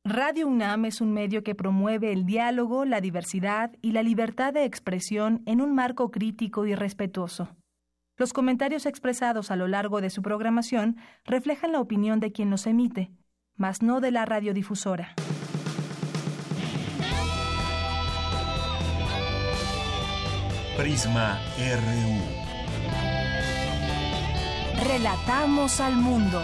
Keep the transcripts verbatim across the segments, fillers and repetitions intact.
Radio UNAM es un medio que promueve el diálogo, la diversidad y la libertad de expresión en un marco crítico y respetuoso. Los comentarios expresados a lo largo de su programación reflejan la opinión de quien los emite, mas no de la radiodifusora. Prisma R U. Relatamos al mundo.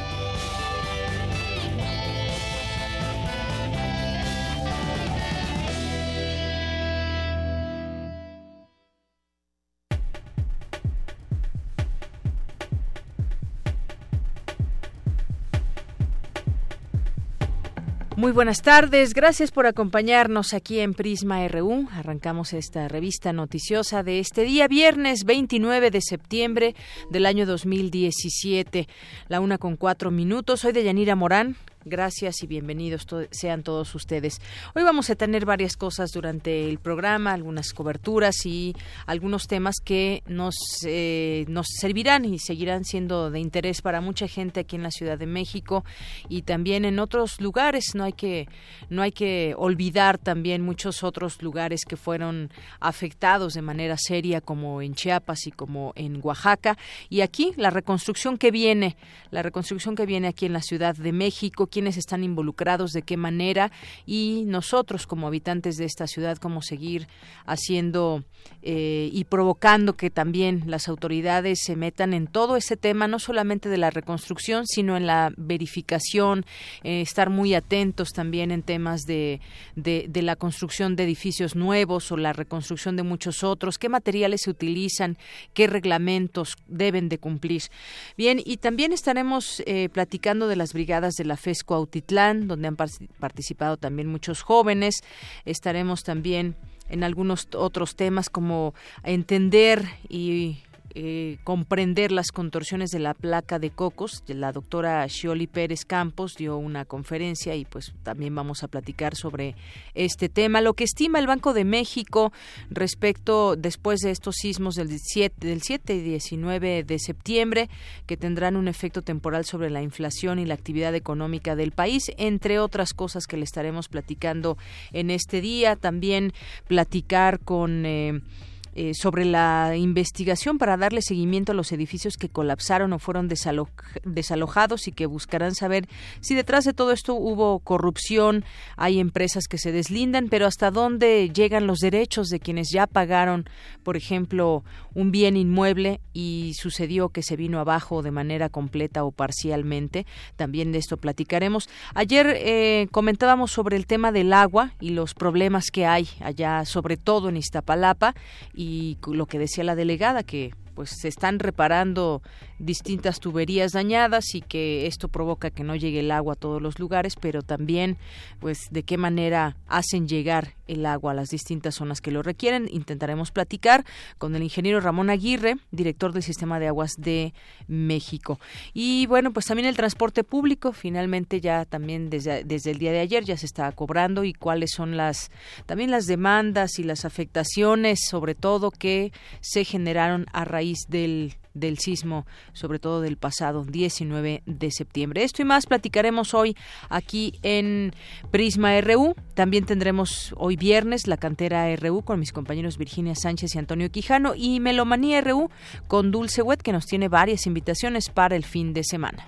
Muy buenas tardes, gracias por acompañarnos aquí en Prisma R U. Arrancamos esta revista noticiosa de este día, viernes veintinueve de septiembre del año dos mil diecisiete, la una con cuatro minutos. Soy Deyanira Morán. Gracias y bienvenidos to- sean todos ustedes. Hoy vamos a tener varias cosas durante el programa, algunas coberturas y algunos temas que nos eh, nos servirán y seguirán siendo de interés para mucha gente aquí en la Ciudad de México y también en otros lugares. No hay que no hay que olvidar también muchos otros lugares que fueron afectados de manera seria, como en Chiapas y como en Oaxaca. Y aquí la reconstrucción que viene, la reconstrucción que viene aquí en la Ciudad de México, quiénes están involucrados, de qué manera, y nosotros como habitantes de esta ciudad, cómo seguir haciendo eh, y provocando que también las autoridades se metan en todo ese tema, no solamente de la reconstrucción, sino en la verificación, eh, estar muy atentos también en temas de, de, de la construcción de edificios nuevos o la reconstrucción de muchos otros, qué materiales se utilizan, qué reglamentos deben de cumplir. Bien, y también estaremos eh, platicando de las brigadas de la FES Cuautitlán, donde han participado también muchos jóvenes. Estaremos también en algunos otros temas como entender y Eh, comprender las contorsiones de la placa de cocos. La doctora Xioli Pérez Campos dio una conferencia y pues también vamos a platicar sobre este tema. Lo que estima el Banco de México respecto, después de estos sismos del siete, del siete y diecinueve de septiembre, que tendrán un efecto temporal sobre la inflación y la actividad económica del país, entre otras cosas que le estaremos platicando en este día. También platicar con Eh, Eh, sobre la investigación para darle seguimiento a los edificios que colapsaron o fueron desalo- desalojados y que buscarán saber si detrás de todo esto hubo corrupción, hay empresas que se deslindan, pero hasta dónde llegan los derechos de quienes ya pagaron, por ejemplo, un bien inmueble y sucedió que se vino abajo de manera completa o parcialmente. También de esto platicaremos. Ayer eh, comentábamos sobre el tema del agua y los problemas que hay allá, sobre todo en Iztapalapa, y y lo que decía la delegada, que pues se están reparando distintas tuberías dañadas y que esto provoca que no llegue el agua a todos los lugares, pero también pues de qué manera hacen llegar el agua a las distintas zonas que lo requieren. Intentaremos platicar con el ingeniero Ramón Aguirre, director del Sistema de Aguas de México. Y bueno, pues también el transporte público, finalmente ya también desde, desde el día de ayer ya se está cobrando, y cuáles son las también las demandas y las afectaciones, sobre todo que se generaron a raíz del del sismo, sobre todo del pasado diecinueve de septiembre. Esto y más platicaremos hoy aquí en Prisma R U. También tendremos hoy viernes la cantera R U con mis compañeros Virginia Sánchez y Antonio Quijano, y Melomanía R U con Dulce Wet, que nos tiene varias invitaciones para el fin de semana.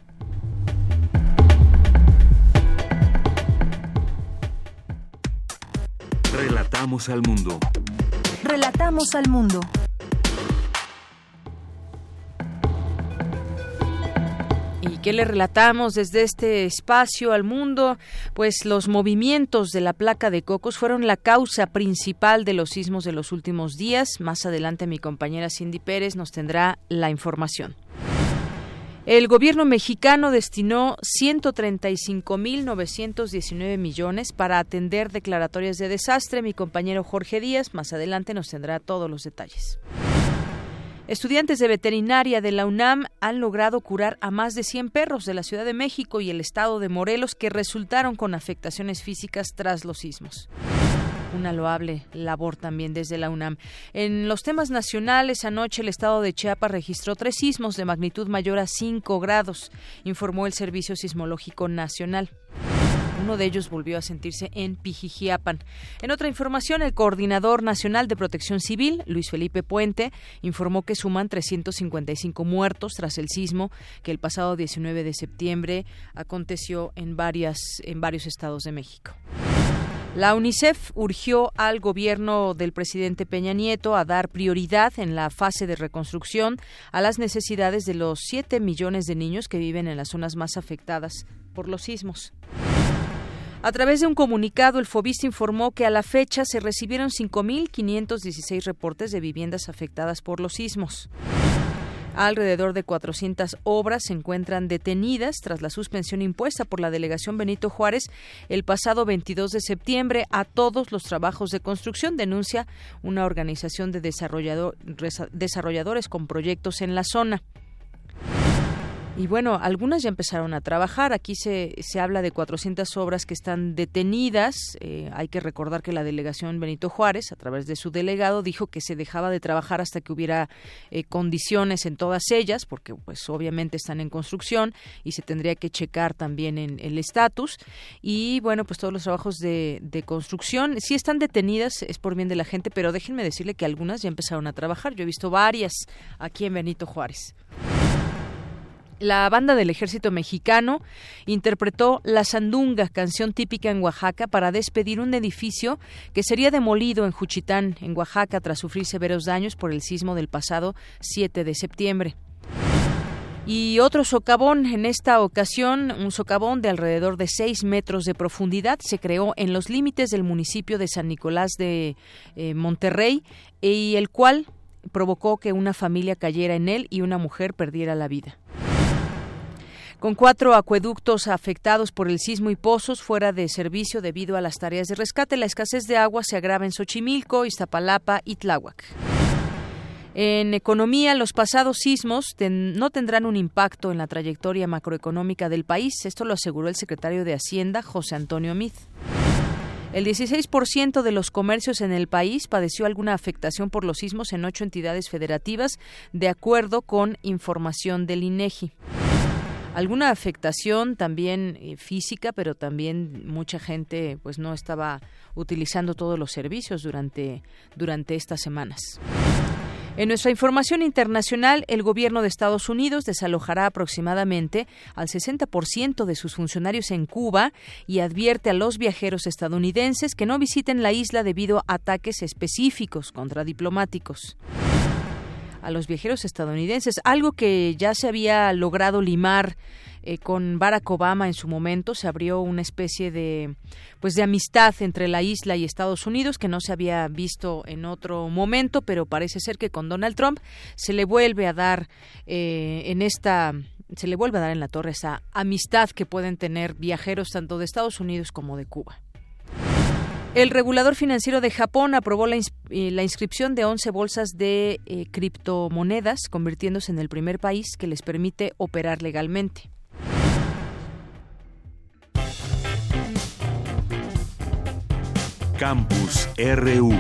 Relatamos al mundo. Relatamos al mundo. ¿Y qué le relatamos desde este espacio al mundo? Pues los movimientos de la placa de cocos fueron la causa principal de los sismos de los últimos días. Más adelante mi compañera Cindy Pérez nos tendrá la información. El gobierno mexicano destinó ciento treinta y cinco mil novecientos diecinueve millones para atender declaratorias de desastre. Mi compañero Jorge Díaz más adelante nos tendrá todos los detalles. Estudiantes de veterinaria de la UNAM han logrado curar a más de cien perros de la Ciudad de México y el estado de Morelos que resultaron con afectaciones físicas tras los sismos. Una loable labor también desde la UNAM. En los temas nacionales, anoche el estado de Chiapas registró tres sismos de magnitud mayor a cinco grados, informó el Servicio Sismológico Nacional. Uno de ellos volvió a sentirse en Pijijiapan. En otra información, el Coordinador Nacional de Protección Civil, Luis Felipe Puente, informó que suman trescientos cincuenta y cinco muertos tras el sismo que el pasado diecinueve de septiembre aconteció en varias en varios estados de México. La UNICEF urgió al gobierno del presidente Peña Nieto a dar prioridad en la fase de reconstrucción a las necesidades de los siete millones de niños que viven en las zonas más afectadas por los sismos. A través de un comunicado, el Fobiste informó que a la fecha se recibieron cinco mil quinientos dieciséis reportes de viviendas afectadas por los sismos. Alrededor de cuatrocientas obras se encuentran detenidas tras la suspensión impuesta por la Delegación Benito Juárez el pasado veintidós de septiembre a todos los trabajos de construcción, denuncia una organización de desarrollador, desarrolladores con proyectos en la zona. Y bueno, algunas ya empezaron a trabajar. Aquí se, se habla de cuatrocientas obras que están detenidas. Eh, hay que recordar que la Delegación Benito Juárez, a través de su delegado, dijo que se dejaba de trabajar hasta que hubiera eh, condiciones en todas ellas, porque pues obviamente están en construcción y se tendría que checar también en el estatus. Y bueno, pues todos los trabajos de, de construcción sí están detenidas, es por bien de la gente, pero déjenme decirle que algunas ya empezaron a trabajar. Yo he visto varias aquí en Benito Juárez. La banda del Ejército Mexicano interpretó La Sandunga, canción típica en Oaxaca, para despedir un edificio que sería demolido en Juchitán, en Oaxaca, tras sufrir severos daños por el sismo del pasado siete de septiembre. Y otro socavón, en esta ocasión, un socavón de alrededor de seis metros de profundidad, se creó en los límites del municipio de San Nicolás de eh, Monterrey, y el cual provocó que una familia cayera en él y una mujer perdiera la vida. Con cuatro acueductos afectados por el sismo y pozos fuera de servicio debido a las tareas de rescate, la escasez de agua se agrava en Xochimilco, Iztapalapa y Tláhuac. En economía, los pasados sismos ten, no tendrán un impacto en la trayectoria macroeconómica del país. Esto lo aseguró el secretario de Hacienda, José Antonio Meade. El dieciséis por ciento de los comercios en el país padeció alguna afectación por los sismos en ocho entidades federativas, de acuerdo con información del INEGI. Alguna afectación también eh, física, pero también mucha gente pues no estaba utilizando todos los servicios durante, durante estas semanas. En nuestra información internacional, el gobierno de Estados Unidos desalojará aproximadamente al sesenta por ciento de sus funcionarios en Cuba y advierte a los viajeros estadounidenses que no visiten la isla debido a ataques específicos contra diplomáticos. A los viajeros estadounidenses, algo que ya se había logrado limar eh, con Barack Obama en su momento. Se abrió una especie de pues de amistad entre la isla y Estados Unidos que no se había visto en otro momento, pero parece ser que con Donald Trump se le vuelve a dar eh, en esta se le vuelve a dar en la torre esa amistad que pueden tener viajeros tanto de Estados Unidos como de Cuba. El regulador financiero de Japón aprobó la, ins- la inscripción de once bolsas de eh, criptomonedas, convirtiéndose en el primer país que les permite operar legalmente. Campus R U.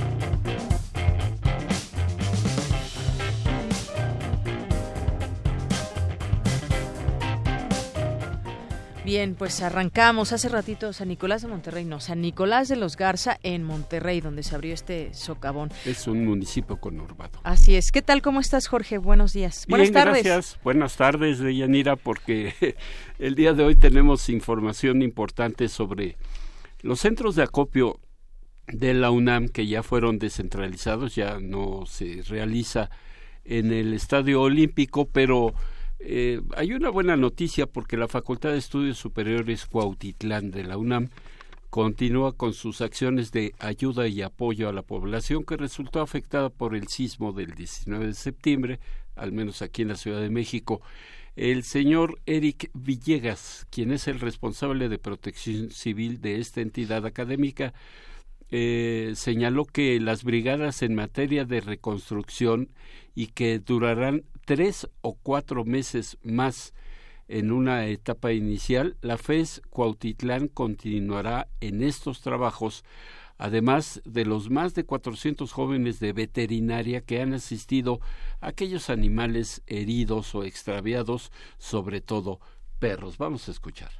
Bien, pues arrancamos. Hace ratito San Nicolás de Monterrey, no, San Nicolás de los Garza en Monterrey, donde se abrió este socavón. Es un municipio conurbado. Así es. ¿Qué tal? ¿Cómo estás, Jorge? Buenos días. Bien, Buenas tardes. Gracias. Buenas tardes, Deyanira, porque el día de hoy tenemos información importante sobre los centros de acopio de la UNAM que ya fueron descentralizados, ya no se realiza en el Estadio Olímpico, pero Eh, hay una buena noticia porque la Facultad de Estudios Superiores Cuautitlán de la UNAM continúa con sus acciones de ayuda y apoyo a la población que resultó afectada por el sismo del diecinueve de septiembre, al menos aquí en la Ciudad de México. El señor Eric Villegas, quien es el responsable de protección civil de esta entidad académica, eh, señaló que las brigadas en materia de reconstrucción y que durarán tres o cuatro meses más en una etapa inicial, la FES Cuautitlán continuará en estos trabajos, además de los más de cuatrocientos jóvenes de veterinaria que han asistido a aquellos animales heridos o extraviados, sobre todo perros. Vamos a escuchar.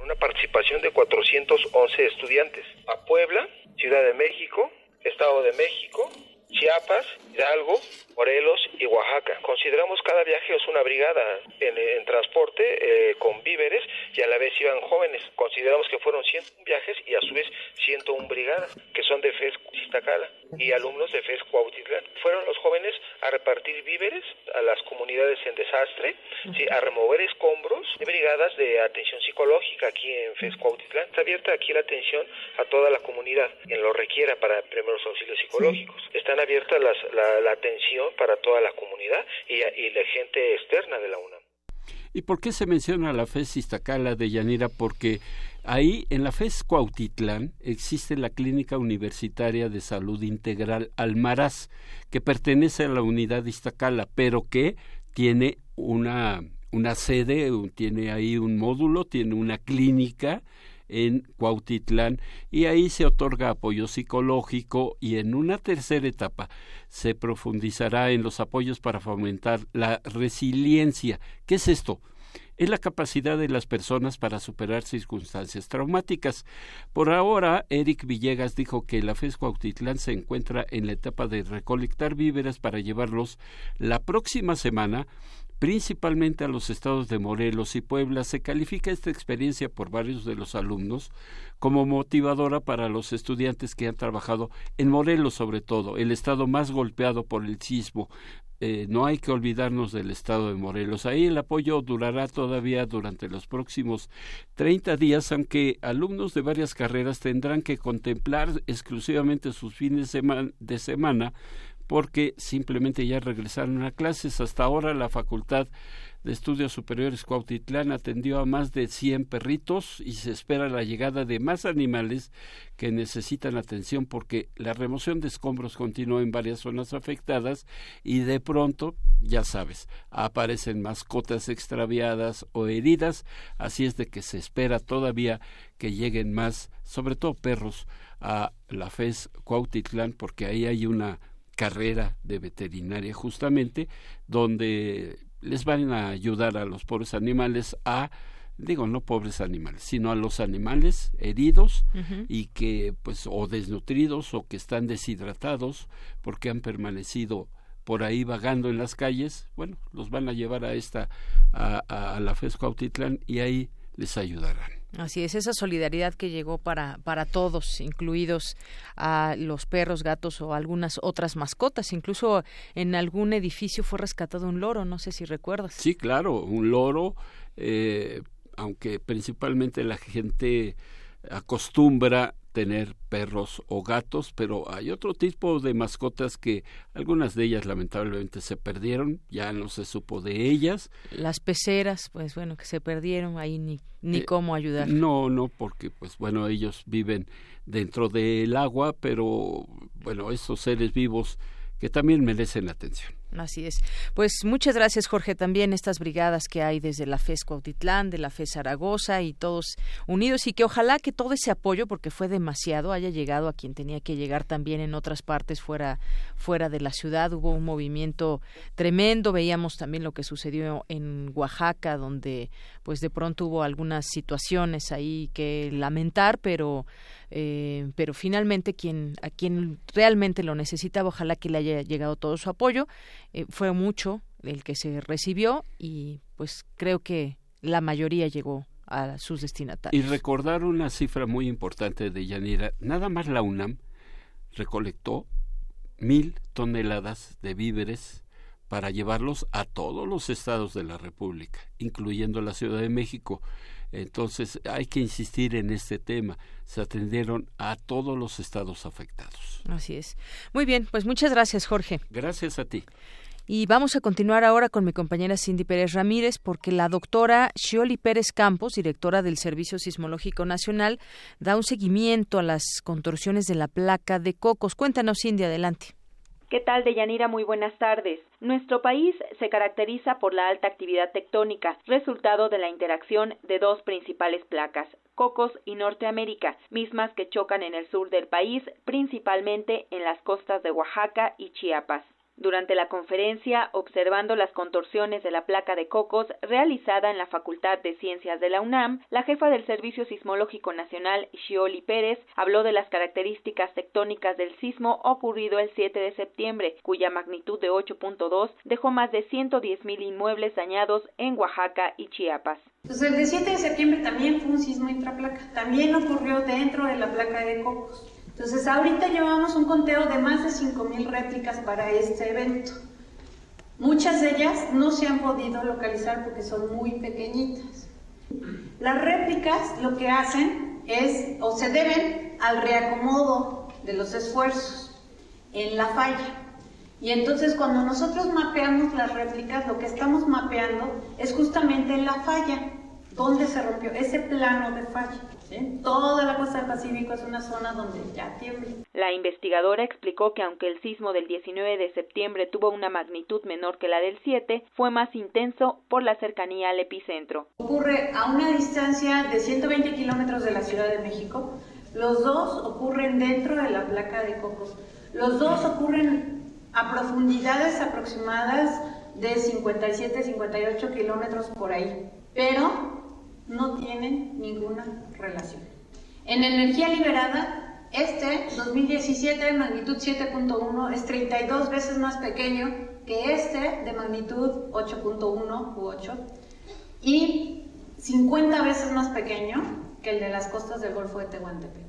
una participación de cuatrocientos once estudiantes. A Puebla, Ciudad de México, Estado de México, Chiapas, Hidalgo, Morelos y Oaxaca. Consideramos cada viaje es una brigada en, en transporte eh, con víveres y a la vez iban jóvenes. Consideramos que fueron ciento uno viajes y a su vez ciento uno brigadas, que son de F E S Iztacala y alumnos de F E S Cuautitlán. Fueron los jóvenes a repartir víveres a las comunidades en desastre, ¿sí? A remover escombros, de brigadas de atención psicológica aquí en F E S Cuautitlán. Está abierta aquí la atención a toda la comunidad, quien lo requiera para primeros auxilios psicológicos. Sí. Están abiertas las, la, la atención para toda la comunidad y, y la gente externa de la UNAM. ¿Y por qué se menciona la F E S Iztacala, Deyanira? Porque ahí en la F E S Cuautitlán existe la Clínica Universitaria de Salud Integral Almaraz, que pertenece a la unidad de Iztacala, pero que tiene una, una sede, tiene ahí un módulo, tiene una clínica en Cuautitlán, y ahí se otorga apoyo psicológico, y en una tercera etapa se profundizará en los apoyos para fomentar la resiliencia. ¿Qué es esto? Es la capacidad de las personas para superar circunstancias traumáticas. Por ahora, Eric Villegas dijo que la F E S Cuautitlán se encuentra en la etapa de recolectar víveres para llevarlos la próxima semana, principalmente a los estados de Morelos y Puebla. Se califica esta experiencia por varios de los alumnos como motivadora para los estudiantes que han trabajado en Morelos, sobre todo, el estado más golpeado por el sismo. Eh, no hay que olvidarnos del estado de Morelos. Ahí el apoyo durará todavía durante los próximos treinta días, aunque alumnos de varias carreras tendrán que contemplar exclusivamente sus fines de semana, de semana porque simplemente ya regresaron a clases. Hasta ahora la Facultad de Estudios Superiores Cuautitlán atendió a más de cien perritos y se espera la llegada de más animales que necesitan atención, porque la remoción de escombros continúa en varias zonas afectadas y de pronto, ya sabes, aparecen mascotas extraviadas o heridas, así es de que se espera todavía que lleguen más, sobre todo perros, a la F E S Cuautitlán, porque ahí hay una carrera de veterinaria justamente donde les van a ayudar a los pobres animales a, digo, no pobres animales, sino a los animales heridos uh-huh. y que pues o desnutridos o que están deshidratados porque han permanecido por ahí vagando en las calles. Bueno, los van a llevar a esta a, a, a la F E S Cuautitlán y ahí les ayudarán. Así es, esa solidaridad que llegó para para todos, incluidos a los perros, gatos o algunas otras mascotas. Incluso en algún edificio fue rescatado un loro, no sé si recuerdas. Sí, claro, un loro, eh, aunque principalmente la gente acostumbra tener perros o gatos, pero hay otro tipo de mascotas que algunas de ellas lamentablemente se perdieron, ya no se supo de ellas. Las peceras, pues bueno, que se perdieron, ahí ni ni eh, cómo ayudar. No, no, porque pues bueno, ellos viven dentro del agua, pero bueno, esos seres vivos que también merecen atención. Así es. Pues muchas gracias, Jorge. También estas brigadas que hay desde la F E S Cuautitlán, de la F E S Zaragoza y todos unidos, y que ojalá que todo ese apoyo, porque fue demasiado, haya llegado a quien tenía que llegar también en otras partes fuera fuera de la ciudad. Hubo un movimiento tremendo. Veíamos también lo que sucedió en Oaxaca, donde pues de pronto hubo algunas situaciones ahí que lamentar, pero eh, pero finalmente quien a quien realmente lo necesitaba, ojalá que le haya llegado todo su apoyo. Eh, fue mucho el que se recibió y pues creo que la mayoría llegó a sus destinatarios. Y recordar una cifra muy importante de Yanira, nada más la UNAM recolectó mil toneladas de víveres para llevarlos a todos los estados de la República, incluyendo la Ciudad de México. Entonces hay que insistir en este tema. Se atendieron a todos los estados afectados. Así es. Muy bien, pues muchas gracias, Jorge. Gracias a ti. Y vamos a continuar ahora con mi compañera Cindy Pérez Ramírez, porque la doctora Xioli Pérez Campos, directora del Servicio Sismológico Nacional, da un seguimiento a las contorsiones de la placa de Cocos. Cuéntanos, Cindy, adelante. ¿Qué tal, Deyanira? Muy buenas tardes. Nuestro país se caracteriza por la alta actividad tectónica, resultado de la interacción de dos principales placas, Cocos y Norteamérica, mismas que chocan en el sur del país, principalmente en las costas de Oaxaca y Chiapas. Durante la conferencia, observando las contorsiones de la placa de Cocos realizada en la Facultad de Ciencias de la UNAM, la jefa del Servicio Sismológico Nacional, Xioli Pérez, habló de las características tectónicas del sismo ocurrido el siete de septiembre, cuya magnitud de ocho punto dos dejó más de ciento diez mil inmuebles dañados en Oaxaca y Chiapas. Entonces, el de siete de septiembre también fue un sismo intraplaca, también ocurrió dentro de la placa de Cocos. Entonces, ahorita llevamos un conteo de más de cinco mil réplicas para este evento. Muchas de ellas no se han podido localizar porque son muy pequeñitas. Las réplicas lo que hacen es, o se deben al reacomodo de los esfuerzos en la falla. Y entonces, cuando nosotros mapeamos las réplicas, lo que estamos mapeando es justamente la falla, donde se rompió ese plano de falla. ¿Sí? Toda la costa del Pacífico es una zona donde ya tiembla. La investigadora explicó que aunque el sismo del diecinueve de septiembre tuvo una magnitud menor que la del siete, fue más intenso por la cercanía al epicentro. Ocurre a una distancia de ciento veinte kilómetros de la Ciudad de México. Los dos ocurren dentro de la placa de Cocos. Los dos ocurren a profundidades aproximadas de cincuenta y siete a cincuenta y ocho kilómetros por ahí, pero no tienen ninguna relación. En energía liberada, este dos mil diecisiete, magnitud siete punto uno, es treinta y dos veces más pequeño que este de magnitud ocho punto uno u ocho y cincuenta veces más pequeño que el de las costas del Golfo de Tehuantepec.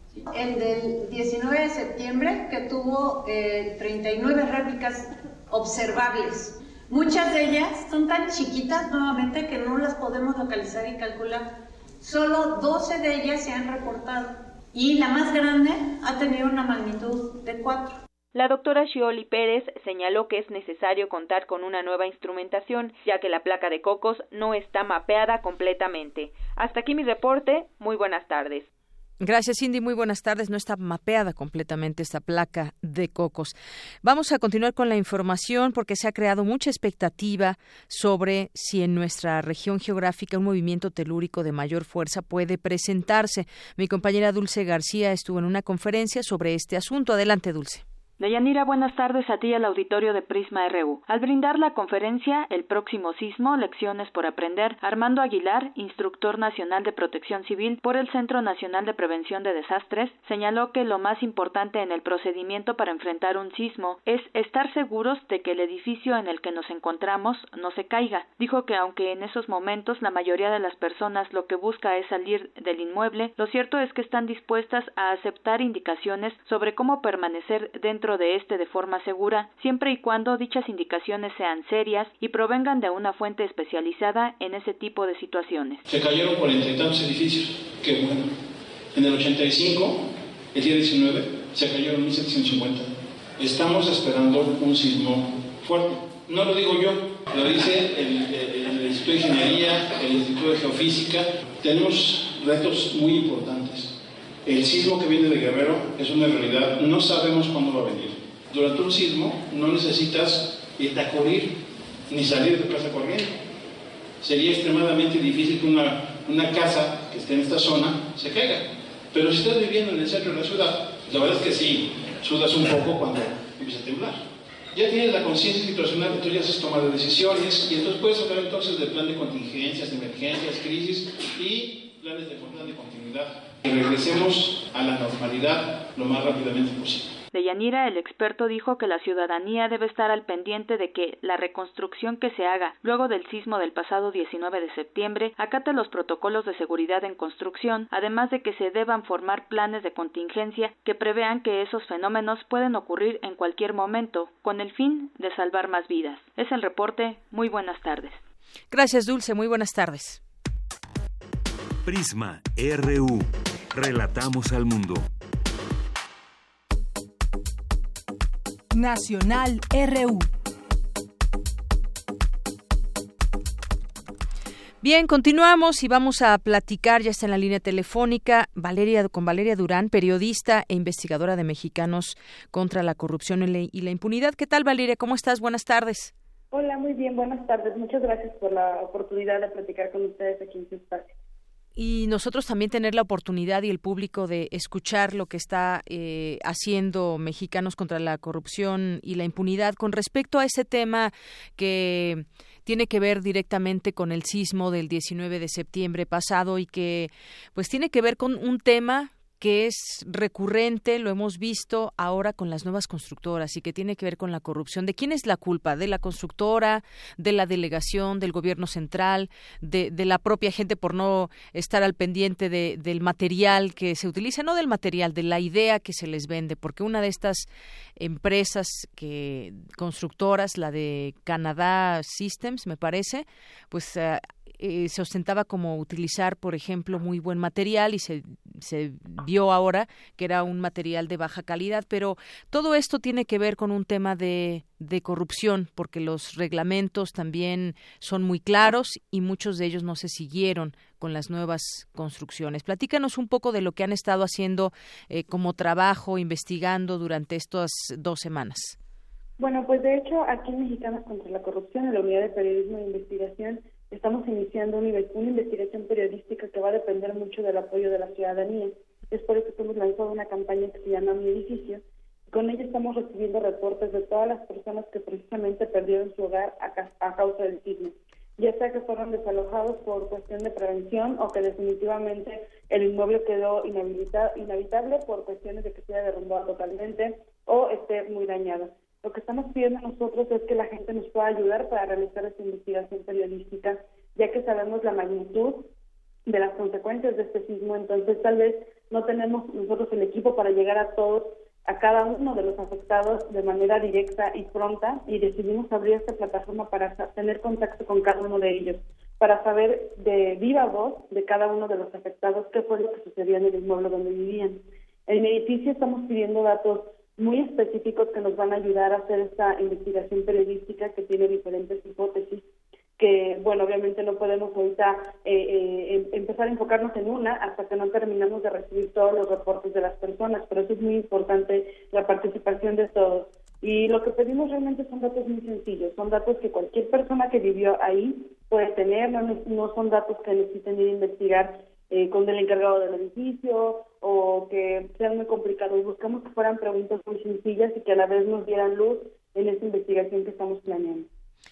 El del diecinueve de septiembre, que tuvo eh, treinta y nueve réplicas observables. Muchas de ellas son tan chiquitas nuevamente que no las podemos localizar y calcular. Solo doce de ellas se han reportado y la más grande ha tenido una magnitud de cuatro. La doctora Xioli Pérez señaló que es necesario contar con una nueva instrumentación, ya que la placa de Cocos no está mapeada completamente. Hasta aquí mi reporte. Muy buenas tardes. Gracias, Cindy. Muy buenas tardes. No está mapeada completamente esta placa de Cocos. Vamos a continuar con la información porque se ha creado mucha expectativa sobre si en nuestra región geográfica un movimiento telúrico de mayor fuerza puede presentarse. Mi compañera Dulce García estuvo en una conferencia sobre este asunto. Adelante, Dulce. Deyanira, buenas tardes a ti y al auditorio de Prisma R U. Al brindar la conferencia El próximo sismo, lecciones por aprender, Armando Aguilar, instructor nacional de protección civil por el Centro Nacional de Prevención de Desastres, señaló que lo más importante en el procedimiento para enfrentar un sismo es estar seguros de que el edificio en el que nos encontramos no se caiga. Dijo que aunque en esos momentos la mayoría de las personas lo que busca es salir del inmueble, lo cierto es que están dispuestas a aceptar indicaciones sobre cómo permanecer dentro de este de forma segura, siempre y cuando dichas indicaciones sean serias y provengan de una fuente especializada en ese tipo de situaciones. Se cayeron cuarenta y tantos edificios, qué bueno. En el ochenta y cinco, el día diecinueve, se cayeron mil setecientos cincuenta. Estamos esperando un sismo fuerte. No lo digo yo, lo dice el, el, el Instituto de Ingeniería, el Instituto de Geofísica. Tenemos retos muy importantes. El sismo que viene de Guerrero es una realidad, no sabemos cuándo va a venir. Durante un sismo no necesitas irte a correr ni salir de tu casa corriendo. Sería extremadamente difícil que una, una casa que esté en esta zona se caiga. Pero si estás viviendo en el centro de la ciudad, la verdad es que sí, sudas un poco cuando empieza a temblar. Ya tienes la conciencia situacional, tú ya has tomado decisiones y entonces puedes hablar entonces del plan de contingencias, de emergencias, crisis y planes de plan de continuidad. Que regresemos a la normalidad lo más rápidamente posible. Deyanira, el experto, dijo que la ciudadanía debe estar al pendiente de que la reconstrucción que se haga luego del sismo del pasado diecinueve de septiembre acate los protocolos de seguridad en construcción, además de que se deban formar planes de contingencia que prevean que esos fenómenos pueden ocurrir en cualquier momento, con el fin de salvar más vidas. Es el reporte. Muy buenas tardes. Gracias, Dulce. Muy buenas tardes. Prisma R U. Relatamos al mundo. Nacional R U. Bien, continuamos y vamos a platicar, ya está en la línea telefónica, Valeria, con Valeria Durán, periodista e investigadora de Mexicanos contra la Corrupción y la Impunidad. ¿Qué tal, Valeria? ¿Cómo estás? Buenas tardes. Hola, muy bien, buenas tardes. Muchas gracias por la oportunidad de platicar con ustedes aquí en su espacio. y nosotros también tener la oportunidad y el público de escuchar lo que está eh, haciendo Mexicanos contra la Corrupción y la Impunidad con respecto a ese tema que tiene que ver directamente con el sismo del diecinueve de septiembre pasado y que pues tiene que ver con un tema que es recurrente, lo hemos visto ahora con las nuevas constructoras y que tiene que ver con la corrupción. ¿De quién es la culpa? ¿De la constructora, de la delegación, del gobierno central, de, de la propia gente por no estar al pendiente de, del material que se utiliza? No del material, de la idea que se les vende, porque una de estas empresas que constructoras, la de Canadá Systems, me parece, pues uh, Eh, se ostentaba como utilizar, por ejemplo, muy buen material y se, se vio ahora que era un material de baja calidad, pero todo esto tiene que ver con un tema de, de corrupción, porque los reglamentos también son muy claros y muchos de ellos no se siguieron con las nuevas construcciones. Platícanos un poco de lo que han estado haciendo eh, como trabajo, investigando durante estas dos semanas. Bueno, pues de hecho, aquí en Mexicanos contra la Corrupción, en la Unidad de Periodismo e Investigación, estamos iniciando una, una investigación periodística que va a depender mucho del apoyo de la ciudadanía. Es por eso que hemos lanzado una campaña que se llama Mi Edificio. Con ella estamos recibiendo reportes de todas las personas que precisamente perdieron su hogar a, ca- a causa del sismo, ya sea que fueron desalojados por cuestión de prevención o que definitivamente el inmueble quedó inhabilita- inhabitable por cuestiones de que se haya derrumbado totalmente o esté muy dañado. Lo que estamos pidiendo nosotros es que la gente nos pueda ayudar para realizar esta investigación periodística, ya que sabemos la magnitud de las consecuencias de este sismo, entonces tal vez no tenemos nosotros el equipo para llegar a todos, a cada uno de los afectados de manera directa y pronta, y decidimos abrir esta plataforma para tener contacto con cada uno de ellos, para saber de viva voz de cada uno de los afectados qué fue lo que sucedió en el inmueble donde vivían. En mi edificio estamos pidiendo datos muy específicos que nos van a ayudar a hacer esta investigación periodística que tiene diferentes hipótesis, que, bueno, obviamente no podemos ahorita eh, eh, empezar a enfocarnos en una hasta que no terminamos de recibir todos los reportes de las personas, pero eso es muy importante, la participación de todos. Y lo que pedimos realmente son datos muy sencillos, son datos que cualquier persona que vivió ahí puede tener, no, no son datos que necesiten ir a investigar eh, con el encargado del edificio o que sean muy complicados. Buscamos que fueran preguntas muy sencillas y que a la vez nos dieran luz en esta investigación que estamos planeando.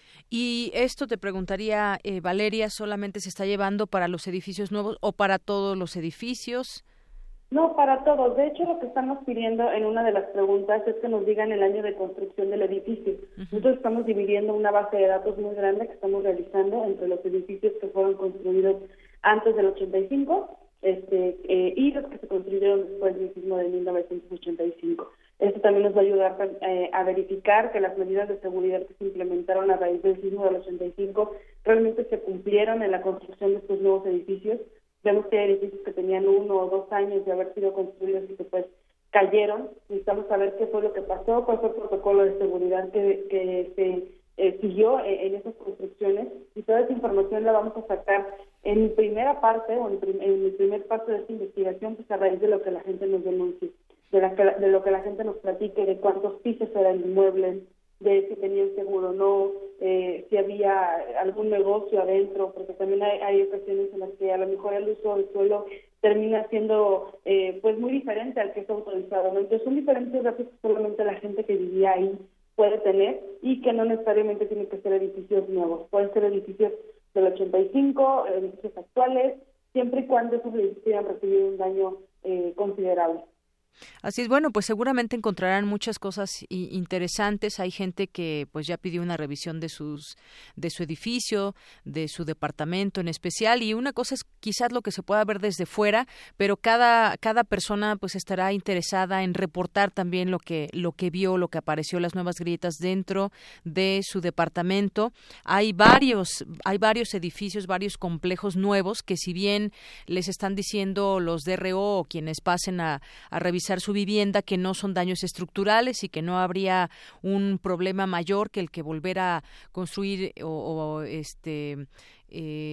Y esto te preguntaría, eh, Valeria, ¿solamente se está llevando para los edificios nuevos o para todos los edificios? No, para todos. De hecho, lo que estamos pidiendo en una de las preguntas es que nos digan el año de construcción del edificio. Uh-huh. Nosotros estamos dividiendo una base de datos muy grande que estamos realizando entre los edificios que fueron construidos antes del ochenta y cinco este, eh, y los que se construyeron después del sismo de mil novecientos ochenta y cinco. Esto también nos va a ayudar eh, a verificar que las medidas de seguridad que se implementaron a raíz del sismo del ochenta y cinco realmente se cumplieron en la construcción de estos nuevos edificios. Vemos que hay edificios que tenían uno o dos años de haber sido construidos y que pues cayeron. Necesitamos saber qué fue lo que pasó, cuál fue el protocolo de seguridad que, que se eh, siguió en, en esas construcciones, y toda esa información la vamos a sacar en primera parte o en, prim- en el primer paso de esta investigación, pues a raíz de lo que la gente nos denuncie, de, la que, de lo que la gente nos platique, de cuántos pisos era el inmueble, de si tenían seguro o no, eh, si había algún negocio adentro, porque también hay, hay ocasiones en las que a lo mejor el uso del suelo termina siendo eh, pues muy diferente al que está autorizado, ¿no? Entonces son diferentes datos que solamente la gente que vivía ahí puede tener y que no necesariamente tienen que ser edificios nuevos, pueden ser edificios del ochenta y cinco, edificios actuales, siempre y cuando esos edificios hayan recibido un daño eh, considerable. Así es, bueno, pues seguramente encontrarán muchas cosas interesantes. Hay gente que pues ya pidió una revisión de sus de su edificio, de su departamento en especial, y una cosa es quizás lo que se pueda ver desde fuera, pero cada cada persona pues estará interesada en reportar también lo que lo que vio, lo que apareció, las nuevas grietas dentro de su departamento. Hay varios hay varios edificios, varios complejos nuevos que, si bien les están diciendo los D R O o quienes pasen a, a revisar su vivienda que no son daños estructurales y que no habría un problema mayor que el que volver a construir o, o este eh,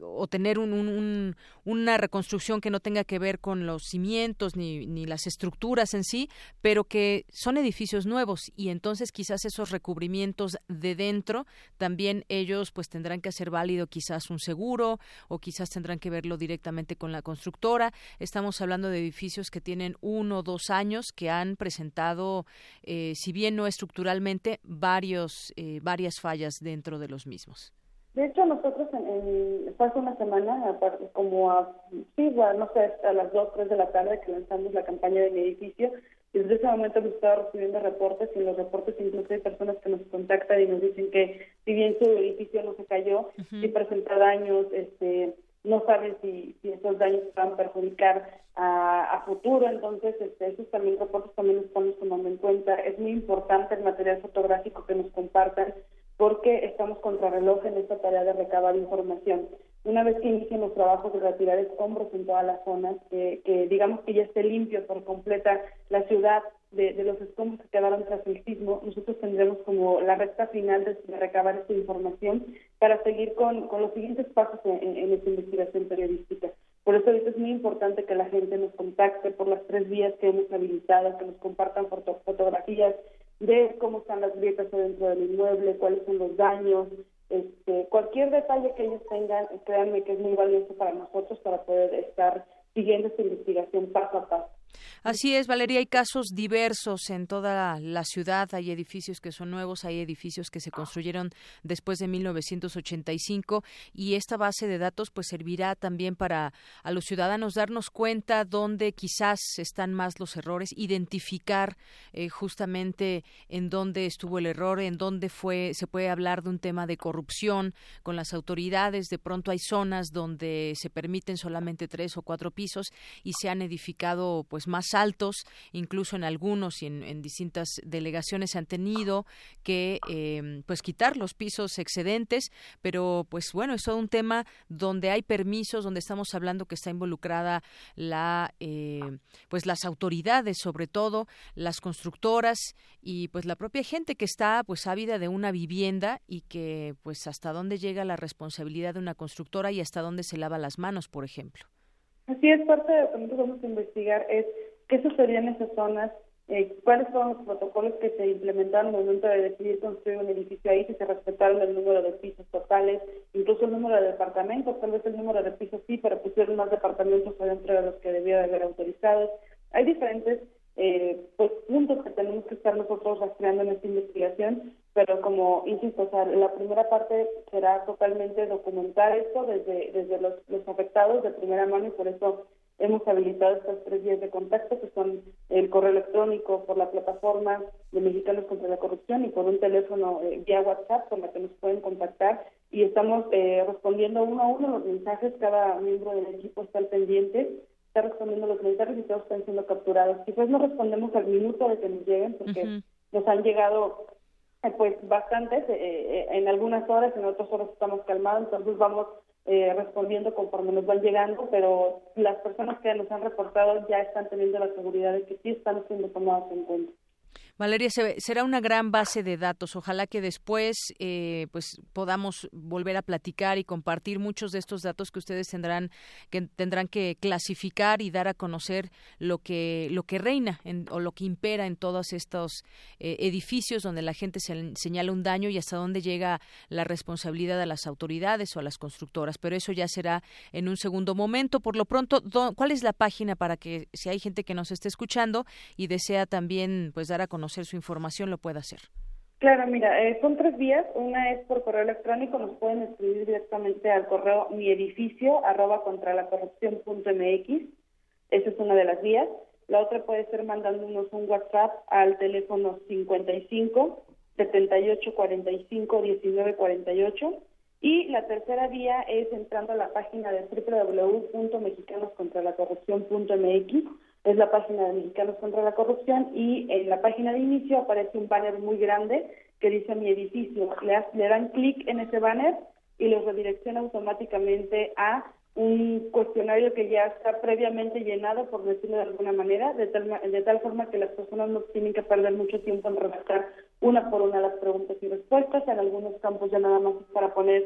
o tener un, un, un, una reconstrucción que no tenga que ver con los cimientos ni, ni las estructuras en sí, pero que son edificios nuevos y entonces quizás esos recubrimientos de dentro también ellos pues tendrán que hacer válido quizás un seguro o quizás tendrán que verlo directamente con la constructora. Estamos hablando de edificios que tienen uno o dos años que han presentado, eh, si bien no estructuralmente, varios, eh, varias fallas dentro de los mismos. De hecho, nosotros en, en, fue hace una semana, como a, sí, no sé, a las dos, tres de la tarde que lanzamos la campaña de mi edificio, y desde ese momento hemos estado recibiendo reportes, y en los reportes incluso hay personas que nos contactan y nos dicen que si bien su edificio no se cayó, uh-huh. sí presenta daños, este, no saben si, si esos daños van a perjudicar a, a futuro, entonces este, esos también reportes también los estamos tomando en cuenta. Es muy importante el material fotográfico que nos compartan, porque estamos contrarreloj en esta tarea de recabar información. Una vez que inicien los trabajos de retirar escombros en toda la zona, eh, que digamos que ya esté limpio por completa la ciudad de, de los escombros que quedaron tras el sismo, nosotros tendremos como la recta final de, de recabar esta información para seguir con, con los siguientes pasos en, en, en esta investigación periodística. Por eso ahorita es muy importante que la gente nos contacte por las tres vías que hemos habilitado, que nos compartan foto, fotografías de cómo están las grietas dentro del inmueble, cuáles son los daños, este, cualquier detalle que ellos tengan, créanme que es muy valioso para nosotros para poder estar siguiendo esta investigación paso a paso. Así es, Valeria, hay casos diversos en toda la ciudad, hay edificios que son nuevos, hay edificios que se construyeron después de mil novecientos ochenta y cinco y esta base de datos pues servirá también para a los ciudadanos darnos cuenta dónde quizás están más los errores, identificar eh, justamente en dónde estuvo el error, en dónde fue, se puede hablar de un tema de corrupción con las autoridades, de pronto hay zonas donde se permiten solamente tres o cuatro pisos y se han edificado pues más altos, incluso en algunos y en, en distintas delegaciones se han tenido que eh, pues quitar los pisos excedentes, pero pues bueno, es todo un tema donde hay permisos, donde estamos hablando que está involucrada la eh, pues las autoridades, sobre todo las constructoras y pues la propia gente que está pues ávida de una vivienda y que pues hasta dónde llega la responsabilidad de una constructora y hasta dónde se lava las manos, por ejemplo. Así es, parte de lo que nosotros vamos a investigar es qué sucedía en esas zonas, eh, cuáles fueron los protocolos que se implementaron al momento de decidir construir un edificio ahí, si se respetaron el número de pisos totales, incluso el número de departamentos, tal vez el número de pisos sí, pero pusieron más departamentos adentro de los que debía de haber autorizados. Hay diferentes eh, pues, puntos que tenemos que estar nosotros rastreando en esta investigación, pero como insisto, o sea, la primera parte será totalmente documentar esto desde, desde los, los afectados de primera mano y por eso hemos habilitado estas tres vías de contacto, que son el correo electrónico por la plataforma de Mexicanos contra la Corrupción y por un teléfono eh, vía WhatsApp con la que nos pueden contactar. Y estamos eh, respondiendo uno a uno los mensajes, cada miembro del equipo está al pendiente, está respondiendo los mensajes y todos están siendo capturados. Quizás no respondemos al minuto de que nos lleguen, porque uh-huh. nos han llegado eh, pues bastantes, eh, eh, en algunas horas, en otras horas estamos calmados, entonces vamos Eh, respondiendo conforme nos van llegando, pero las personas que nos han reportado ya están teniendo la seguridad de que sí están siendo tomadas en cuenta. Valeria, será una gran base de datos. Ojalá que después eh, pues podamos volver a platicar y compartir muchos de estos datos que ustedes tendrán que tendrán que clasificar y dar a conocer lo que lo que reina en, o lo que impera en todos estos eh, edificios donde la gente se señala un daño y hasta dónde llega la responsabilidad a las autoridades o a las constructoras. Pero eso ya será en un segundo momento. Por lo pronto, do, ¿cuál es la página para que si hay gente que nos esté escuchando y desea también pues dar a conocer su información lo puede hacer? Claro, mira, eh, son tres vías. Una es por correo electrónico, nos pueden escribir directamente al correo miedificio arroba contralacorrupcion.mx. Esa es una de las vías. La otra puede ser mandándonos un WhatsApp al teléfono cincuenta y cinco, setenta y ocho, cuarenta y cinco, diecinueve, cuarenta y ocho. Y la tercera vía es entrando a la página de doble u doble u doble u punto mexicanos contra la corrupción punto m x. Es la página de Mexicanos contra la Corrupción y en la página de inicio aparece un banner muy grande que dice mi edificio. Le, le dan clic en ese banner y los redirecciona automáticamente a un cuestionario que ya está previamente llenado, por decirlo de alguna manera, de tal, de tal forma que las personas no tienen que perder mucho tiempo en redactar una por una las preguntas y respuestas. En algunos campos ya nada más es para poner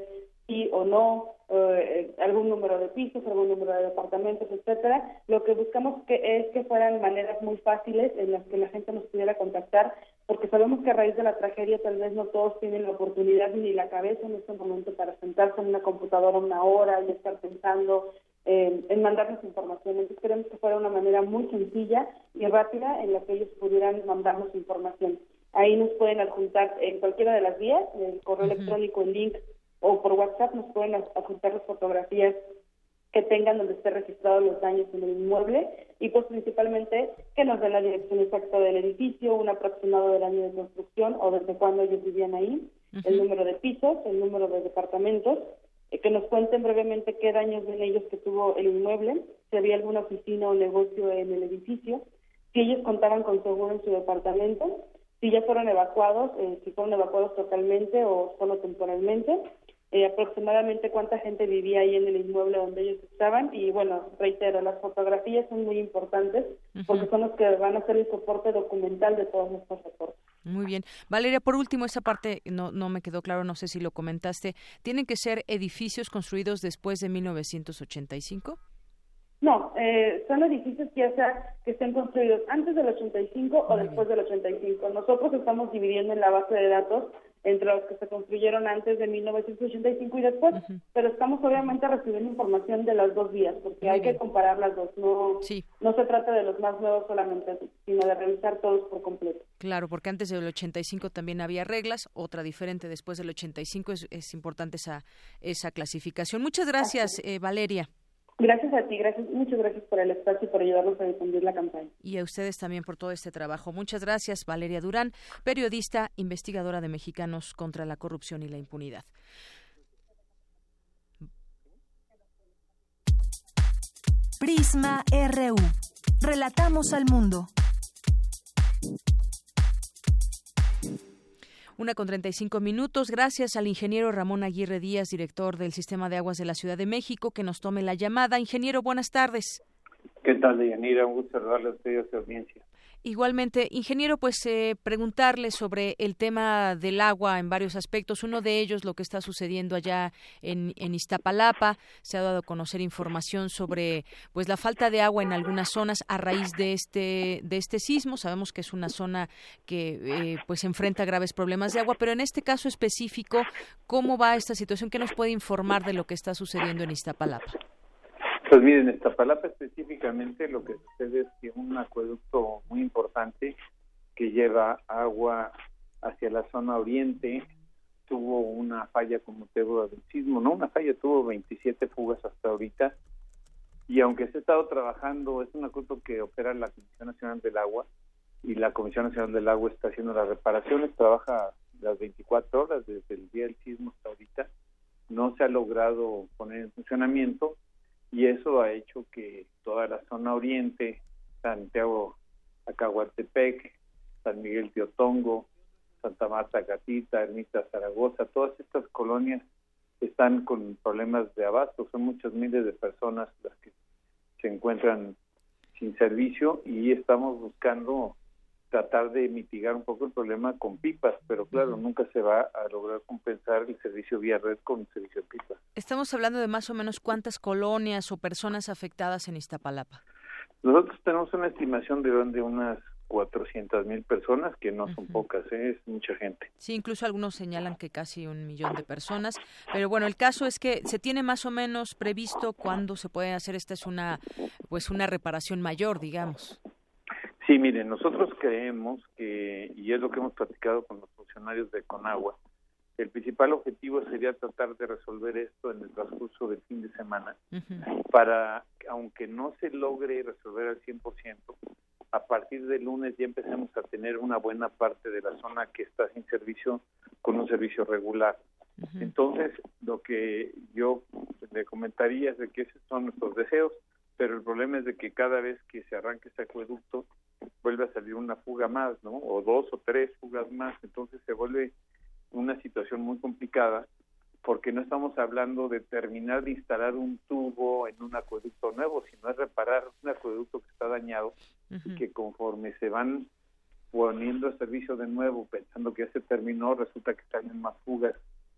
sí o no, eh, algún número de pisos, algún número de departamentos, etcétera. Lo que buscamos que es que fueran maneras muy fáciles en las que la gente nos pudiera contactar, porque sabemos que a raíz de la tragedia tal vez no todos tienen la oportunidad ni la cabeza en este momento para sentarse en una computadora una hora y estar pensando eh, en mandarnos información. Entonces queremos que fuera una manera muy sencilla y rápida en la que ellos pudieran mandarnos información. Ahí nos pueden adjuntar en cualquiera de las vías, el correo uh-huh. electrónico, el link, o por WhatsApp nos pueden adjuntar las fotografías que tengan donde esté registrados los daños en el inmueble y pues principalmente que nos den la dirección exacta del edificio, un aproximado del año de construcción o desde cuándo ellos vivían ahí, uh-huh. el número de pisos, el número de departamentos, eh, que nos cuenten brevemente qué daños ven ellos que tuvo el inmueble, si había alguna oficina o negocio en el edificio, si ellos contaban con seguro en su departamento, si ya fueron evacuados, eh, si fueron evacuados totalmente o solo temporalmente, eh, aproximadamente cuánta gente vivía ahí en el inmueble donde ellos estaban y bueno, reitero, las fotografías son muy importantes uh-huh. porque son los que van a ser el soporte documental de todos estos reportes. Muy bien. Valeria, por último, esa parte no, no me quedó claro, no sé si lo comentaste. ¿Tienen que ser edificios construidos después de mil novecientos ochenta y cinco? No, eh, son edificios ya sea que estén construidos antes del ochenta y cinco o después del ochenta y cinco. Nosotros estamos dividiendo en la base de datos entre los que se construyeron antes de mil novecientos ochenta y cinco y después, uh-huh. pero estamos obviamente recibiendo información de las dos vías, porque Muy hay bien. que comparar las dos. No, sí. no se trata de los más nuevos solamente, sino de revisar todos por completo. Claro, porque antes del ochenta y cinco también había reglas, otra diferente después del ochenta y cinco, es, es importante esa, esa clasificación. Muchas gracias, eh, Valeria. Gracias a ti, gracias, muchas gracias por el espacio y por ayudarnos a difundir la campaña. Y a ustedes también por todo este trabajo. Muchas gracias, Valeria Durán, periodista, investigadora de Mexicanos contra la Corrupción y la Impunidad. Prisma R U. Relatamos al mundo. Una con treinta y cinco minutos. Gracias al ingeniero Ramón Aguirre Díaz, director del Sistema de Aguas de la Ciudad de México, que nos tome la llamada. Ingeniero, buenas tardes. ¿Qué tal, Deyanira? Un gusto saludarle a usted y a su audiencia. Igualmente, ingeniero, pues eh, preguntarle sobre el tema del agua en varios aspectos. Uno de ellos, lo que está sucediendo allá en, en Iztapalapa. Se ha dado a conocer información sobre pues la falta de agua en algunas zonas a raíz de este de este sismo. Sabemos que es una zona que eh, pues enfrenta graves problemas de agua, pero en este caso específico, ¿cómo va esta situación? ¿Qué nos puede informar de lo que está sucediendo en Iztapalapa? Pues miren, en Iztapalapa específicamente lo que sucede es que un acueducto muy importante que lleva agua hacia la zona oriente tuvo una falla con motivo del sismo, no una falla, tuvo veintisiete fugas hasta ahorita, y aunque se ha estado trabajando, es un acueducto que opera la Comisión Nacional del Agua, y la Comisión Nacional del Agua está haciendo las reparaciones, trabaja las veinticuatro horas desde el día del sismo hasta ahorita, no se ha logrado poner en funcionamiento, y eso ha hecho que toda la zona oriente, Santiago Acahuatepec, San Miguel Teotongo, Santa Marta Gatita, Ermita Zaragoza, todas estas colonias están con problemas de abasto, son muchos miles de personas las que se encuentran sin servicio y estamos buscando tratar de mitigar un poco el problema con pipas, pero claro, nunca se va a lograr compensar el servicio vía red con el servicio de pipas. Estamos hablando de más o menos cuántas colonias o personas afectadas en Iztapalapa. Nosotros tenemos una estimación de, de unas cuatrocientas mil personas, que no son uh-huh. pocas, ¿eh? Es mucha gente. Sí, incluso algunos señalan que casi un millón de personas, pero bueno, el caso es que se tiene más o menos previsto cuándo se puede hacer, esta es una, pues una reparación mayor, digamos. Sí, miren, nosotros creemos que, y es lo que hemos platicado con los funcionarios de Conagua, el principal objetivo sería tratar de resolver esto en el transcurso del fin de semana, uh-huh. para, aunque no se logre resolver al cien por ciento, a partir del lunes ya empecemos a tener una buena parte de la zona que está sin servicio con un servicio regular. Uh-huh. Entonces, lo que yo le comentaría es de que esos son nuestros deseos, pero el problema es de que cada vez que se arranque ese acueducto vuelve a salir una fuga más, ¿no? O dos o tres fugas más, entonces se vuelve una situación muy complicada porque no estamos hablando de terminar de instalar un tubo en un acueducto nuevo, sino es reparar un acueducto que está dañado uh-huh. y que conforme se van poniendo a servicio de nuevo, pensando que ya se terminó, resulta que salen más fugas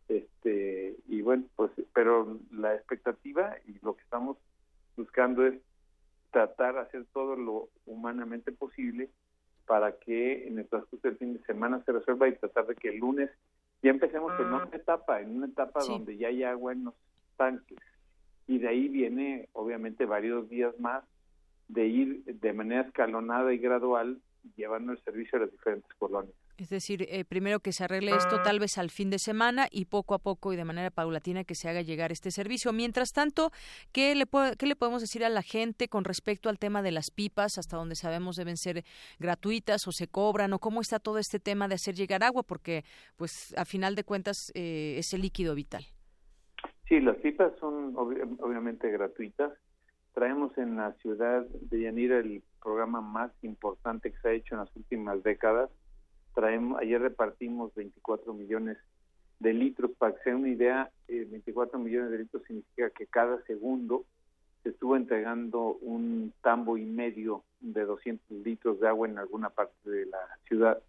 este y bueno, pues pero la expectativa y lo que estamos buscando es tratar de hacer todo lo humanamente posible para que en el transcurso del fin de semana se resuelva y tratar de que el lunes ya empecemos en una etapa, en una etapa sí. donde ya hay agua en los tanques. Y de ahí viene, obviamente, varios días más de ir de manera escalonada y gradual llevando el servicio a las diferentes colonias. Es decir, eh, primero que se arregle esto tal vez al fin de semana y poco a poco y de manera paulatina que se haga llegar este servicio. Mientras tanto, ¿qué le, ¿qué le podemos decir a la gente con respecto al tema de las pipas, hasta donde sabemos deben ser gratuitas o se cobran, o cómo está todo este tema de hacer llegar agua? Porque, pues, a final de cuentas, eh, es el líquido vital. Sí, las pipas son ob- obviamente gratuitas. Traemos en la ciudad de Yanira el programa más importante que se ha hecho en las últimas décadas. Traemos, ayer repartimos veinticuatro millones de litros. Para que se den una idea, eh, veinticuatro millones de litros significa que cada segundo se estuvo entregando un tambo y medio de doscientos litros de agua en alguna parte de la ciudad.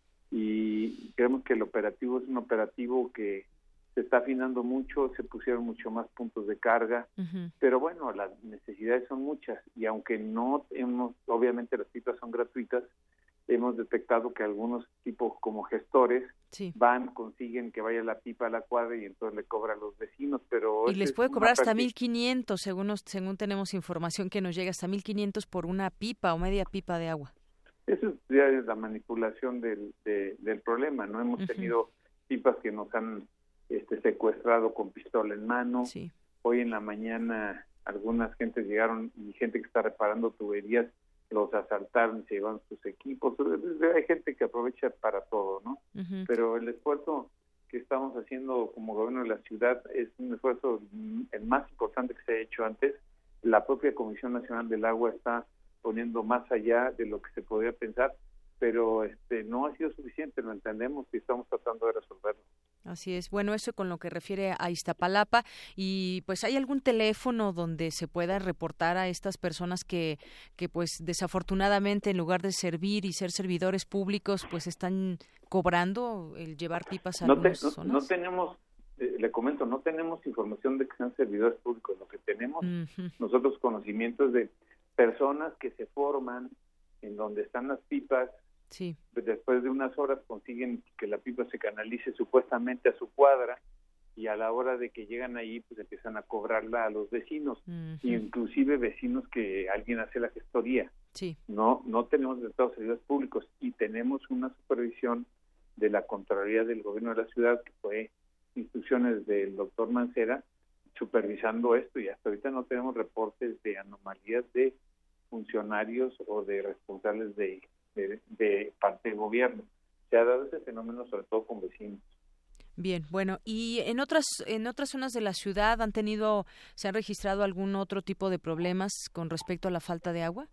Y creemos que el operativo es un operativo que se está afinando mucho, se pusieron mucho más puntos de carga, uh-huh. pero bueno, las necesidades son muchas y aunque no hemos, obviamente las pipas son gratuitas, hemos detectado que algunos tipos como gestores sí. van, consiguen que vaya la pipa a la cuadra y entonces le cobran a los vecinos, pero... Y les puede cobrar hasta mil quinientos, según, nos, según tenemos información que nos llega, hasta mil quinientos por una pipa o media pipa de agua. Eso es ya es la manipulación del, de, del problema, ¿no? Hemos uh-huh. tenido pipas que nos han este secuestrado con pistola en mano. Sí. Hoy en la mañana algunas gentes llegaron y gente que está reparando tuberías los asaltaron y se llevan sus equipos. Hay gente que aprovecha para todo, ¿no? Uh-huh. Pero el esfuerzo que estamos haciendo como gobierno de la ciudad es un esfuerzo el más importante que se ha hecho antes. La propia Comisión Nacional del Agua está poniendo más allá de lo que se podría pensar, pero este no ha sido suficiente, lo entendemos y estamos tratando de resolverlo. Así es. Bueno, eso con lo que refiere a Iztapalapa. Y pues, ¿hay algún teléfono donde se pueda reportar a estas personas que, que pues desafortunadamente en lugar de servir y ser servidores públicos, pues están cobrando el llevar pipas a no algunas te, no, zonas? No tenemos, eh, le comento, no tenemos información de que sean servidores públicos. Lo que tenemos uh-huh. nosotros conocimientos de personas que se forman en donde están las pipas. Sí. Después de unas horas consiguen que la pipa se canalice supuestamente a su cuadra y a la hora de que llegan ahí pues empiezan a cobrarla a los vecinos, uh-huh. inclusive vecinos que alguien hace la gestoría. Sí. No no tenemos detectados servidores públicos y tenemos una supervisión de la Contraloría del Gobierno de la Ciudad, que fue instrucciones del doctor Mancera, supervisando esto, y hasta ahorita no tenemos reportes de anomalías de funcionarios o de responsables de De, de parte del gobierno. Se ha dado ese fenómeno sobre todo con vecinos. Bien, bueno, y en otras en otras zonas de la ciudad han tenido, ¿se han registrado algún otro tipo de problemas con respecto a la falta de agua?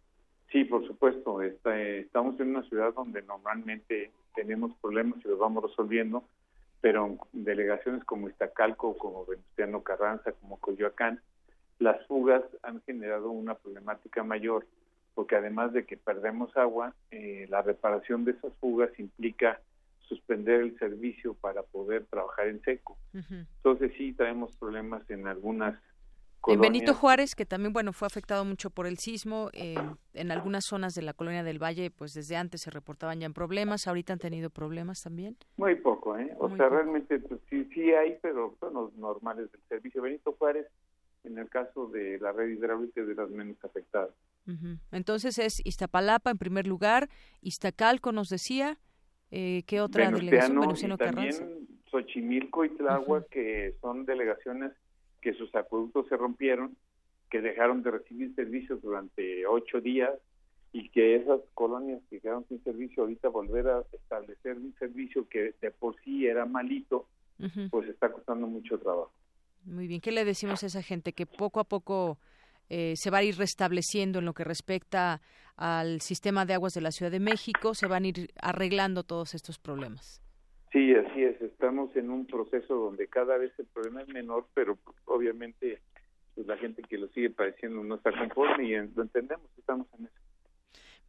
Sí, por supuesto. Está, estamos en una ciudad donde normalmente tenemos problemas y los vamos resolviendo, pero en delegaciones como Iztacalco, como Venustiano Carranza, como Coyoacán, las fugas han generado una problemática mayor, porque además de que perdemos agua, eh, la reparación de esas fugas implica suspender el servicio para poder trabajar en seco. Uh-huh. Entonces sí traemos problemas en algunas colonias. En Benito Juárez, que también bueno fue afectado mucho por el sismo, eh, en algunas zonas de la Colonia del Valle, pues desde antes se reportaban ya en problemas, ahorita han tenido problemas también. Muy poco, ¿eh? O Muy sea, poco. realmente pues, sí, sí hay, pero son los normales del servicio. Benito Juárez, en el caso de la red hidráulica, es de las menos afectadas. Uh-huh. Entonces es Iztapalapa en primer lugar, Iztacalco nos decía, eh, ¿qué otra Venustiano, delegación? Venustiano y también Carranza. Xochimilco y Tláhuac, uh-huh. que son delegaciones que sus acueductos se rompieron, que dejaron de recibir servicios durante ocho días y que esas colonias que quedaron sin servicio ahorita volver a establecer un servicio que de por sí era malito, uh-huh. pues está costando mucho trabajo. Muy bien, ¿qué le decimos a esa gente? Que poco a poco eh, se va a ir restableciendo en lo que respecta al sistema de aguas de la Ciudad de México, se van a ir arreglando todos estos problemas. Sí, así es, estamos en un proceso donde cada vez el problema es menor, pero obviamente pues, la gente que lo sigue padeciendo no está conforme y lo entendemos, estamos en eso.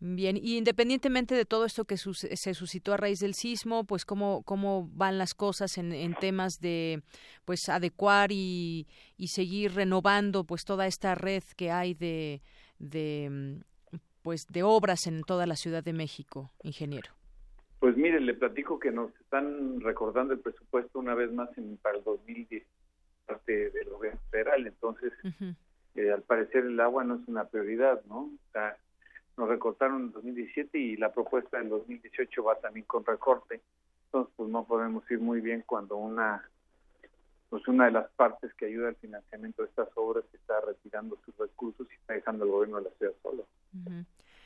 Bien, y independientemente de todo esto que su- se suscitó a raíz del sismo, pues cómo cómo van las cosas en, en temas de pues adecuar y, y seguir renovando pues toda esta red que hay de de mm, pues de obras en toda la Ciudad de México, ingeniero. Pues mire, le platico que nos están recordando el presupuesto una vez más en, para el dos mil diez, parte del gobierno federal, entonces Uh-huh. eh, al parecer el agua no es una prioridad, ¿no? O sea, nos recortaron en dos mil diecisiete y la propuesta del dos mil dieciocho va también con recorte, entonces pues no podemos ir muy bien cuando una pues una de las partes que ayuda al financiamiento de estas obras está retirando sus recursos y está dejando el gobierno de la ciudad solo. Uh-huh.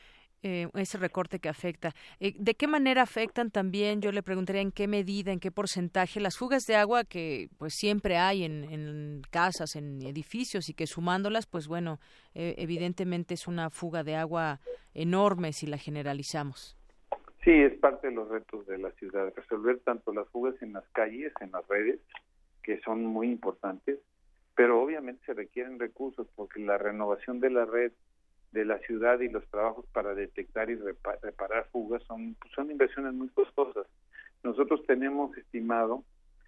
Eh, ese recorte que afecta. Eh, ¿De qué manera afectan también, yo le preguntaría en qué medida, en qué porcentaje, las fugas de agua que pues siempre hay en, en casas, en edificios y que sumándolas, pues bueno, eh, evidentemente es una fuga de agua enorme si la generalizamos? Sí, es parte de los retos de la ciudad, resolver tanto las fugas en las calles, en las redes, que son muy importantes, pero obviamente se requieren recursos porque la renovación de la red de la ciudad y los trabajos para detectar y repa- reparar fugas son, pues son inversiones muy costosas. Nosotros tenemos estimado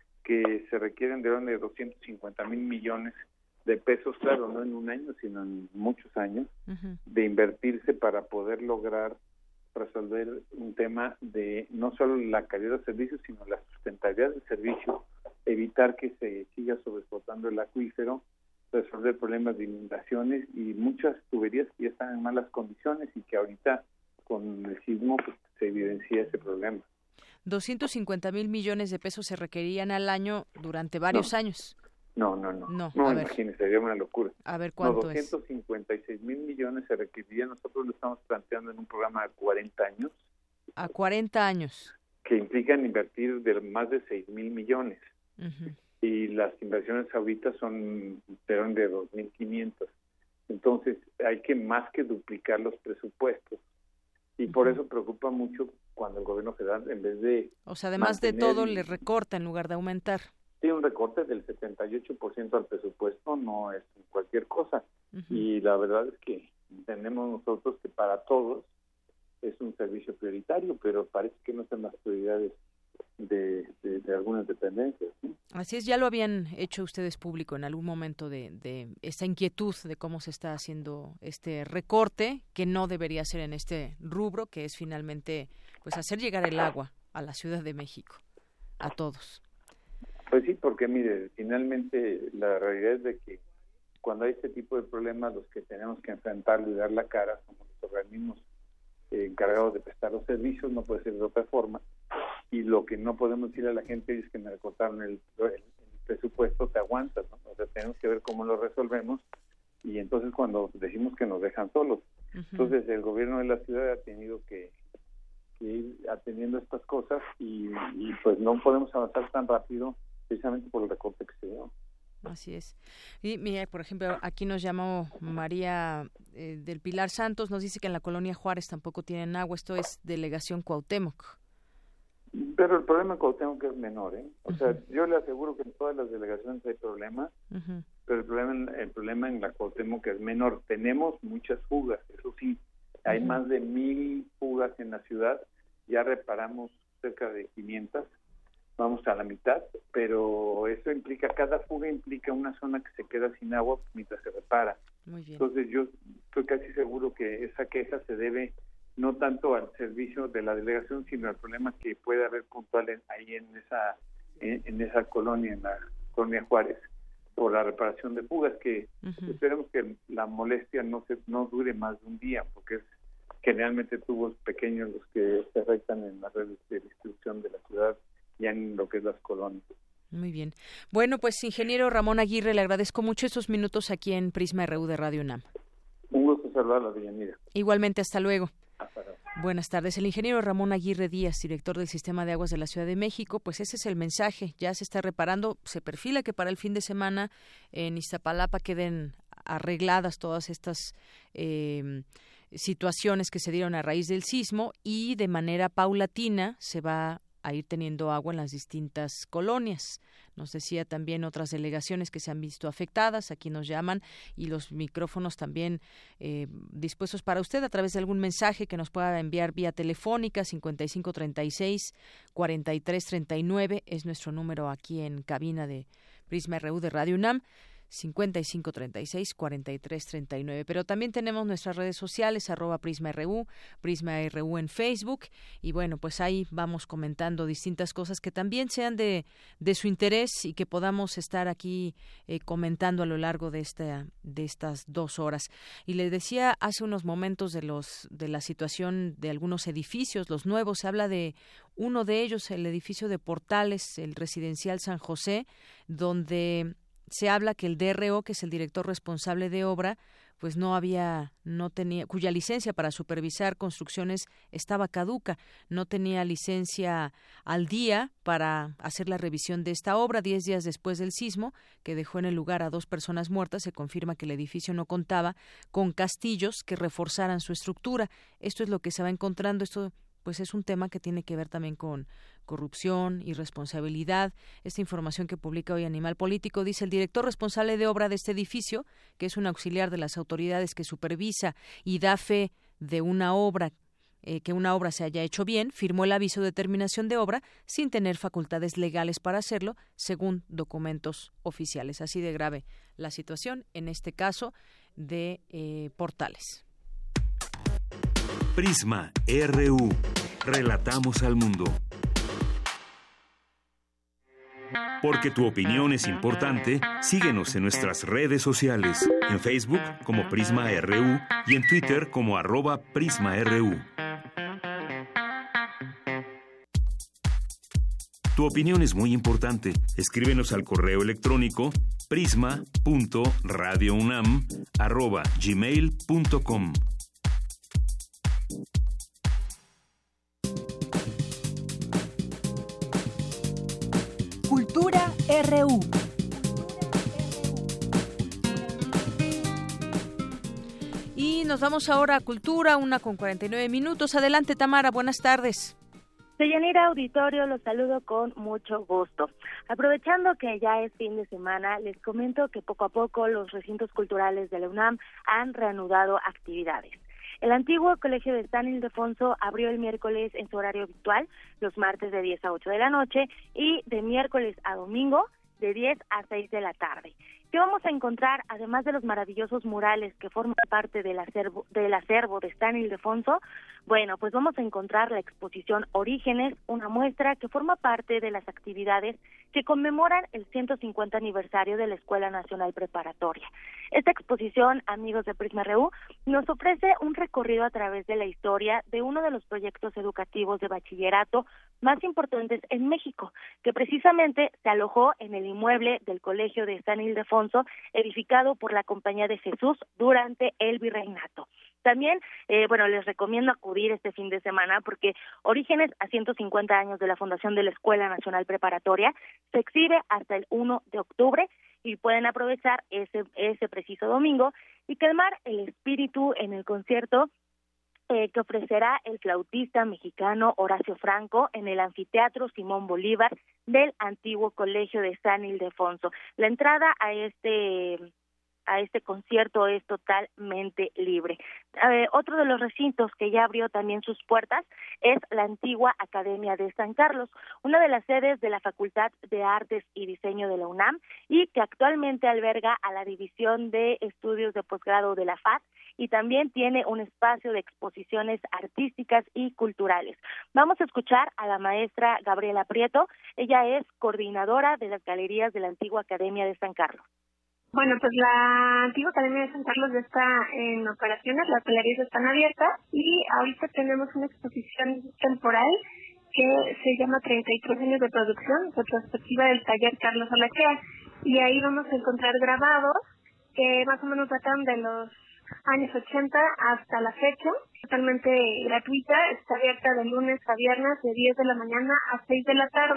que se requieren de orden de doscientos cincuenta mil millones de pesos, claro, no en un año, sino en muchos años, Uh-huh. de invertirse para poder lograr resolver un tema de no solo la calidad del servicio, sino la sustentabilidad del servicio, evitar que se siga sobreexplotando el acuífero, resolver problemas de inundaciones y muchas tuberías que ya están en malas condiciones y que ahorita con el sismo pues, se evidencia ese problema. doscientos cincuenta mil millones de pesos se requerían al año durante varios No. años. No, no, no. No, No, a ver. imagínese, sería una locura. A ver No, cuánto es. doscientos cincuenta y seis mil millones se requerirían. Nosotros lo estamos planteando en un programa de cuarenta años A cuarenta años. que implican invertir de más de seis mil millones. Uh-huh. Y las inversiones ahorita son de de dos mil quinientos. Entonces, hay que más que duplicar los presupuestos. Y por Ujú. eso preocupa mucho cuando el gobierno federal, en vez de... O sea, además de mantener- todo, le recorta en lugar de aumentar. Tiene un recorte del setenta y ocho por ciento al presupuesto, no es cualquier cosa. Uh-huh. Y la verdad es que entendemos nosotros que para todos es un servicio prioritario, pero parece que no están las prioridades de, de, de algunas dependencias, ¿sí? Así es, ya lo habían hecho ustedes público en algún momento de, de esta inquietud de cómo se está haciendo este recorte, que no debería ser en este rubro, que es finalmente pues hacer llegar el agua a la Ciudad de México, a todos. Pues sí, porque mire, finalmente la realidad es de que cuando hay este tipo de problemas, los que tenemos que enfrentarlo y dar la cara somos los organismos eh, encargados de prestar los servicios, no puede ser de otra forma. Y lo que no podemos decir a la gente es que me recortaron el, el, el presupuesto, te aguantas, ¿no? O sea, tenemos que ver cómo lo resolvemos y entonces cuando decimos que nos dejan solos. Uh-huh. Entonces el gobierno de la ciudad ha tenido que, que ir atendiendo estas cosas y, y pues no podemos avanzar tan rápido precisamente por el recorte que se dio. Así es. Y mira, por ejemplo, aquí nos llamó María eh, del Pilar Santos, nos dice que en la colonia Juárez tampoco tienen agua, esto es delegación Cuauhtémoc. Pero el problema en Cuauhtémoc es menor, ¿eh? O sea, Uh-huh. yo le aseguro que en todas las delegaciones hay problemas, Uh-huh. pero el problema, en- el problema en la Cuauhtémoc es menor. Tenemos muchas fugas, eso sí, hay Uh-huh. más de mil fugas en la ciudad, ya reparamos cerca de quinientas, vamos a la mitad, pero eso implica, cada fuga implica una zona que se queda sin agua mientras se repara. Muy bien. Entonces yo estoy casi seguro que esa queja se debe no tanto al servicio de la delegación, sino al problema que puede haber puntual en, ahí en esa en, en esa colonia, en la colonia Juárez, por la reparación de fugas, que Uh-huh. esperemos que la molestia no se no dure más de un día, porque es generalmente tubos pequeños los que se afectan en las redes de distribución de la ciudad, ya en lo que es las colonias. Muy bien. Bueno, pues ingeniero Ramón Aguirre, le agradezco mucho estos minutos aquí en Prisma R U de Radio UNAM. Un gusto saludarla, Deyanira. Igualmente, hasta luego. Hasta luego. Buenas tardes. El ingeniero Ramón Aguirre Díaz, director del Sistema de Aguas de la Ciudad de México, pues ese es el mensaje. Ya se está reparando. Se perfila que para el fin de semana en Iztapalapa queden arregladas todas estas eh, situaciones que se dieron a raíz del sismo y de manera paulatina se va a ir teniendo agua en las distintas colonias. Nos decía también otras delegaciones que se han visto afectadas, aquí nos llaman, y los micrófonos también eh, dispuestos para usted a través de algún mensaje que nos pueda enviar vía telefónica. Cincuenta y cinco treinta y seis cuarenta y tres treinta y nueve es nuestro número aquí en cabina de Prisma R U de Radio UNAM. cincuenta y cinco treinta y seis cuarenta y tres treinta y nueve. Pero también tenemos nuestras redes sociales, arroba Prisma R U, Prisma R U en Facebook, y bueno, pues ahí vamos comentando distintas cosas que también sean de, de su interés y que podamos estar aquí eh, comentando a lo largo de esta de estas dos horas. Y le decía hace unos momentos de los de la situación de algunos edificios, los nuevos, se habla de uno de ellos, el edificio de Portales, el residencial San José, donde se habla que el D R O, que es el director responsable de obra, pues no había, no tenía, cuya licencia para supervisar construcciones estaba caduca, no tenía licencia al día para hacer la revisión de esta obra. Diez días después del sismo, que dejó en el lugar a dos personas muertas, se confirma que el edificio no contaba con castillos que reforzaran su estructura. Esto es lo que se va encontrando, esto pues es un tema que tiene que ver también con corrupción, irresponsabilidad. Esta información que publica hoy Animal Político dice: el director responsable de obra de este edificio, que es un auxiliar de las autoridades que supervisa y da fe de una obra, eh, que una obra se haya hecho bien, firmó el aviso de terminación de obra sin tener facultades legales para hacerlo, según documentos oficiales. Así de grave la situación, en este caso de eh, Portales. Prisma R U. Relatamos al mundo. Porque tu opinión es importante, síguenos en nuestras redes sociales, en Facebook como Prisma R U y en Twitter como arroba Prisma R U. Tu opinión es muy importante. Escríbenos al correo electrónico prisma punto radio unam arroba gmail punto com. Cultura R U. Y nos vamos ahora a Cultura, una con cuarenta y nueve minutos. Adelante, Tamara, buenas tardes. Deyanira, auditorio, los saludo con mucho gusto. Aprovechando que ya es fin de semana, les comento que poco a poco los recintos culturales de la UNAM han reanudado actividades. El antiguo Colegio de San Ildefonso abrió el miércoles en su horario habitual, los martes de diez a ocho de la noche y de miércoles a domingo de diez a seis de la tarde. ¿Qué vamos a encontrar, además de los maravillosos murales que forman parte del acervo, del acervo de San Ildefonso? Bueno, pues vamos a encontrar la exposición Orígenes, una muestra que forma parte de las actividades que conmemoran el ciento cincuenta aniversario de la Escuela Nacional Preparatoria. Esta exposición, amigos de Prisma R U, nos ofrece un recorrido a través de la historia de uno de los proyectos educativos de bachillerato más importantes en México, que precisamente se alojó en el inmueble del Colegio de San Ildefonso, edificado por la Compañía de Jesús durante el Virreinato. También, eh, bueno, les recomiendo acudir este fin de semana porque Orígenes a ciento cincuenta años de la fundación de la Escuela Nacional Preparatoria se exhibe hasta el primero de octubre y pueden aprovechar ese ese preciso domingo y calmar el espíritu en el concierto Eh, que ofrecerá el flautista mexicano Horacio Franco en el Anfiteatro Simón Bolívar del antiguo Colegio de San Ildefonso. La entrada a este a este concierto es totalmente libre. Eh, otro de los recintos que ya abrió también sus puertas es la antigua Academia de San Carlos, una de las sedes de la Facultad de Artes y Diseño de la UNAM y que actualmente alberga a la División de Estudios de Posgrado de la F A D y también tiene un espacio de exposiciones artísticas y culturales. Vamos a escuchar a la maestra Gabriela Prieto. Ella es coordinadora de las galerías de la antigua Academia de San Carlos. Bueno, pues la antigua Academia de San Carlos ya está en operaciones, las galerías están abiertas y ahorita tenemos una exposición temporal que se llama treinta y tres años de producción, retrospectiva del taller Carlos Olaquea, y ahí vamos a encontrar grabados que más o menos datan de los años ochenta hasta la fecha, totalmente gratuita, está abierta de lunes a viernes de diez de la mañana a seis de la tarde.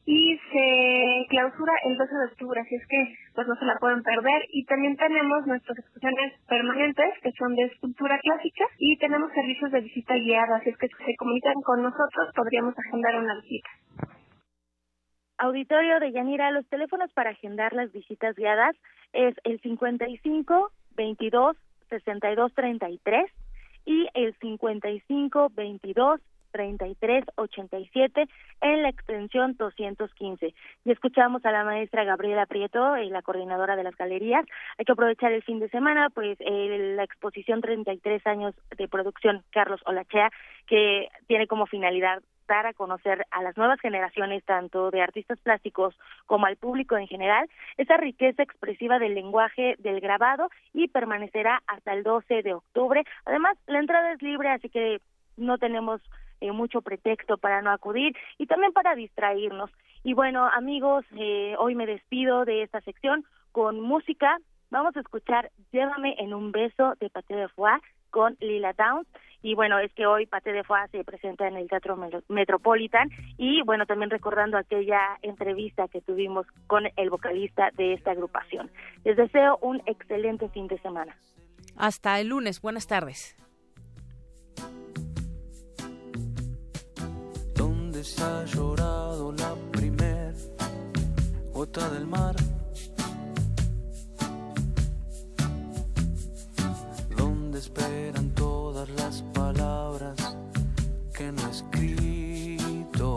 y se clausura el doce de octubre, así es que pues no se la pueden perder. Y también tenemos nuestras exposiciones permanentes, que son de escultura clásica, y tenemos servicios de visita guiada, así es que si se comunican con nosotros podríamos agendar una visita. Auditorio de Yanira, los teléfonos para agendar las visitas guiadas es el cincuenta y cinco, veintidós, sesenta y dos, treinta y tres y el cincuenta y cinco, veintidós, treinta y tres, ochenta y siete en la extensión doscientos quince. Y escuchamos a la maestra Gabriela Prieto, eh, la coordinadora de las galerías. Hay que aprovechar el fin de semana, pues eh, la exposición treinta y tres años de producción Carlos Olachea, que tiene como finalidad dar a conocer a las nuevas generaciones, tanto de artistas plásticos como al público en general, esa riqueza expresiva del lenguaje del grabado, y permanecerá hasta el doce de octubre. Además, la entrada es libre, así que no tenemos eh, mucho pretexto para no acudir y también para distraernos. Y bueno, amigos, eh, hoy me despido de esta sección con música. Vamos a escuchar Llévame en un beso de Paté de Foix con Lila Downs. Y bueno, es que hoy Paté de Foix se presenta en el Teatro Metropolitan, y bueno, también recordando aquella entrevista que tuvimos con el vocalista de esta agrupación. Les deseo un excelente fin de semana. Hasta el lunes, buenas tardes. ¿Dónde se ha llorado la primer gota del mar? ¿Dónde esperan todas las palabras que no he escrito?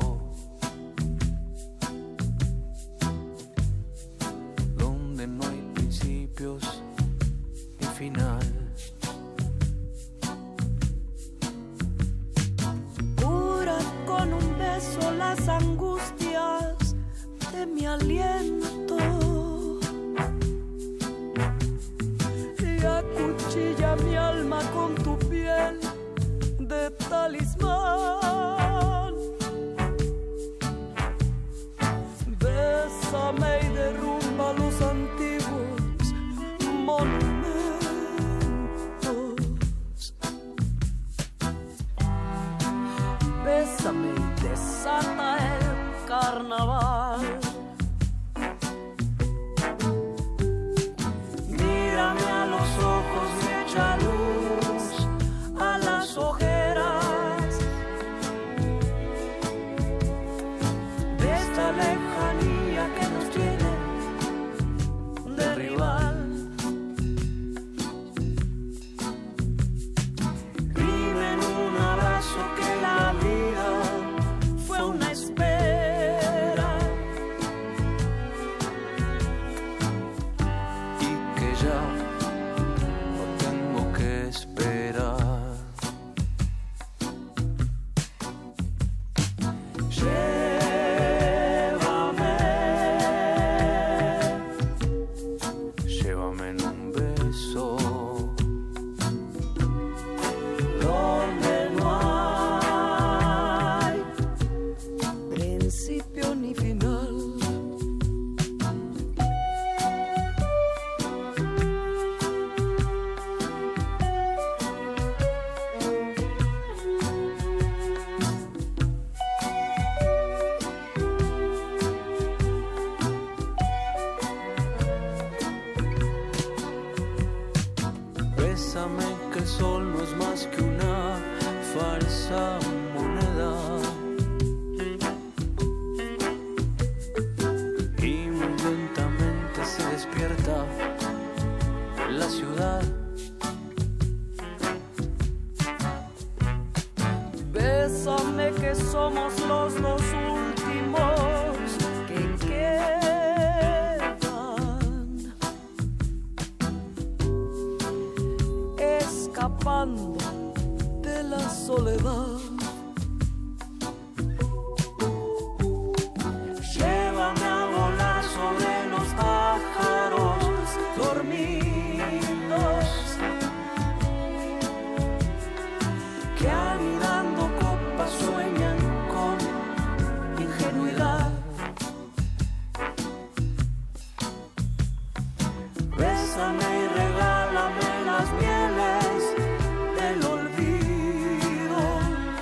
Donde no hay principios ni final. Cura con un beso las angustias de mi aliento y acuchilla mi alma con tu piel de talismán. Bésame y derrumba los antiguos monumentos. Bésame y desata el carnaval. Mírame a los ojos y echa luz a las ojeras de esta lejanía que nos tiene de rival. Dime en un abrazo que la vida fue una espera y que ya no tengo que esperar. Llévame, llévame en un beso donde no hay principio ni final. Bésame que el sol no es más que una falsa moneda y muy lentamente se despierta la ciudad. Bésame que somos los dos últimos que quedan, escapando de la soledad. Llévame a volar sobre los pájaros dormidos que anidando copas sueñan con ingenuidad. Bésame y regálame las mieles del olvido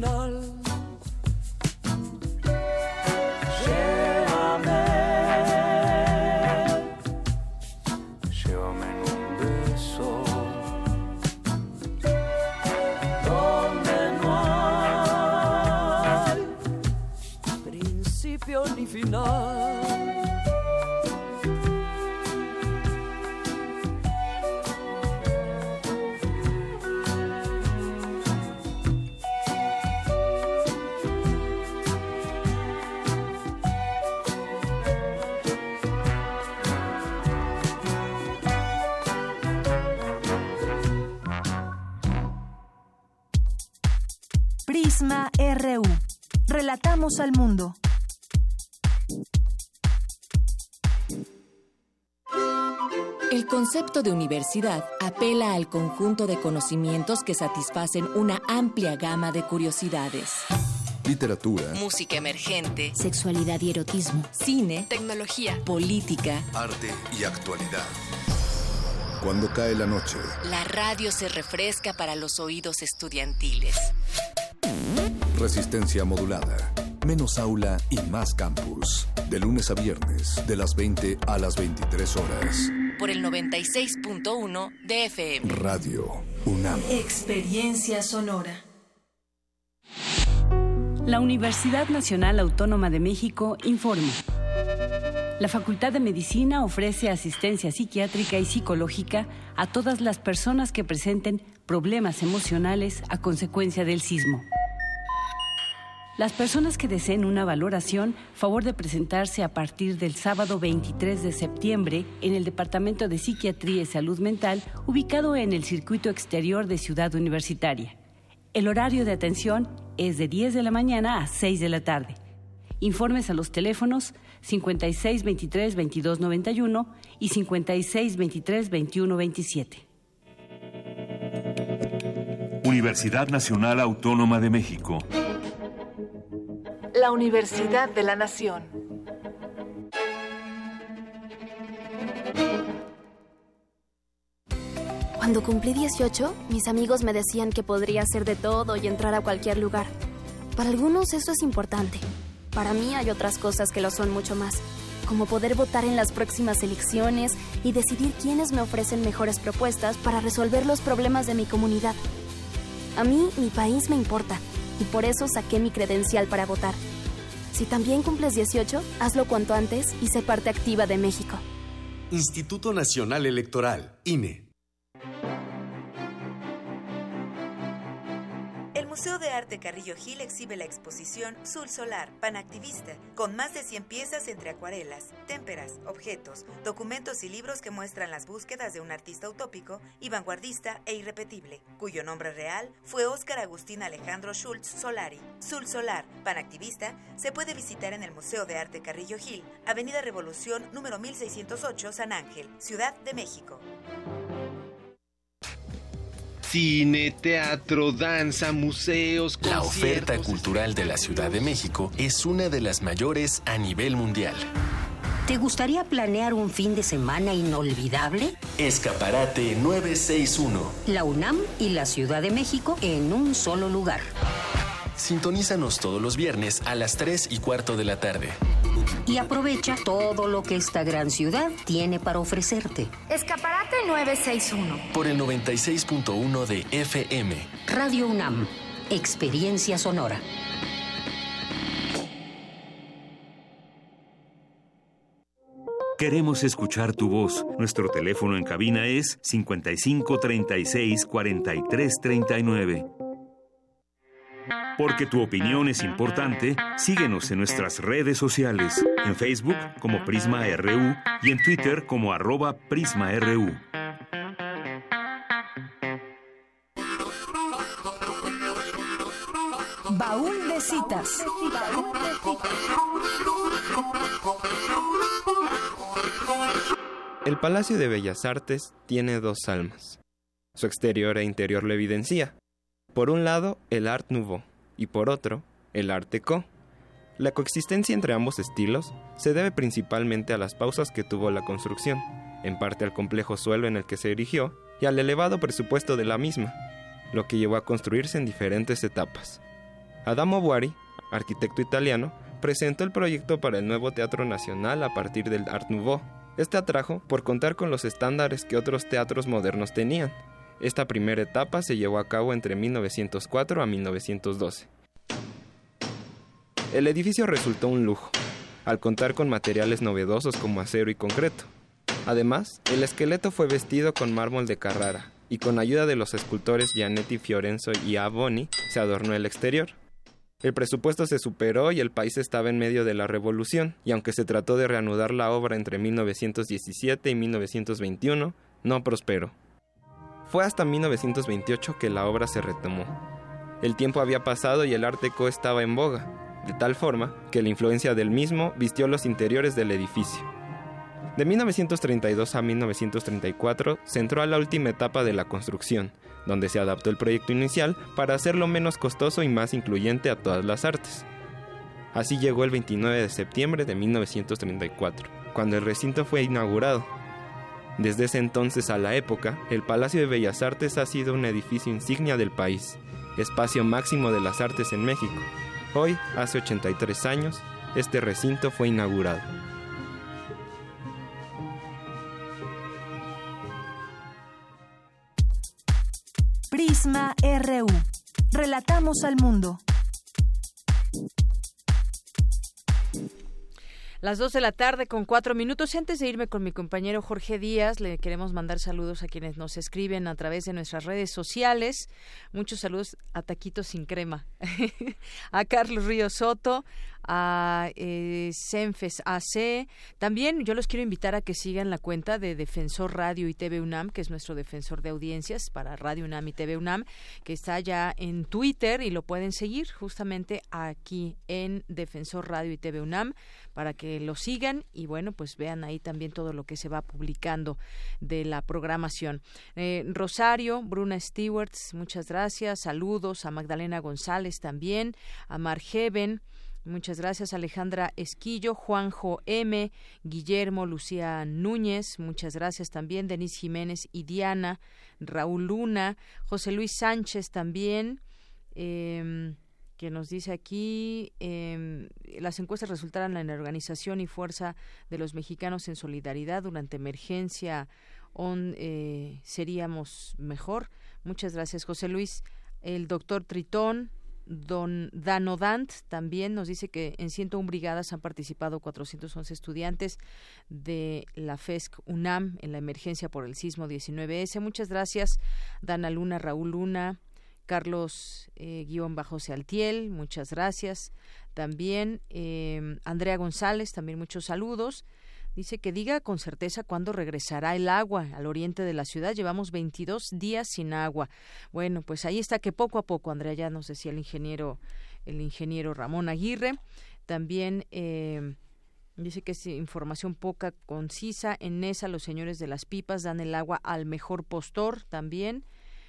final. Llévame, llévame en un beso, donde no hay principio ni final. Prisma R U. Relatamos al mundo. El concepto de universidad apela al conjunto de conocimientos que satisfacen una amplia gama de curiosidades. Literatura, Música emergente, sexualidad y erotismo, cine, tecnología, política, arte y actualidad. Cuando cae la noche, la radio se refresca para los oídos estudiantiles. Resistencia modulada, menos aula y más campus. De lunes a viernes, de las veinte a las veintitrés horas. Por el noventa y seis punto uno de F M. Radio UNAM. Experiencia sonora. La Universidad Nacional Autónoma de México informa. La Facultad de Medicina ofrece asistencia psiquiátrica y psicológica a todas las personas que presenten problemas emocionales a consecuencia del sismo. Las personas que deseen una valoración, favor de presentarse a partir del sábado veintitrés de septiembre en el Departamento de Psiquiatría y Salud Mental, ubicado en el Circuito Exterior de Ciudad Universitaria. El horario de atención es de diez de la mañana a seis de la tarde. Informes a los teléfonos cincuenta y seis veintitrés veintidós noventa y uno y cincuenta y seis veintitrés veintiuno veintisiete. Universidad Nacional Autónoma de México. La Universidad de la Nación. Cuando cumplí dieciocho, mis amigos me decían que podría hacer de todo y entrar a cualquier lugar. Para algunos eso es importante. Para mí hay otras cosas que lo son mucho más, como poder votar en las próximas elecciones y decidir quiénes me ofrecen mejores propuestas para resolver los problemas de mi comunidad. A mí, mi país me importa, y por eso saqué mi credencial para votar. Si también cumples dieciocho, hazlo cuanto antes y sé parte activa de México. Instituto Nacional Electoral, I N E. El Museo de Arte Carrillo Gil exhibe la exposición Sul Solar, Panactivista, con más de cien piezas entre acuarelas, témperas, objetos, documentos y libros que muestran las búsquedas de un artista utópico y vanguardista e irrepetible, cuyo nombre real fue Óscar Agustín Alejandro Schultz Solari. Sul Solar, Panactivista, se puede visitar en el Museo de Arte Carrillo Gil, Avenida Revolución, número mil seiscientos ocho, San Ángel, Ciudad de México. Cine, teatro, danza, museos, conciertos. La oferta cultural de la Ciudad de México es una de las mayores a nivel mundial. ¿Te gustaría planear un fin de semana inolvidable? Escaparate nueve seis uno. La UNAM y la Ciudad de México en un solo lugar. Sintonízanos todos los viernes a las tres y cuarto de la tarde. Y aprovecha todo lo que esta gran ciudad tiene para ofrecerte. Escaparate nueve seis uno. Por el noventa y seis punto uno de F M. Radio UNAM. Experiencia sonora. Queremos escuchar tu voz. Nuestro teléfono en cabina es cincuenta y cinco treinta y seis cuarenta y tres treinta y nueve. Porque tu opinión es importante, síguenos en nuestras redes sociales, en Facebook como Prisma R U y en Twitter como arroba Prisma R U. Baúl de citas. El Palacio de Bellas Artes tiene dos almas. Su exterior e interior lo evidencia. Por un lado, el Art Nouveau, y por otro, el Art Déco. La coexistencia entre ambos estilos se debe principalmente a las pausas que tuvo la construcción, en parte al complejo suelo en el que se erigió y al elevado presupuesto de la misma, lo que llevó a construirse en diferentes etapas. Adamo Buari, arquitecto italiano, presentó el proyecto para el nuevo Teatro Nacional a partir del Art Nouveau. Este atrajo por contar con los estándares que otros teatros modernos tenían. Esta primera etapa se llevó a cabo entre mil novecientos cuatro a mil novecientos doce. El edificio resultó un lujo, al contar con materiales novedosos como acero y concreto. Además, el esqueleto fue vestido con mármol de Carrara, y con ayuda de los escultores Gianetti Fiorenzo y A. Boni, se adornó el exterior. El presupuesto se superó y el país estaba en medio de la revolución, y aunque se trató de reanudar la obra entre mil novecientos diecisiete y mil novecientos veintiuno, no prosperó. Fue hasta mil novecientos veintiocho que la obra se retomó. El tiempo había pasado y el Art Deco estaba en boga, de tal forma que la influencia del mismo vistió los interiores del edificio. De mil novecientos treinta y dos a mil novecientos treinta y cuatro se entró a la última etapa de la construcción, donde se adaptó el proyecto inicial para hacerlo menos costoso y más incluyente a todas las artes. Así llegó el veintinueve de septiembre de mil novecientos treinta y cuatro, cuando el recinto fue inaugurado. Desde ese entonces a la época, el Palacio de Bellas Artes ha sido un edificio insignia del país, espacio máximo de las artes en México. Hoy, hace ochenta y tres años, este recinto fue inaugurado. Prisma R U. Relatamos al mundo. Las dos de la tarde con cuatro minutos. Y antes de irme con mi compañero Jorge Díaz, le queremos mandar saludos a quienes nos escriben a través de nuestras redes sociales. Muchos saludos a Taquitos sin Crema, a Carlos Ríos Soto, a eh, Senfes A C. También yo los quiero invitar a que sigan la cuenta de Defensor Radio y T V UNAM, que es nuestro defensor de audiencias para Radio UNAM y T V UNAM, que está ya en Twitter y lo pueden seguir justamente aquí en Defensor Radio y T V UNAM para que lo sigan y bueno, pues vean ahí también todo lo que se va publicando de la programación. Eh, Rosario, Bruna Stewarts, muchas gracias. Saludos a Magdalena González también, a Margeven. Muchas gracias, Alejandra Esquillo, Juanjo M, Guillermo, Lucía Núñez, muchas gracias también, Denise Jiménez y Diana, Raúl Luna, José Luis Sánchez también, eh, que nos dice aquí, eh, las encuestas resultaron en la organización y fuerza de los mexicanos en solidaridad durante emergencia, on, eh, seríamos mejor. Muchas gracias, José Luis. El doctor Tritón, Don Dano Dant también nos dice que en ciento una brigadas han participado cuatrocientos once estudiantes de la FESC UNAM en la emergencia por el sismo diecinueve ese. Muchas gracias, Dana Luna, Raúl Luna, Carlos eh, guión bajo Sealtiel, muchas gracias. También eh, Andrea González, también muchos saludos. Dice que diga con certeza cuándo regresará el agua al oriente de la ciudad. Llevamos veintidós días sin agua. Bueno, pues ahí está que poco a poco, Andrea, ya nos decía el ingeniero, el ingeniero Ramón Aguirre. También eh, dice que es información poca concisa. En esa los señores de las pipas dan el agua al mejor postor también.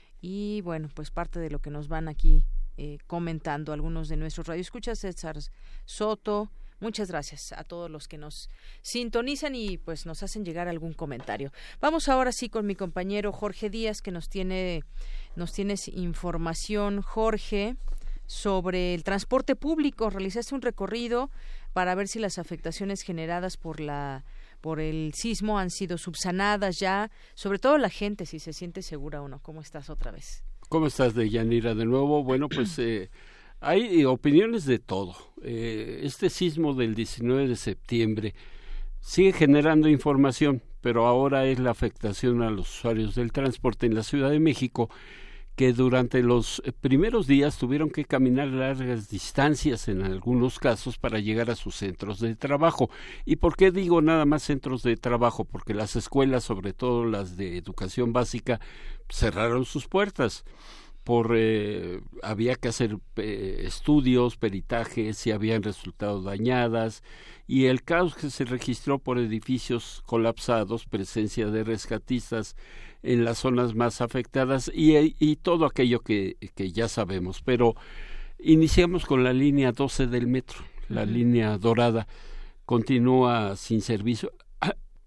Y bueno, pues parte de lo que nos van aquí eh, comentando algunos de nuestros radioescuchas. César Soto. Muchas gracias a todos los que nos sintonizan y pues nos hacen llegar algún comentario. Vamos ahora sí con mi compañero Jorge Díaz, que nos tiene nos tienes información, Jorge, sobre el transporte público. Realizaste un recorrido para ver si las afectaciones generadas por la por el sismo han sido subsanadas ya, sobre todo la gente, si se siente segura o no. ¿Cómo estás otra vez? ¿Cómo estás, Deyanira? De nuevo, bueno, pues eh, hay opiniones de todo. Eh, este sismo del diecinueve de septiembre sigue generando información, pero ahora es la afectación a los usuarios del transporte en la Ciudad de México, que durante los primeros días tuvieron que caminar largas distancias en algunos casos para llegar a sus centros de trabajo. ¿Y por qué digo nada más centros de trabajo? Porque las escuelas, sobre todo las de educación básica, cerraron sus puertas. Por eh, había que hacer eh, estudios, peritajes, si habían resultado dañadas, y el caos que se registró por edificios colapsados, presencia de rescatistas en las zonas más afectadas y, y todo aquello que, que ya sabemos. Pero iniciamos con la línea doce del metro, la uh-huh. línea dorada continúa sin servicio.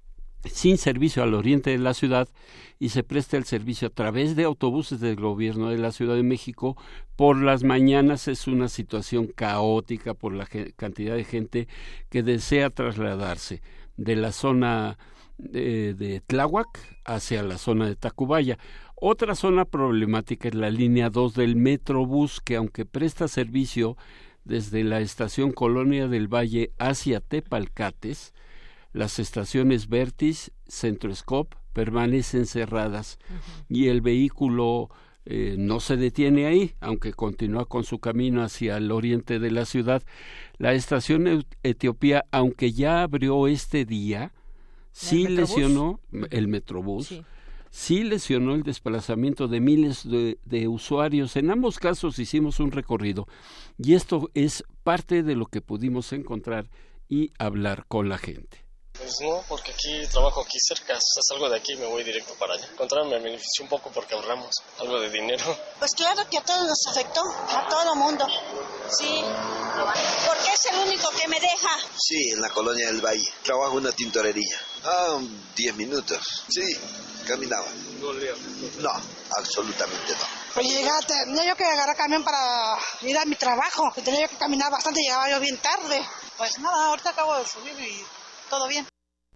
sin servicio al oriente de la ciudad y se presta el servicio a través de autobuses del gobierno de la Ciudad de México. Por las mañanas es una situación caótica por la cantidad de gente que desea trasladarse de la zona de, de Tláhuac hacia la zona de Tacubaya. Otra zona problemática es la línea dos del Metrobús, que aunque presta servicio desde la estación Colonia del Valle hacia Tepalcates, las estaciones Vertis, Centroscop permanecen cerradas uh-huh. y el vehículo eh, no se detiene ahí, aunque continúa con su camino hacia el oriente de la ciudad. La estación Etiopía, aunque ya abrió este día, sí lesionó el Metrobús, sí. sí lesionó el desplazamiento de miles de, de usuarios. En ambos casos hicimos un recorrido y esto es parte de lo que pudimos encontrar y hablar con la gente. Pues no, porque aquí trabajo aquí cerca, o sea, salgo de aquí y me voy directo para allá. Encontrar me benefició un poco porque ahorramos algo de dinero. Pues claro que a todos nos afectó, a todo mundo. Sí, porque es el único que me deja. Sí, en la Colonia del Valle. Trabajo en una tintorería. Ah, diez minutos. Sí, caminaba. ¿No leo? No, absolutamente no. Pues llegaba, tenía yo que agarrar camión para ir a mi trabajo. Tenía yo que caminar bastante, llegaba yo bien tarde. Pues nada, ahorita acabo de subir y todo bien.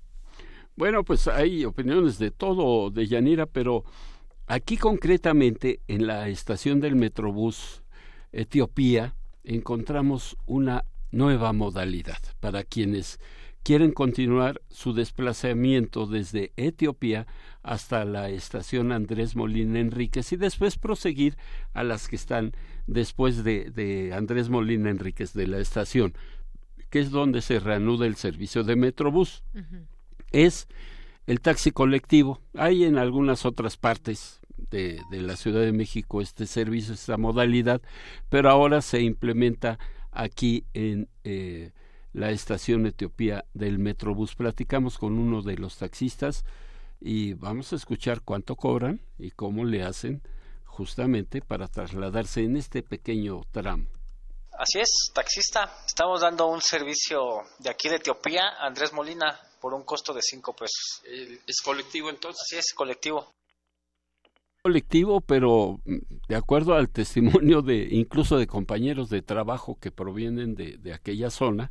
Bueno, pues hay opiniones de todo, de Yanira, pero aquí concretamente en la estación del Metrobús Etiopía encontramos una nueva modalidad para quienes quieren continuar su desplazamiento desde Etiopía hasta la estación Andrés Molina Enríquez y después proseguir a las que están después de, de Andrés Molina Enríquez de la estación, que es donde se reanuda el servicio de Metrobús. Uh-huh. Es el taxi colectivo. Hay en algunas otras partes de, de la Ciudad de México este servicio, esta modalidad, pero ahora se implementa aquí en eh, la estación Etiopía del Metrobús. Platicamos con uno de los taxistas y vamos a escuchar cuánto cobran y cómo le hacen justamente para trasladarse en este pequeño tramo. Así es, taxista. Estamos dando un servicio de aquí de Etiopía a Andrés Molina por un costo de cinco pesos. ¿Es colectivo entonces? Así es, colectivo. Colectivo, pero de acuerdo al testimonio de incluso de compañeros de trabajo que provienen de, de aquella zona,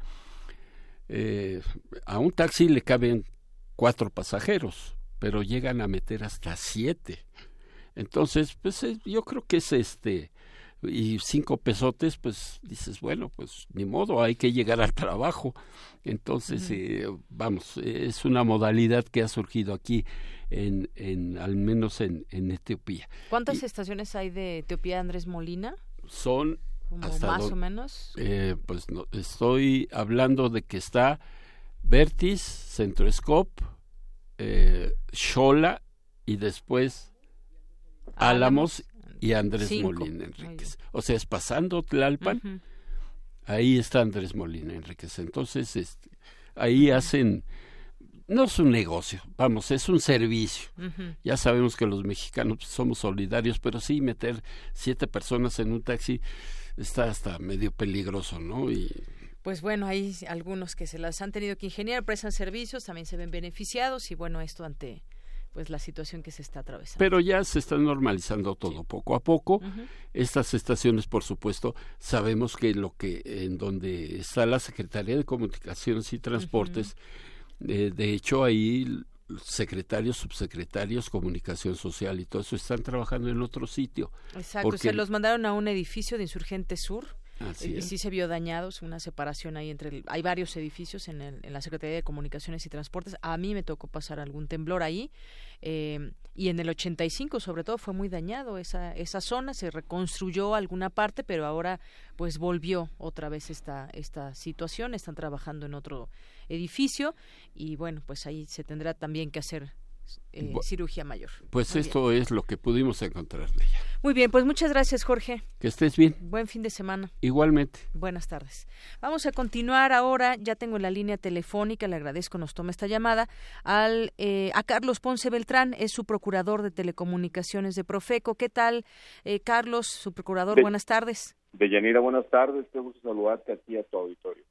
eh, a un taxi le caben cuatro pasajeros, pero llegan a meter hasta siete. Entonces, pues eh, yo creo que es este... y cinco pesotes, pues dices, bueno, pues ni modo, hay que llegar al trabajo. Entonces, uh-huh. eh, vamos, es una modalidad que ha surgido aquí, en, en al menos en, en Etiopía. ¿Cuántas y, estaciones hay de Etiopía Andrés Molina? Son hasta más do, o menos. Eh, pues no, estoy hablando de que está Vertis, Centroscop, eh, Xola y después Álamos, Álamos y Andrés Cinco. Molina Enríquez. O sea, es pasando Tlalpan, uh-huh. ahí está Andrés Molina Enríquez. Entonces, este, ahí uh-huh. hacen, no es un negocio, vamos, es un servicio. Uh-huh. Ya sabemos que los mexicanos somos solidarios, pero sí meter siete personas en un taxi está hasta medio peligroso, ¿no? Y pues bueno, hay algunos que se las han tenido que ingeniar, prestan servicios, también se ven beneficiados y bueno, esto ante pues la situación que se está atravesando. Pero ya se está normalizando todo, sí. poco a poco. Uh-huh. Estas estaciones, por supuesto, sabemos que lo que en donde está la Secretaría de Comunicaciones y Transportes, uh-huh. eh, de hecho ahí secretarios, subsecretarios, comunicación social y todo eso están trabajando en otro sitio. Exacto, porque se los mandaron a un edificio de Insurgente Sur. Así y es. sí se vio dañados, una separación ahí entre el, hay varios edificios en, el, en la Secretaría de Comunicaciones y Transportes. A mí me tocó pasar algún temblor ahí eh, y en el ochenta y cinco sobre todo fue muy dañado esa esa zona, se reconstruyó alguna parte, pero ahora pues volvió otra vez esta esta situación. Están trabajando en otro edificio y bueno, pues ahí se tendrá también que hacer Eh, bueno, cirugía mayor. Pues Muy esto bien. es lo que pudimos encontrar de ella. Muy bien, pues muchas gracias, Jorge. Que estés bien. Buen fin de semana. Igualmente. Buenas tardes. Vamos a continuar ahora, ya tengo en la línea telefónica, le agradezco nos tome esta llamada, al eh, a Carlos Ponce Beltrán, es su procurador de Telecomunicaciones de Profeco. ¿Qué tal, eh, Carlos, su procurador? De, buenas tardes. Deyanira, buenas tardes, qué gusto saludarte a ti y a tu auditorio.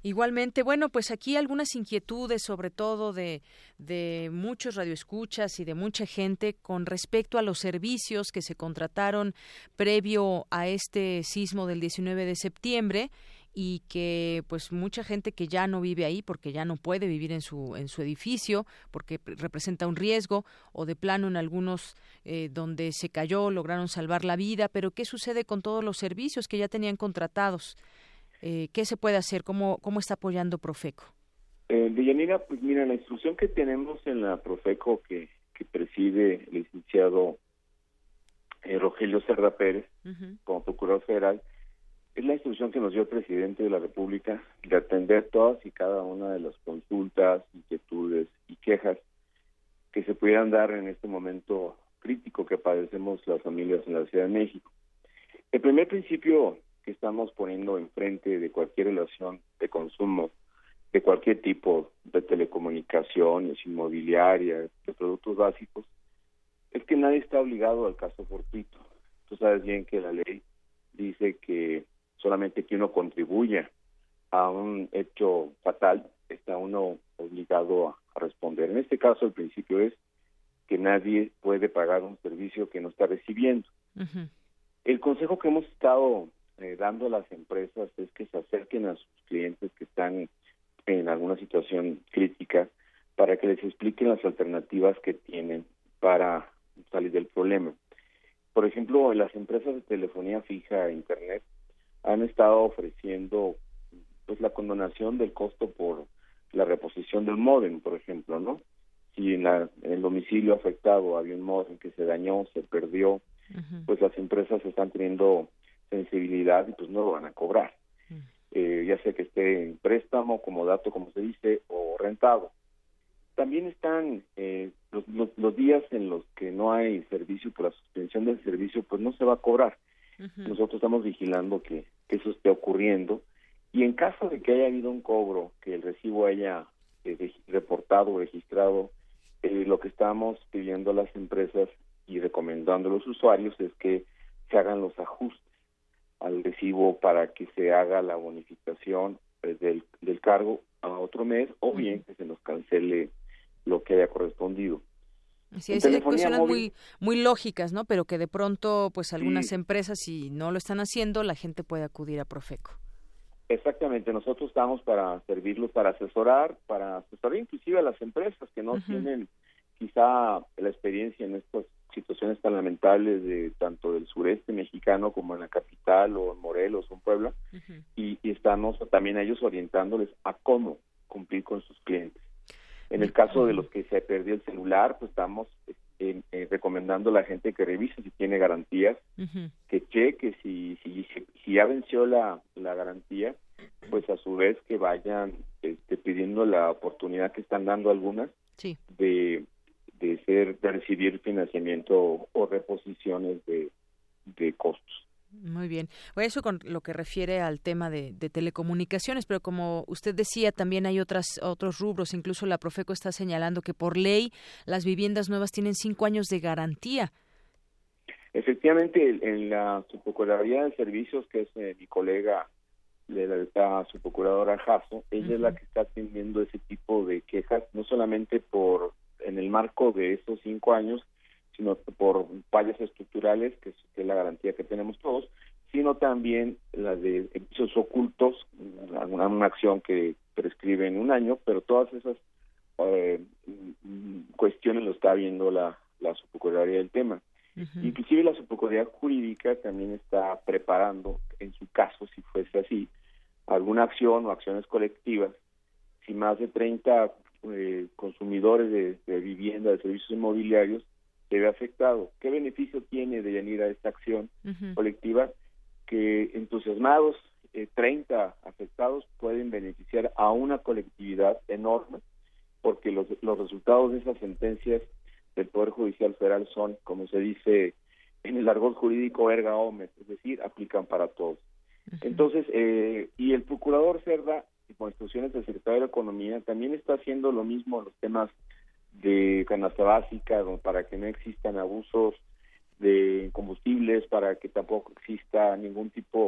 Igualmente, bueno, pues aquí algunas inquietudes, sobre todo de, de muchos radioescuchas y de mucha gente con respecto a los servicios que se contrataron previo a este sismo del diecinueve de septiembre y que pues mucha gente que ya no vive ahí porque ya no puede vivir en su en su edificio porque representa un riesgo, o de plano en algunos eh, donde se cayó lograron salvar la vida, pero ¿qué sucede con todos los servicios que ya tenían contratados? Eh, ¿Qué se puede hacer? ¿Cómo, cómo está apoyando Profeco? Eh, Deyanira, pues mira, la instrucción que tenemos en la Profeco que, que preside el licenciado eh, Rogelio Cerda Pérez, uh-huh. como procurador federal, es la instrucción que nos dio el presidente de la República de atender todas y cada una de las consultas, inquietudes y quejas que se pudieran dar en este momento crítico que padecemos las familias en la Ciudad de México. El primer principio que estamos poniendo enfrente de cualquier relación de consumo, de cualquier tipo de telecomunicaciones, inmobiliarias, de productos básicos, es que nadie está obligado al caso fortuito. Tú sabes bien que la ley dice que solamente que uno contribuya a un hecho fatal está uno obligado a, a responder. En este caso el principio es que nadie puede pagar un servicio que no está recibiendo. Uh-huh. El consejo que hemos estado eh, dando a las empresas es que se acerquen a sus clientes que están en alguna situación crítica para que les expliquen las alternativas que tienen para salir del problema. Por ejemplo, las empresas de telefonía fija e internet han estado ofreciendo pues la condonación del costo por la reposición del módem, por ejemplo, ¿no? Si en, la, en el domicilio afectado había un módem que se dañó, se perdió, uh-huh. pues las empresas están teniendo sensibilidad y pues no lo van a cobrar. Uh-huh. Eh, ya sea que esté en préstamo, como dato, como se dice, o rentado. También están eh, los, los, los días en los que no hay servicio, por la suspensión del servicio, pues no se va a cobrar. Uh-huh. Nosotros estamos vigilando que, que eso esté ocurriendo, y en caso de que haya habido un cobro, que el recibo haya eh, reportado o registrado, eh, lo que estamos pidiendo a las empresas y recomendando a los usuarios es que se hagan los ajustes al recibo para que se haga la bonificación eh, del, del cargo a otro mes, o bien que se nos cancele lo que haya correspondido. Sí, hay cuestiones muy muy lógicas, ¿no? Pero que de pronto, pues algunas sí. empresas, si no lo están haciendo, la gente puede acudir a Profeco. Exactamente, nosotros estamos para servirlos, para asesorar, para asesorar inclusive a las empresas que no uh-huh. tienen quizá la experiencia en estas situaciones tan lamentables de tanto del sureste mexicano como en la capital o en Morelos o en Puebla, uh-huh. y, y estamos también a ellos orientándoles a cómo cumplir con sus clientes. En el caso de los que se perdió el celular, pues estamos eh, eh, recomendando a la gente que revise si tiene garantías, uh-huh. que cheque si, si si ya venció la, la garantía, pues a su vez que vayan este, pidiendo la oportunidad que están dando algunas sí. de de ser de recibir financiamiento o, o reposiciones de, de costos. Muy bien. Bueno, eso con lo que refiere al tema de, de telecomunicaciones, pero como usted decía, también hay otras otros rubros. Incluso la Profeco está señalando que por ley las viviendas nuevas tienen cinco años de garantía. Efectivamente, en la Subprocuraduría de Servicios, que es eh, mi colega de la, la subprocuradora Jasso, ella uh-huh. es la que está atendiendo ese tipo de quejas, no solamente por en el marco de esos cinco años, sino por fallas estructurales, que es, que es la garantía que tenemos todos, sino también la de hechos ocultos, una, una acción que prescribe en un año, pero todas esas eh, cuestiones lo está viendo la, la Subprocuraduría del tema. Uh-huh. Inclusive la Subprocuraduría Jurídica también está preparando, en su caso, si fuese así, alguna acción o acciones colectivas, si más de treinta eh, consumidores de, de vivienda, de servicios inmobiliarios, se ve afectado. ¿Qué beneficio tiene de venir a esta acción uh-huh. colectiva? Que entusiasmados, eh, treinta afectados pueden beneficiar a una colectividad enorme, porque los, los resultados de esas sentencias del Poder Judicial Federal son, como se dice en el argot jurídico, erga omnes, es decir, aplican para todos. Uh-huh. Entonces, eh, y el procurador Cerda, con instrucciones del secretario de Economía, también está haciendo lo mismo en los temas de canasta básica, para que no existan abusos de combustibles, para que tampoco exista ningún tipo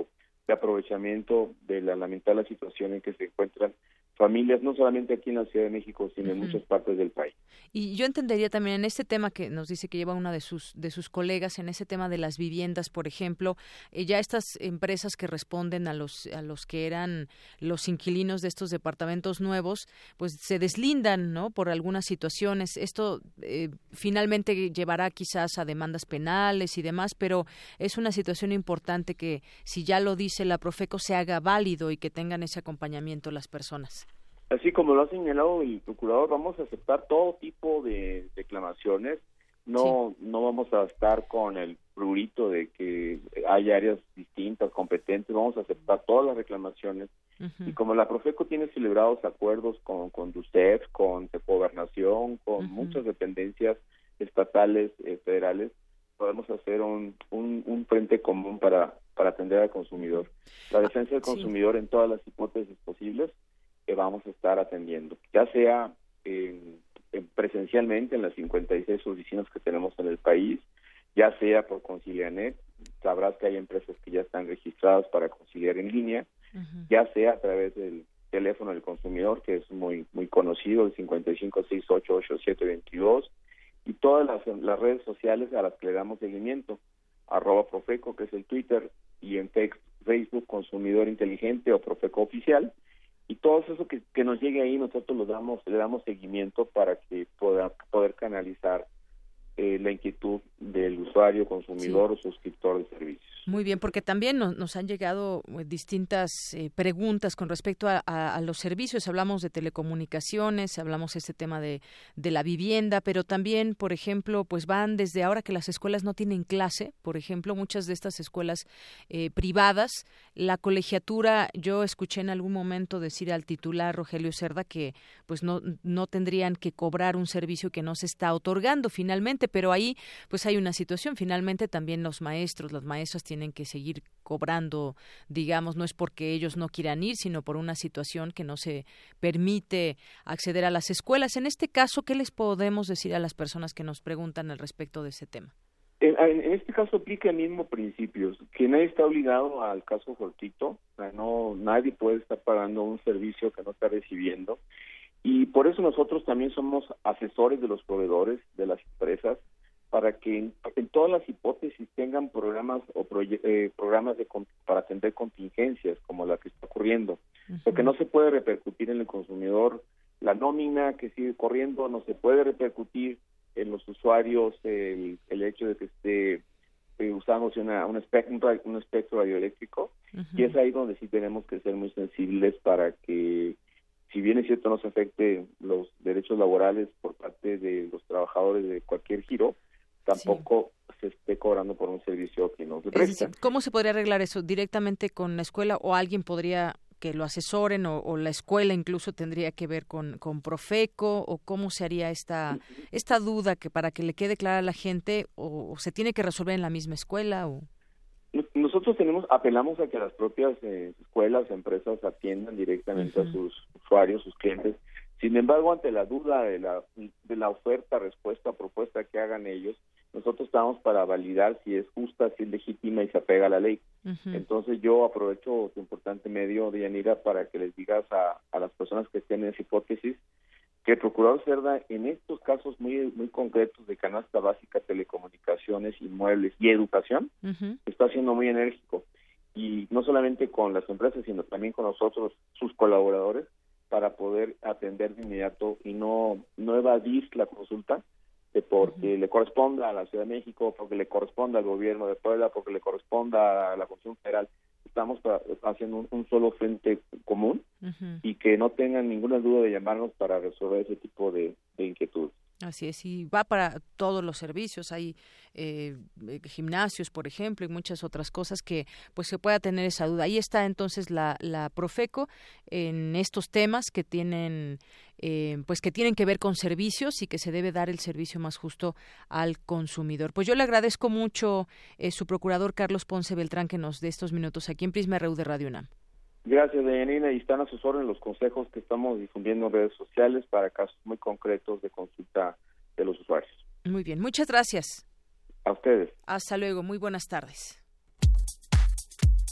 de aprovechamiento de la lamentable situación en que se encuentran familias, no solamente aquí en la Ciudad de México, sino en uh-huh. muchas partes del país. Y yo entendería también en este tema que nos dice que lleva una de sus de sus colegas, en ese tema de las viviendas, por ejemplo, eh, ya estas empresas que responden a los a los que eran los inquilinos de estos departamentos nuevos, pues se deslindan, ¿no? Por algunas situaciones. Esto eh, finalmente llevará quizás a demandas penales y demás, pero es una situación importante que, si ya lo dice la Profeco, se haga válido y que tengan ese acompañamiento las personas. Así como lo ha señalado el procurador, vamos a aceptar todo tipo de reclamaciones. No, sí. no vamos a estar con el prurito de que hay áreas distintas, competentes. Vamos a aceptar todas las reclamaciones. Uh-huh. Y como la Profeco tiene celebrados acuerdos con, con DUCEF, con Gobernación, con uh-huh. muchas dependencias estatales, eh, federales, podemos hacer un, un, un frente común para, para atender al consumidor. La defensa del consumidor sí. en todas las hipótesis posibles que vamos a estar atendiendo, ya sea eh, presencialmente en las cincuenta y seis oficinas que tenemos en el país, ya sea por Concilianet, sabrás que hay empresas que ya están registradas para conciliar en línea, uh-huh. ya sea a través del teléfono del consumidor, que es muy muy conocido, el cincuenta y cinco sesenta y ocho ochenta y siete veintidós, y todas las, las redes sociales a las que le damos seguimiento, arroba Profeco, que es el Twitter, y en Facebook Consumidor Inteligente o Profeco Oficial, y todo eso que, que nos llegue ahí nosotros lo damos, le damos seguimiento para que pueda poder canalizar eh, la inquietud del usuario, consumidor sí. o suscriptor de servicios. Muy bien, porque también nos, nos han llegado distintas eh, preguntas con respecto a, a, a los servicios. Hablamos de telecomunicaciones, hablamos de este tema de, de la vivienda, pero también, por ejemplo, pues van desde ahora que las escuelas no tienen clase, por ejemplo, muchas de estas escuelas eh, privadas, la colegiatura, yo escuché en algún momento decir al titular Rogelio Cerda que pues no, no tendrían que cobrar un servicio que no se está otorgando finalmente, pero ahí pues hay una situación, finalmente también los maestros, las maestras tienen que seguir cobrando, digamos, no es porque ellos no quieran ir, sino por una situación que no se permite acceder a las escuelas. En este caso, ¿qué les podemos decir a las personas que nos preguntan al respecto de ese tema? En, en este caso aplica el mismo principio, que nadie está obligado al caso fortuito, o sea, no, nadie puede estar pagando un servicio que no está recibiendo, y por eso nosotros también somos asesores de los proveedores, de las empresas, para que en, en todas las hipótesis tengan programas o proye- eh, programas de para atender contingencias como la que está ocurriendo, uh-huh. porque no se puede repercutir en el consumidor la nómina que sigue corriendo, no se puede repercutir en los usuarios el, el hecho de que esté eh, usándose una, un, espectro, un espectro radioeléctrico, uh-huh. y es ahí donde sí tenemos que ser muy sensibles para que, si bien es cierto, no se afecte los derechos laborales por parte de los trabajadores de cualquier giro, tampoco sí. se esté cobrando por un servicio que no se presta. Es decir, ¿cómo se podría arreglar eso? ¿Directamente con la escuela o alguien podría que lo asesoren o, o la escuela incluso tendría que ver con, con Profeco o cómo se haría esta esta duda que para que le quede clara a la gente o, o se tiene que resolver en la misma escuela? O... Nosotros tenemos apelamos a que las propias eh, escuelas, empresas atiendan directamente uh-huh. a sus usuarios, sus clientes. Sin embargo, ante la duda de la, de la oferta, respuesta, propuesta que hagan ellos, nosotros estamos para validar si es justa, si es legítima y se apega a la ley. Uh-huh. Entonces yo aprovecho tu importante medio, Deyanira, para que les digas a, a las personas que estén en esa hipótesis que el procurador Cerda, en estos casos muy muy concretos de canasta básica, telecomunicaciones, inmuebles y educación, uh-huh. está siendo muy enérgico. Y no solamente con las empresas, sino también con nosotros, sus colaboradores, para poder atender de inmediato y no, no evadir la consulta de porque uh-huh. le corresponda a la Ciudad de México, porque le corresponda al gobierno de Puebla, porque le corresponda a la Constitución Federal. Estamos para, haciendo un, un solo frente común uh-huh. y que no tengan ninguna duda de llamarnos para resolver ese tipo de, de inquietudes. Así es, y va para todos los servicios, hay eh, gimnasios, por ejemplo, y muchas otras cosas que pues se pueda tener esa duda. Ahí está entonces la, la Profeco en estos temas que tienen eh, pues que tienen que ver con servicios y que se debe dar el servicio más justo al consumidor. Pues yo le agradezco mucho eh, su procurador Carlos Ponce Beltrán que nos dé estos minutos aquí en Prisma R U de Radio UNAM. Gracias, Deyanira, y están a sus órdenes los consejos que estamos difundiendo en redes sociales para casos muy concretos de consulta de los usuarios. Muy bien, muchas gracias. A ustedes. Hasta luego, muy buenas tardes.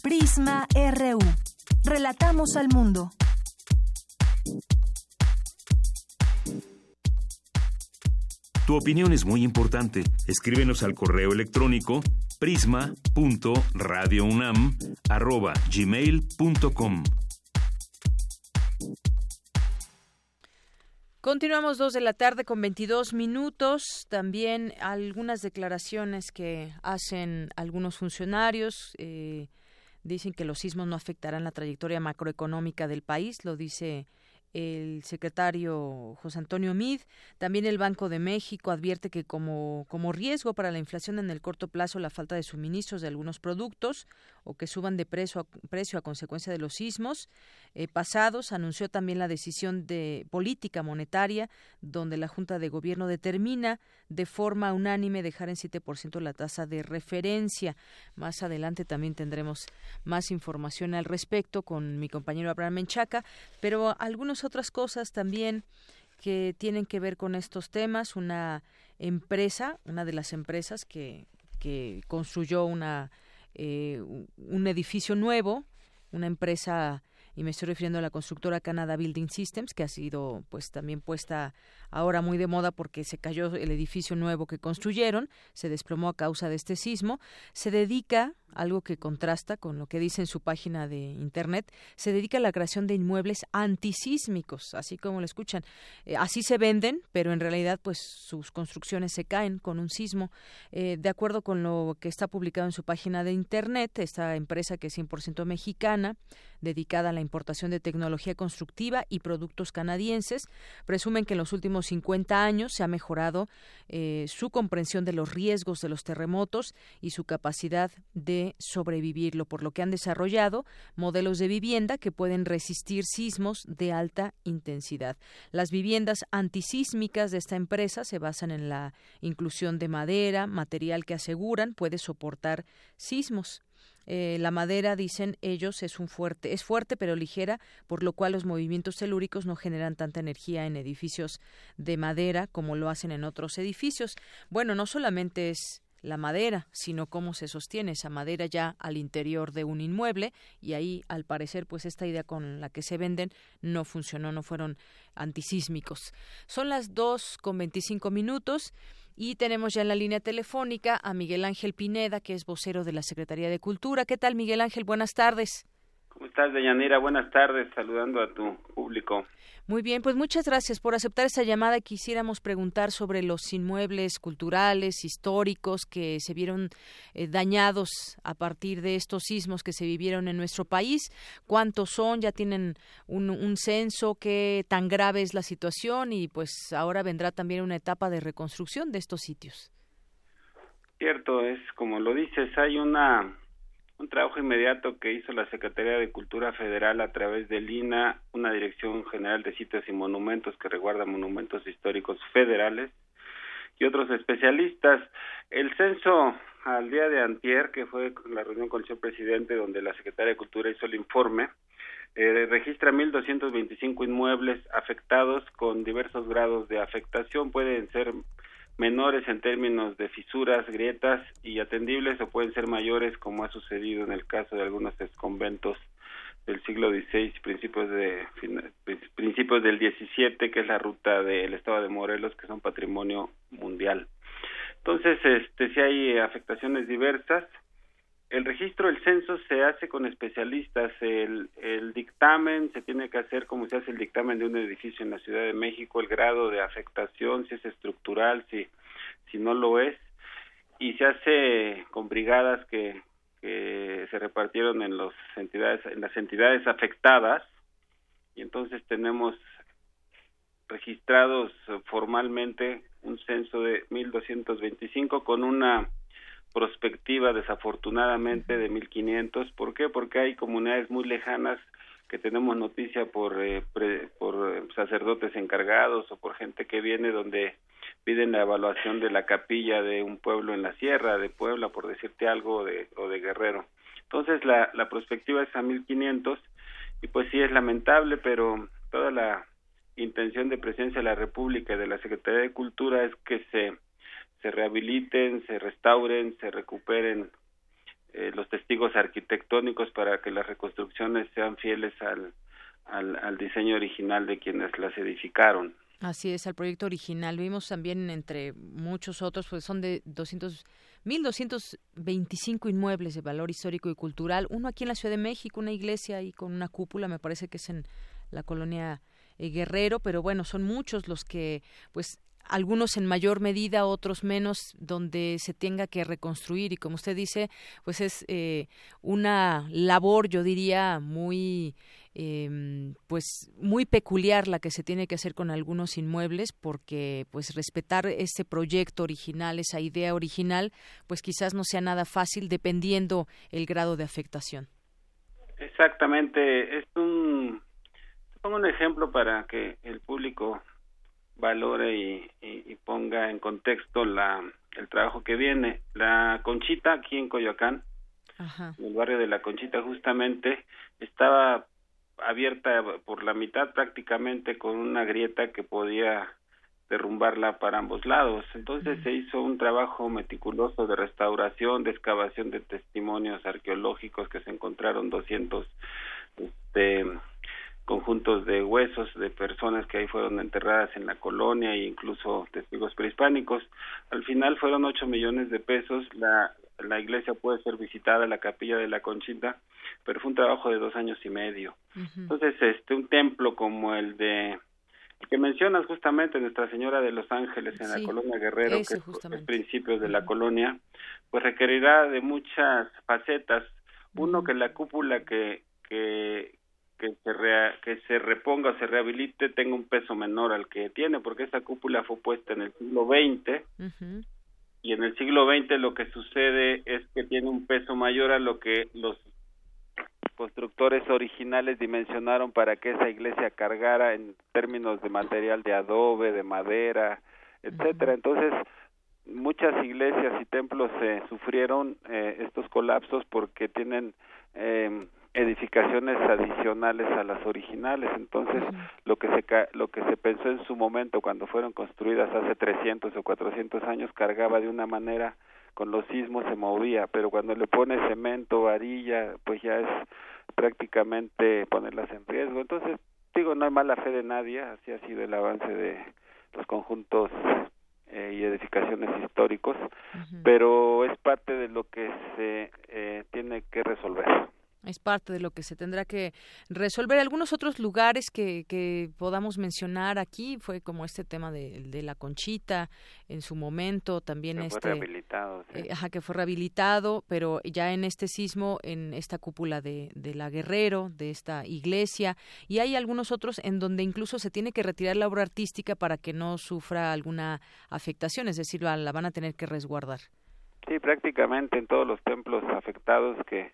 Prisma R U. Relatamos al mundo. Tu opinión es muy importante. Escríbenos al correo electrónico prisma punto radio unam arroba gmail punto com. Continuamos dos de la tarde con veintidós minutos. También algunas declaraciones que hacen algunos funcionarios. Eh, dicen que los sismos no afectarán la trayectoria macroeconómica del país, lo dice el secretario José Antonio Meade. También el Banco de México advierte que como, como riesgo para la inflación en el corto plazo la falta de suministros de algunos productos o que suban de precio a, precio a consecuencia de los sismos eh, pasados. Anunció también la decisión de política monetaria, donde la Junta de Gobierno determina de forma unánime dejar en siete por ciento la tasa de referencia. Más adelante también tendremos más información al respecto con mi compañero Abraham Menchaca, pero algunas otras cosas también que tienen que ver con estos temas. Una empresa, una de las empresas que, que construyó una eh, un edificio nuevo, una empresa, y me estoy refiriendo a la constructora Canada Building Systems, que ha sido pues también puesta ahora muy de moda porque se cayó el edificio nuevo que construyeron, se desplomó a causa de este sismo. Se dedica, algo que contrasta con lo que dice en su página de internet, se dedica a la creación de inmuebles antisísmicos, así como lo escuchan. Eh, así se venden, pero en realidad pues sus construcciones se caen con un sismo. Eh, de acuerdo con lo que está publicado en su página de internet, esta empresa, que es cien por ciento mexicana, dedicada a la importación de tecnología constructiva y productos canadienses, presumen que en los últimos cincuenta años se ha mejorado eh, su comprensión de los riesgos de los terremotos y su capacidad de sobrevivirlo, por lo que han desarrollado modelos de vivienda que pueden resistir sismos de alta intensidad. Las viviendas antisísmicas de esta empresa se basan en la inclusión de madera, material que aseguran puede soportar sismos. Eh, la madera, dicen ellos, es un fuerte, es fuerte pero ligera, por lo cual los movimientos telúricos no generan tanta energía en edificios de madera como lo hacen en otros edificios. Bueno, no solamente es la madera, sino cómo se sostiene esa madera ya al interior de un inmueble, y ahí al parecer pues esta idea con la que se venden no funcionó, no fueron antisísmicos. Son las dos con veinticinco minutos. Y tenemos ya en la línea telefónica a Miguel Ángel Pineda, que es vocero de la Secretaría de Cultura. ¿Qué tal, Miguel Ángel? Buenas tardes. ¿Cómo estás, Deyanira? Buenas tardes, saludando a tu público. Muy bien, pues muchas gracias por aceptar esta llamada. Quisiéramos preguntar sobre los inmuebles culturales, históricos, que se vieron eh, dañados a partir de estos sismos que se vivieron en nuestro país. ¿Cuántos son? ¿Ya tienen un, un censo? ¿Qué tan grave es la situación? Y pues ahora vendrá también una etapa de reconstrucción de estos sitios. Cierto, es como lo dices, hay una... un trabajo inmediato que hizo la Secretaría de Cultura Federal a través del I N A, una Dirección General de Sitios y Monumentos que resguarda monumentos históricos federales, y otros especialistas. El censo al día de antier, que fue la reunión con el señor presidente, donde la Secretaría de Cultura hizo el informe, eh, registra mil doscientos veinticinco inmuebles afectados con diversos grados de afectación. Pueden ser menores en términos de fisuras, grietas y atendibles, o pueden ser mayores, como ha sucedido en el caso de algunos exconventos del siglo dieciséis, principios de principios del diecisiete, que es la ruta del estado de Morelos, que son patrimonio mundial. Entonces, este, si hay afectaciones diversas. El registro, el censo se hace con especialistas. El, el dictamen se tiene que hacer como se hace el dictamen de un edificio en la Ciudad de México, el grado de afectación, si es estructural, si, si no lo es, y se hace con brigadas que, que se repartieron en las entidades, en las entidades afectadas, y entonces tenemos registrados formalmente un censo de mil doscientos veinticinco con una prospectiva desafortunadamente de mil quinientos. ¿Por qué? Porque hay comunidades muy lejanas que tenemos noticia por eh, pre, por sacerdotes encargados o por gente que viene, donde piden la evaluación de la capilla de un pueblo en la sierra de Puebla, por decirte algo, de, o de Guerrero. Entonces la, la prospectiva es a mil quinientos, y pues sí es lamentable, pero toda la intención de Presidencia de la República y de la Secretaría de Cultura es que se se rehabiliten, se restauren, se recuperen eh, los testigos arquitectónicos para que las reconstrucciones sean fieles al, al, al diseño original de quienes las edificaron. Así es, al proyecto original. Vimos también, entre muchos otros, pues son de doscientos, mil doscientos veinticinco inmuebles de valor histórico y cultural. Uno aquí en la Ciudad de México, una iglesia ahí con una cúpula, me parece que es en la colonia eh, Guerrero, pero bueno, son muchos los que, pues, algunos en mayor medida, otros menos, donde se tenga que reconstruir, y como usted dice, pues es eh, una labor, yo diría, muy eh, pues muy peculiar la que se tiene que hacer con algunos inmuebles, porque pues respetar ese proyecto original, esa idea original, pues quizás no sea nada fácil dependiendo el grado de afectación. Exactamente, es un, pongo un ejemplo para que el público valore y, y, y ponga en contexto la el trabajo que viene. La Conchita, aquí en Coyoacán, Ajá. en el barrio de la Conchita, justamente, estaba abierta por la mitad prácticamente, con una grieta que podía derrumbarla para ambos lados. Entonces uh-huh. se hizo un trabajo meticuloso de restauración, de excavación de testimonios arqueológicos, que se encontraron doscientos este conjuntos de huesos de personas que ahí fueron enterradas en la colonia, e incluso testigos prehispánicos. Al final fueron ocho millones de pesos. La, la iglesia puede ser visitada, la capilla de la Conchita, pero fue un trabajo de dos años y medio. Uh-huh. Entonces, este, un templo como el de el que mencionas justamente, Nuestra Señora de los Ángeles en sí, la colonia Guerrero, que es, es principios de uh-huh. la colonia, pues requerirá de muchas facetas. Uno, uh-huh. que la cúpula que que que se rea, que se reponga o se rehabilite tenga un peso menor al que tiene, porque esa cúpula fue puesta en el siglo veinte, uh-huh. y en el siglo veinte lo que sucede es que tiene un peso mayor a lo que los constructores originales dimensionaron para que esa iglesia cargara en términos de material de adobe, de madera, etcétera. Uh-huh. Entonces, muchas iglesias y templos eh, sufrieron eh, estos colapsos porque tienen eh, edificaciones adicionales a las originales. Entonces, uh-huh. lo que se ca- lo que se pensó en su momento cuando fueron construidas hace trescientos o cuatrocientos años cargaba de una manera, con los sismos se movía, pero cuando le pones cemento, varilla, pues ya es prácticamente ponerlas en riesgo. Entonces, digo, no hay mala fe de nadie, así ha sido el avance de los conjuntos eh, y edificaciones históricos, uh-huh. pero es parte de lo que se eh, tiene que resolver. Es parte de lo que se tendrá que resolver. Algunos otros lugares que, que podamos mencionar aquí fue como este tema de, de la Conchita en su momento, también que este fue rehabilitado, sí. eh, ajá, que fue rehabilitado, pero ya en este sismo, en esta cúpula de, de la Guerrero, de esta iglesia, y hay algunos otros en donde incluso se tiene que retirar la obra artística para que no sufra alguna afectación, es decir, la, la van a tener que resguardar. Sí, prácticamente en todos los templos afectados que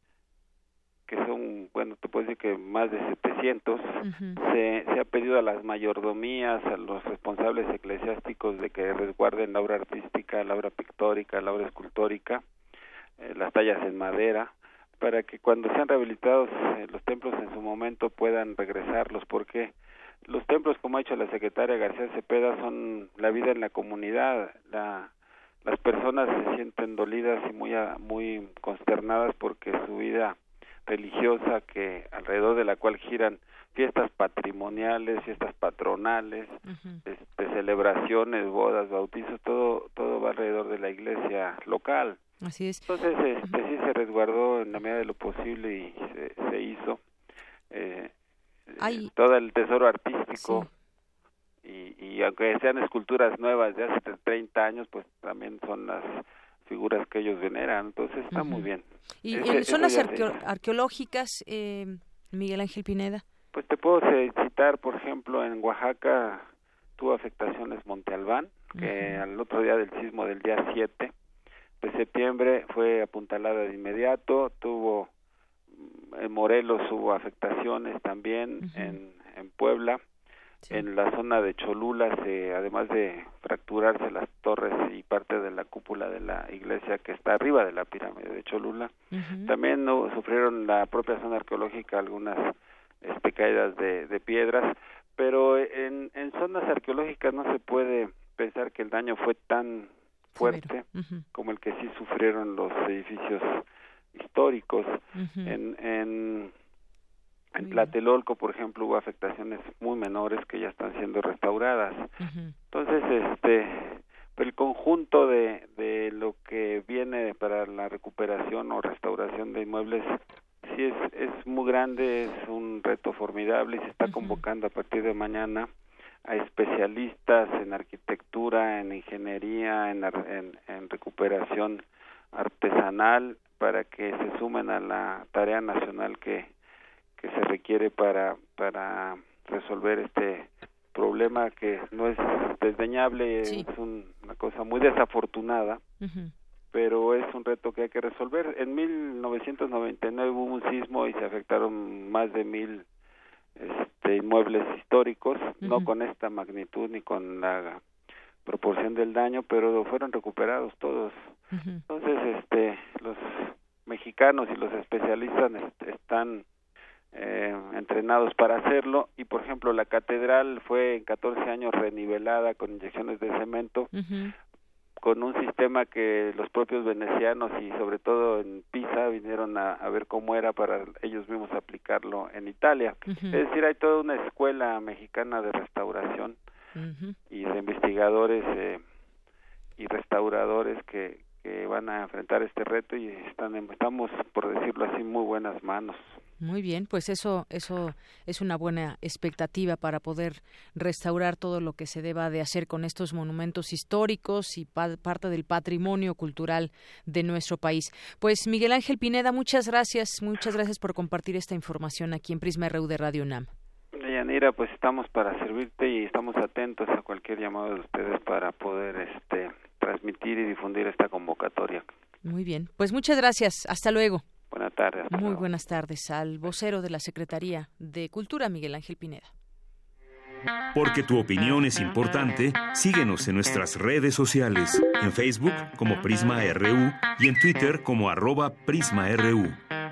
que son, bueno, te puedo decir que más de setecientos, uh-huh. se, se ha pedido a las mayordomías, a los responsables eclesiásticos de que resguarden la obra artística, la obra pictórica, la obra escultórica, eh, las tallas en madera, para que cuando sean rehabilitados eh, los templos en su momento puedan regresarlos, porque los templos, como ha dicho la secretaria García Cepeda, son la vida en la comunidad. La, las personas se sienten dolidas y muy, muy consternadas porque su vida religiosa, que alrededor de la cual giran fiestas patrimoniales, fiestas patronales, uh-huh. este, celebraciones, bodas, bautizos, todo todo va alrededor de la iglesia local. Así es. Entonces, este, uh-huh. sí se resguardó en la medida de lo posible y se, se hizo eh, Hay... todo el tesoro artístico. Sí. Y, y aunque sean esculturas nuevas de hace treinta años, pues también son las figuras que ellos veneran, entonces está uh-huh. muy bien. ¿Y Ese, en zonas arqueo- arqueológicas, eh, Miguel Ángel Pineda? Pues te puedo citar, por ejemplo, en Oaxaca tuvo afectaciones Monte Albán, que uh-huh. al otro día del sismo del día siete de septiembre fue apuntalada de inmediato. Tuvo, en Morelos hubo afectaciones también, uh-huh. en, en Puebla. Sí. En la zona de Cholula, se, además de fracturarse las torres y parte de la cúpula de la iglesia que está arriba de la pirámide de Cholula, uh-huh. también no, sufrieron la propia zona arqueológica algunas este, caídas de, de piedras, pero en, en zonas arqueológicas no se puede pensar que el daño fue tan fuerte, uh-huh. como el que sí sufrieron los edificios históricos. Uh-huh. En, en, en Tlatelolco, por ejemplo, hubo afectaciones muy menores que ya están siendo restauradas. Uh-huh. Entonces, este, el conjunto de, de lo que viene para la recuperación o restauración de inmuebles sí es, es muy grande, es un reto formidable y se está uh-huh. convocando a partir de mañana a especialistas en arquitectura, en ingeniería, en, en, en recuperación artesanal para que se sumen a la tarea nacional que, que se requiere para, para resolver este problema que no es desdeñable, sí. es un, una cosa muy desafortunada, uh-huh. pero es un reto que hay que resolver. En mil novecientos noventa y nueve hubo un sismo y se afectaron más de mil este, inmuebles históricos, uh-huh. no con esta magnitud ni con la proporción del daño, pero fueron recuperados todos. Uh-huh. Entonces, este, los mexicanos y los especialistas est- están eh, entrenados para hacerlo, y por ejemplo la catedral fue en catorce años renivelada con inyecciones de cemento, uh-huh. con un sistema que los propios venecianos y sobre todo en Pisa vinieron a, a ver cómo era para ellos mismos aplicarlo en Italia. Uh-huh. Es decir, hay toda una escuela mexicana de restauración uh-huh. y de investigadores eh, y restauradores que, que van a enfrentar este reto y están estamos, por decirlo así, muy buenas manos. Muy bien, pues eso eso es una buena expectativa para poder restaurar todo lo que se deba de hacer con estos monumentos históricos y pa- parte del patrimonio cultural de nuestro país. Pues Miguel Ángel Pineda, muchas gracias, muchas gracias por compartir esta información aquí en Prisma R U de Radio UNAM. Deyanira, pues estamos para servirte y estamos atentos a cualquier llamado de ustedes para poder este transmitir y difundir esta convocatoria. Muy bien, pues muchas gracias, hasta luego. Buenas tardes. Muy luego. Buenas tardes al vocero de la Secretaría de Cultura, Miguel Ángel Pineda. Porque tu opinión es importante, síguenos en nuestras redes sociales, en Facebook como Prisma R U y en Twitter como arroba Prisma R U.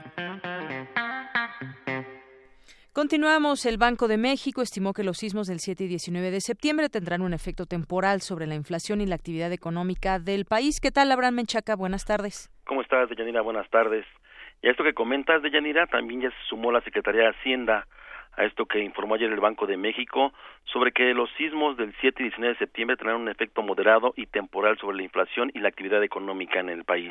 Continuamos. El Banco de México estimó que los sismos del siete y diecinueve de septiembre tendrán un efecto temporal sobre la inflación y la actividad económica del país. ¿Qué tal, Abraham Menchaca? Buenas tardes. ¿Cómo estás, Deyanira? Buenas tardes. Y a esto que comentas, Deyanira, también ya se sumó la Secretaría de Hacienda a esto que informó ayer el Banco de México sobre que los sismos del siete y diecinueve de septiembre tendrán un efecto moderado y temporal sobre la inflación y la actividad económica en el país.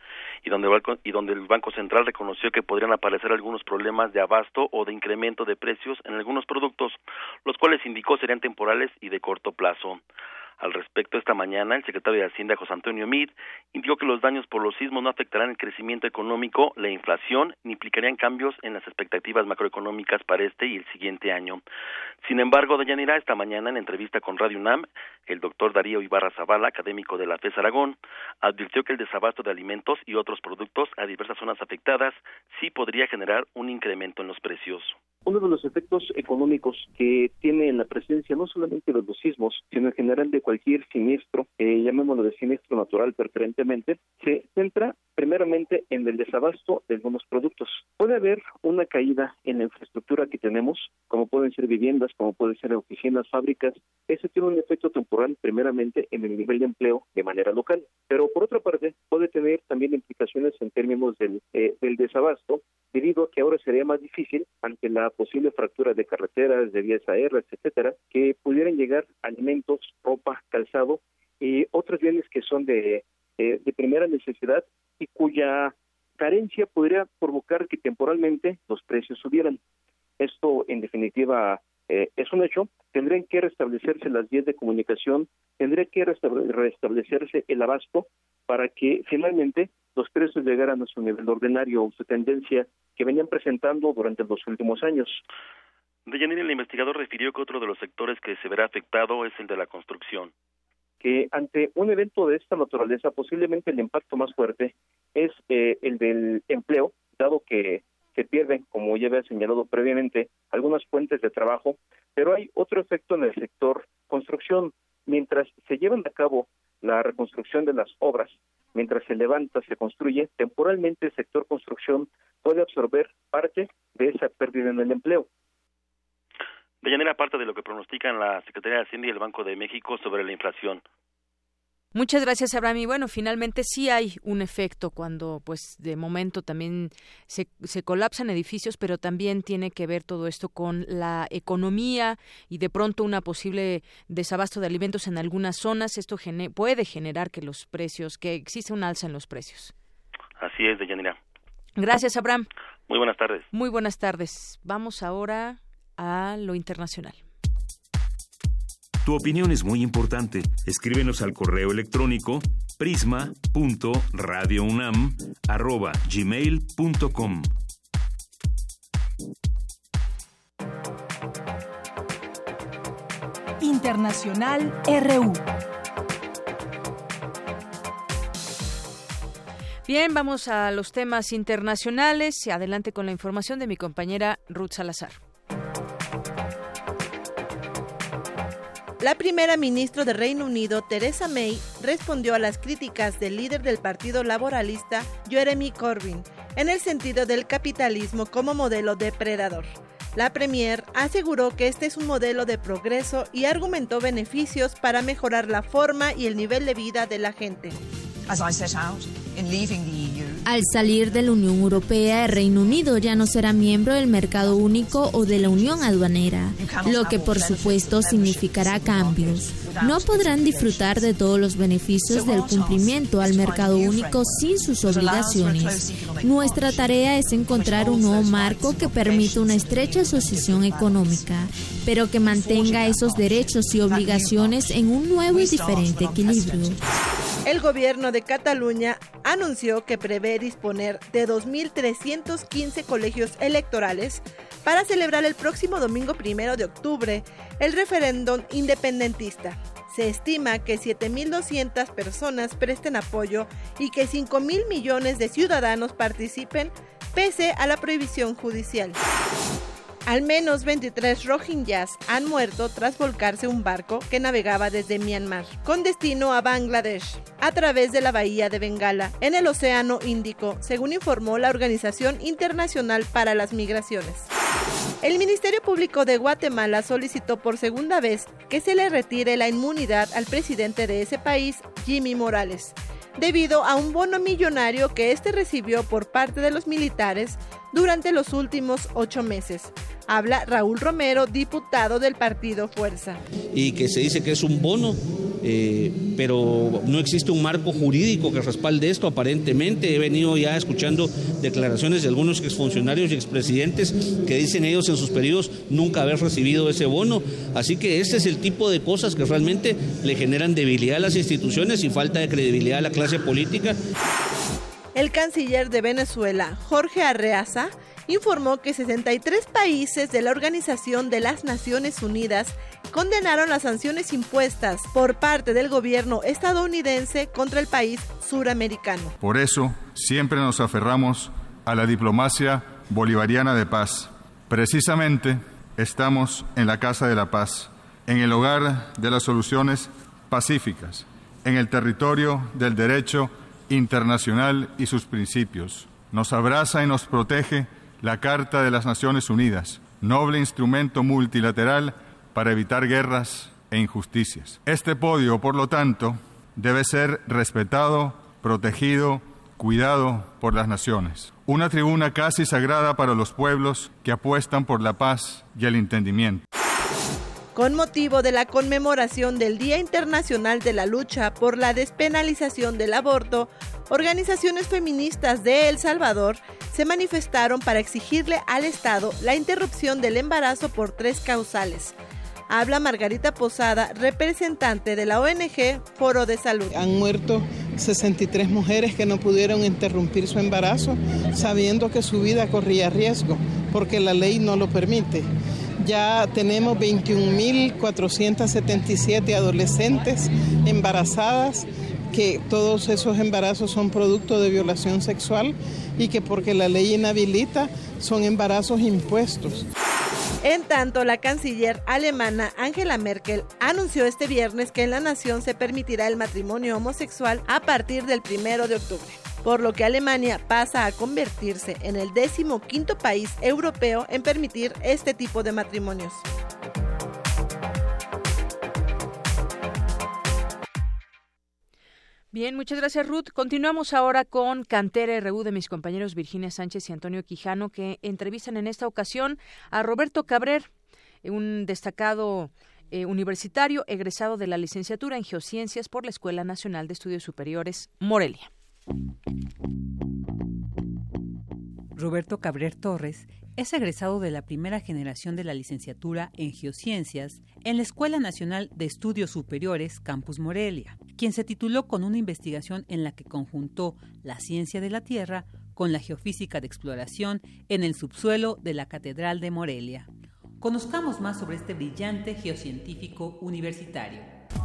Y donde, y donde el Banco Central reconoció que podrían aparecer algunos problemas de abasto o de incremento de precios en algunos productos, los cuales indicó serían temporales y de corto plazo. Al respecto, esta mañana, el secretario de Hacienda, José Antonio Meade, indicó que los daños por los sismos no afectarán el crecimiento económico, la inflación, ni implicarían cambios en las expectativas macroeconómicas para este y el siguiente año. Sin embargo, Deyanira, esta mañana, en entrevista con Radio UNAM, el doctor Darío Ibarra Zavala, académico de la FES Aragón, advirtió que el desabasto de alimentos y otros productos a diversas zonas afectadas sí podría generar un incremento en los precios. Uno de los efectos económicos que tiene la presencia no solamente de los sismos, sino en general de cualquier siniestro, eh, llamémoslo de siniestro natural preferentemente, se centra primeramente en el desabasto de algunos productos. Puede haber una caída en la infraestructura que tenemos, como pueden ser viviendas, como pueden ser oficinas, fábricas. Ese tiene un efecto temporal primeramente en el nivel de empleo de manera local, pero por otra parte puede tener también implicaciones en términos del, eh, del desabasto, debido a que ahora sería más difícil ante la posible fractura de carreteras, de vías aéreas, etcétera, que pudieran llegar alimentos, ropa, calzado y otros bienes que son de, eh, de primera necesidad y cuya carencia podría provocar que temporalmente los precios subieran. Esto, en definitiva, eh, es un hecho. Tendrían que restablecerse las vías de comunicación, tendría que restable- restablecerse el abasto para que finalmente los precios llegaran a su nivel ordinario o su tendencia que venían presentando durante los últimos años. Deyanira, el investigador refirió que otro de los sectores que se verá afectado es el de la construcción. Que ante un evento de esta naturaleza, posiblemente el impacto más fuerte es eh, el del empleo, dado que se pierden, como ya había señalado previamente, algunas fuentes de trabajo, pero hay otro efecto en el sector construcción. Mientras se llevan a cabo la reconstrucción de las obras, mientras se levanta, se construye, temporalmente el sector construcción puede absorber parte de esa pérdida en el empleo. Deyanira, aparte de lo que pronostican la Secretaría de Hacienda y el Banco de México sobre la inflación. Muchas gracias, Abraham. Y bueno, finalmente sí hay un efecto cuando, pues, de momento también se, se colapsan edificios, pero también tiene que ver todo esto con la economía y de pronto una posible desabasto de alimentos en algunas zonas. Esto gene- puede generar que los precios, que existe un alza en los precios. Así es, Deyanira. Gracias, Abraham. Muy buenas tardes. Muy buenas tardes. Vamos ahora a lo internacional. Tu opinión es muy importante. Escríbenos al correo electrónico prisma punto radio unam arroba gmail punto com. Internacional R U. Bien, vamos a los temas internacionales. Adelante con la información de mi compañera Ruth Salazar. La primera ministra de Reino Unido, Theresa May, respondió a las críticas del líder del Partido Laboralista, Jeremy Corbyn, en el sentido del capitalismo como modelo depredador. La premier aseguró que este es un modelo de progreso y argumentó beneficios para mejorar la forma y el nivel de vida de la gente. Al salir de la Unión Europea, el Reino Unido ya no será miembro del mercado único o de la Unión Aduanera, lo que por supuesto significará cambios. No podrán disfrutar de todos los beneficios del cumplimiento al mercado único sin sus obligaciones. Nuestra tarea es encontrar un nuevo marco que permita una estrecha asociación económica, pero que mantenga esos derechos y obligaciones en un nuevo y diferente equilibrio. El gobierno de Cataluña anunció que prevé disponer de dos mil trescientos quince colegios electorales para celebrar el próximo domingo primero de octubre el referéndum independentista. Se estima que siete mil doscientas personas presten apoyo y que cinco mil millones de ciudadanos participen pese a la prohibición judicial. Al menos veintitrés rohingyas han muerto tras volcarse un barco que navegaba desde Myanmar, con destino a Bangladesh, a través de la bahía de Bengala, en el Océano Índico, según informó la Organización Internacional para las Migraciones. El Ministerio Público de Guatemala solicitó por segunda vez que se le retire la inmunidad al presidente de ese país, Jimmy Morales, debido a un bono millonario que éste recibió por parte de los militares durante los últimos ocho meses. Habla Raúl Romero, diputado del partido Fuerza. Y que se dice que es un bono, eh, pero no existe un marco jurídico que respalde esto aparentemente. He venido ya escuchando declaraciones de algunos exfuncionarios y expresidentes que dicen ellos en sus periodos nunca haber recibido ese bono. Así que este es el tipo de cosas que realmente le generan debilidad a las instituciones y falta de credibilidad a la clase política. El canciller de Venezuela, Jorge Arreaza, informó que sesenta y tres países de la Organización de las Naciones Unidas condenaron las sanciones impuestas por parte del gobierno estadounidense contra el país suramericano. Por eso, siempre nos aferramos a la diplomacia bolivariana de paz. Precisamente, estamos en la Casa de la Paz, en el hogar de las soluciones pacíficas, en el territorio del derecho internacional y sus principios. Nos abraza y nos protege la Carta de las Naciones Unidas, noble instrumento multilateral para evitar guerras e injusticias. Este podio, por lo tanto, debe ser respetado, protegido, cuidado por las naciones. Una tribuna casi sagrada para los pueblos que apuestan por la paz y el entendimiento. Con motivo de la conmemoración del Día Internacional de la Lucha por la Despenalización del Aborto, organizaciones feministas de El Salvador se manifestaron para exigirle al Estado la interrupción del embarazo por tres causales. Habla Margarita Posada, representante de la O N G Foro de Salud. Han muerto sesenta y tres mujeres que no pudieron interrumpir su embarazo, sabiendo que su vida corría riesgo, porque la ley no lo permite. Ya tenemos veintiún mil cuatrocientos setenta y siete adolescentes embarazadas, que todos esos embarazos son producto de violación sexual y que porque la ley inhabilita son embarazos impuestos. En tanto, la canciller alemana Angela Merkel anunció este viernes que en la nación se permitirá el matrimonio homosexual a partir del primero de octubre, por lo que Alemania pasa a convertirse en el decimoquinto país europeo en permitir este tipo de matrimonios. Bien, muchas gracias, Ruth. Continuamos ahora con Cantera R U de mis compañeros Virginia Sánchez y Antonio Quijano, que entrevistan en esta ocasión a Roberto Cabrer, un destacado eh, universitario egresado de la licenciatura en Geociencias por la Escuela Nacional de Estudios Superiores, Morelia. Roberto Cabrer Torres es egresado de la primera generación de la licenciatura en Geociencias en la Escuela Nacional de Estudios Superiores Campus Morelia, quien se tituló con una investigación en la que conjuntó la ciencia de la Tierra con la geofísica de exploración en el subsuelo de la Catedral de Morelia. Conozcamos más sobre este brillante geocientífico universitario.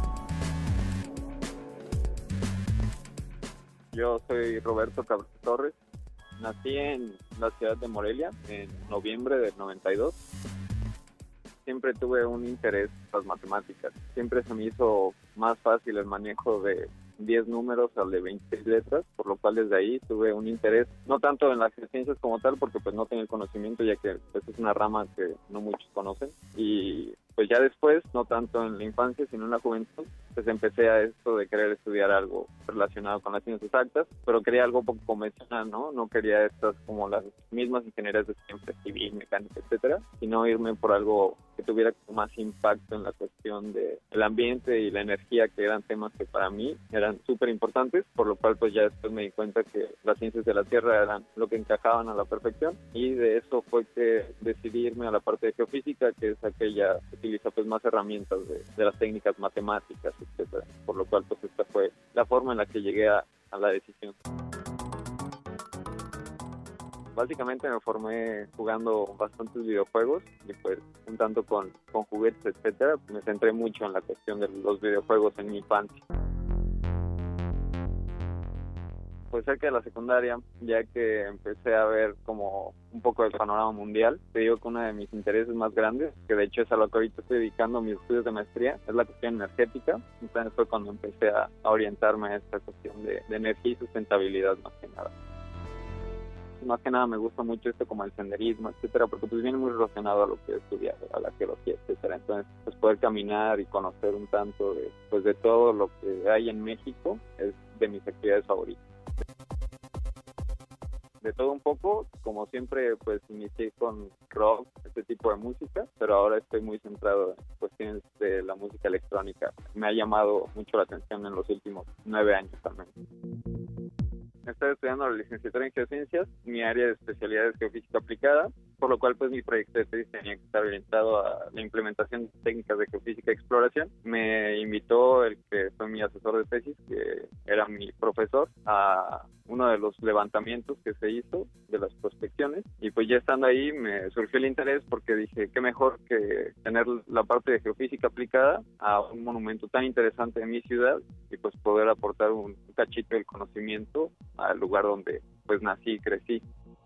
Yo soy Roberto Cabrer Torres. Nací en la ciudad de Morelia en noviembre del noventa y dos. Siempre tuve un interés por las matemáticas. Siempre se me hizo más fácil el manejo de diez números al de veintiséis letras, por lo cual desde ahí tuve un interés, no tanto en las ciencias como tal, porque pues no tenía el conocimiento, ya que pues, es una rama que no muchos conocen. Y pues ya después, no tanto en la infancia, sino en la juventud, pues empecé a esto de querer estudiar algo relacionado con las ciencias exactas, pero quería algo poco convencional, ¿no? No quería estas como las mismas ingenierías de siempre, civil, mecánica, etcétera, sino irme por algo que tuviera más impacto en la cuestión de el ambiente y la energía, que eran temas que para mí eran súper importantes, por lo cual pues ya después me di cuenta que las ciencias de la Tierra eran lo que encajaban a la perfección, y de eso fue que decidí irme a la parte de geofísica, que es aquella que utiliza pues más herramientas de, de las técnicas matemáticas, etcétera, por lo cual pues esta fue la forma en la que llegué a, a la decisión. Básicamente me formé jugando bastantes videojuegos y pues un tanto con, con juguetes, etcétera. Me centré mucho en la cuestión de los videojuegos en mi infancia. Pues cerca de la secundaria, ya que empecé a ver como un poco el panorama mundial, te digo que uno de mis intereses más grandes, que de hecho es a lo que ahorita estoy dedicando mis estudios de maestría, es la cuestión energética. Entonces fue cuando empecé a, a orientarme a esta cuestión de, de energía y sustentabilidad más que nada. Más que nada me gusta mucho esto como el senderismo, etcétera, porque pues viene muy relacionado a lo que he estudiado, a la geología, etcétera. Entonces, pues poder caminar y conocer un tanto de, pues de todo lo que hay en México es de mis actividades favoritas. De todo un poco, como siempre, pues inicié con rock, este tipo de música, pero ahora estoy muy centrado en cuestiones de la música electrónica. Me ha llamado mucho la atención en los últimos nueve años también. Estoy estudiando la licenciatura en Geociencias, mi área de especialidad es Geofísica Aplicada, por lo cual pues mi proyecto de tesis tenía que estar orientado a la implementación de técnicas de geofísica y exploración. Me invitó el que fue mi asesor de tesis, que era mi profesor, a uno de los levantamientos que se hizo de las prospecciones, y pues ya estando ahí me surgió el interés porque dije, qué mejor que tener la parte de geofísica aplicada a un monumento tan interesante de mi ciudad y pues poder aportar un cachito del conocimiento al lugar donde pues nací y crecí.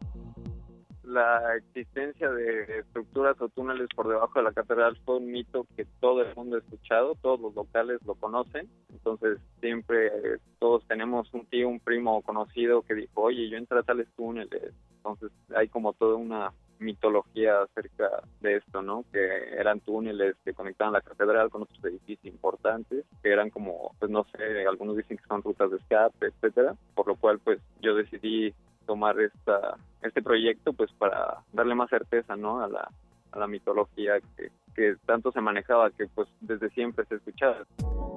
La existencia de estructuras o túneles por debajo de la catedral fue un mito que todo el mundo ha escuchado, todos los locales lo conocen, entonces siempre eh, todos tenemos un tío, un primo conocido que dijo, oye, yo entré a tales túneles, entonces hay como toda una mitología acerca de esto, ¿no? Que eran túneles que conectaban la catedral con otros edificios importantes, que eran como, pues no sé, algunos dicen que son rutas de escape, etcétera, por lo cual pues yo decidí tomar esta este proyecto pues para darle más certeza, ¿no? a la a la mitología que, que tanto se manejaba, que pues desde siempre se escuchaba.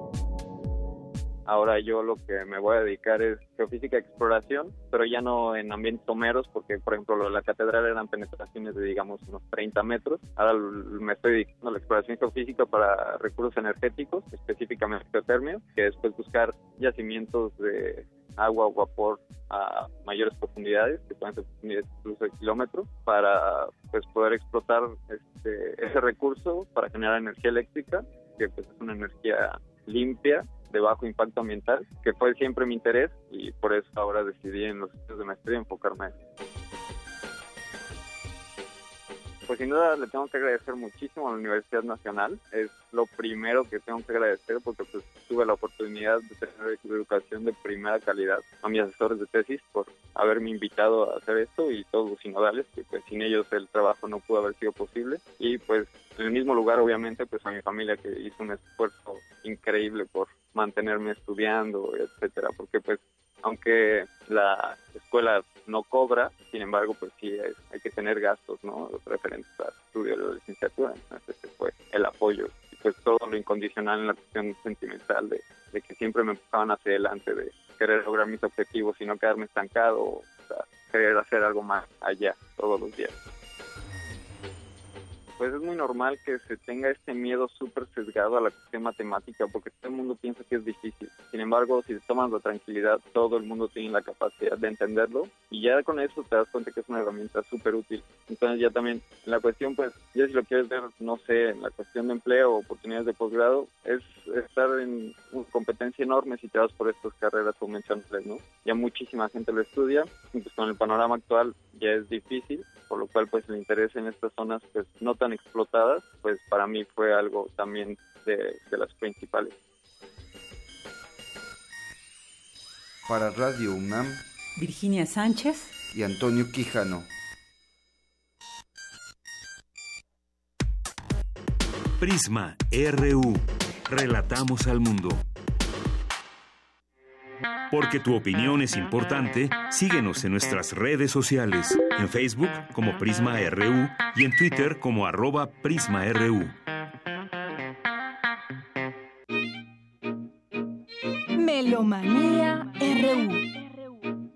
Ahora yo lo que me voy a dedicar es geofísica de exploración, pero ya no en ambientes someros, porque por ejemplo lo de la catedral eran penetraciones de digamos unos treinta metros. Ahora me estoy dedicando a la exploración geofísica para recursos energéticos, específicamente geotermia, que es pues buscar yacimientos de agua o vapor a mayores profundidades, que pueden ser profundidades incluso de kilómetros, para pues poder explotar este, ese recurso para generar energía eléctrica, que pues es una energía limpia, de bajo impacto ambiental, que fue siempre mi interés y por eso ahora decidí en los estudios de maestría enfocarme a eso. Pues sin duda le tengo que agradecer muchísimo a la Universidad Nacional, es lo primero que tengo que agradecer porque pues tuve la oportunidad de tener educación de primera calidad, a mis asesores de tesis por haberme invitado a hacer esto y todos los sinodales, que pues sin ellos el trabajo no pudo haber sido posible, y pues en el mismo lugar obviamente pues a mi familia que hizo un esfuerzo increíble por mantenerme estudiando, etcétera, porque pues aunque la escuela no cobra, sin embargo, pues sí hay, hay que tener gastos, ¿no? Referentes al estudio de la licenciatura. Entonces ese fue el apoyo y pues todo lo incondicional en la cuestión sentimental de, de que siempre me empujaban hacia adelante, de querer lograr mis objetivos y no quedarme estancado, o sea, querer hacer algo más allá todos los días. Pues es muy normal que se tenga este miedo súper sesgado a la cuestión matemática, porque todo el mundo piensa que es difícil. Sin embargo, si te tomas la tranquilidad, todo el mundo tiene la capacidad de entenderlo, y ya con eso te das cuenta que es una herramienta súper útil. Entonces ya también, en la cuestión, pues, ya si lo quieres ver, no sé, en la cuestión de empleo o oportunidades de posgrado, es estar en una competencia enorme si te vas por estas carreras convencionales, ¿no? Ya muchísima gente lo estudia, y pues con el panorama actual ya es difícil, por lo cual pues el interés en estas zonas pues no tan explotadas, pues para mí fue algo también de, de las principales. Para Radio UNAM, Virginia Sánchez y Antonio Quijano. Prisma R U. Relatamos al mundo. Porque tu opinión es importante, síguenos en nuestras redes sociales, en Facebook como Prisma R U y en Twitter como arroba Prisma R U. Melomanía R U.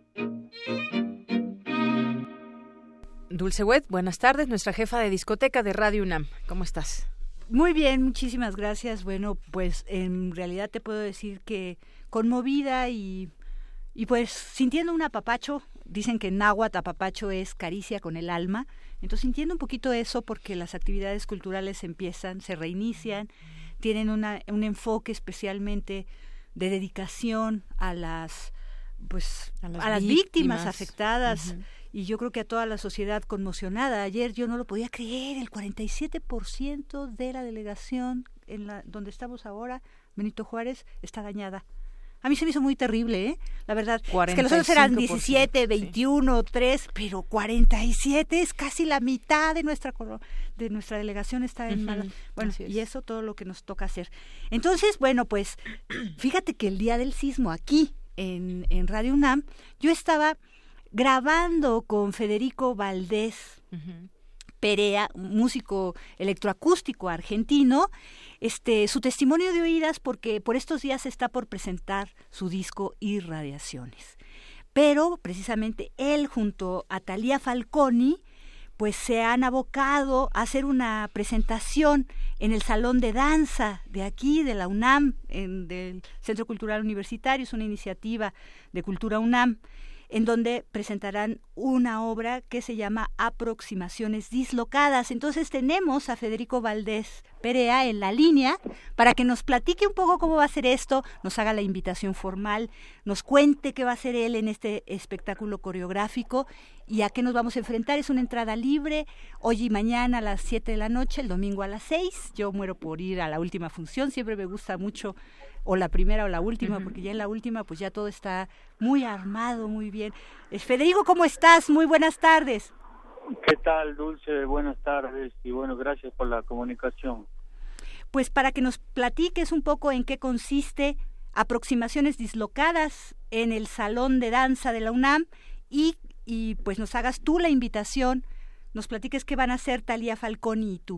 Dulce Wet, buenas tardes, nuestra jefa de discoteca de Radio UNAM. ¿Cómo estás? Muy bien, muchísimas gracias. Bueno, pues en realidad te puedo decir que conmovida y, y pues sintiendo un apapacho. Dicen que en náhuatl apapacho es caricia con el alma. Entonces sintiendo un poquito eso, porque las actividades culturales empiezan, se reinician, tienen una, un enfoque especialmente de dedicación a las, pues, a las, a las víctimas, víctimas afectadas. Uh-huh. Y yo creo que a toda la sociedad conmocionada. Ayer yo no lo podía creer, el cuarenta y siete por ciento de la delegación en la donde estamos ahora, Benito Juárez, está dañada. A mí se me hizo muy terrible, ¿eh? La verdad, es que los otros eran diecisiete, veintiuno, sí. tres, pero cuarenta y siete es casi la mitad de nuestra de nuestra delegación está en uh-huh. mala. Bueno, y eso todo lo que nos toca hacer. Entonces, bueno, pues fíjate que el día del sismo aquí en, en Radio UNAM, yo estaba grabando con Federico Valdés uh-huh. Perea, un músico electroacústico argentino, este, su testimonio de oídas, porque por estos días está por presentar su disco Irradiaciones. Pero precisamente él junto a Thalía Falconi, pues se han abocado a hacer una presentación en el Salón de Danza de aquí, de la UNAM, en, del Centro Cultural Universitario. Es una iniciativa de Cultura UNAM, en donde presentarán una obra que se llama Aproximaciones Dislocadas. Entonces tenemos a Federico Valdés Perea en la línea para que nos platique un poco cómo va a ser esto, nos haga la invitación formal, nos cuente qué va a hacer él en este espectáculo coreográfico y a qué nos vamos a enfrentar. Es una entrada libre, hoy y mañana a las siete de la noche, el domingo a las seis. Yo muero por ir a la última función, siempre me gusta mucho o la primera o la última, uh-huh. porque ya en la última pues ya todo está muy armado, muy bien. Federico, ¿cómo estás? Muy buenas tardes. ¿Qué tal, Dulce? Buenas tardes y bueno, gracias por la comunicación. Pues para que nos platiques un poco en qué consiste Aproximaciones Dislocadas en el Salón de Danza de la UNAM y, y pues nos hagas tú la invitación, nos platiques qué van a hacer Thalía Falconi y tú.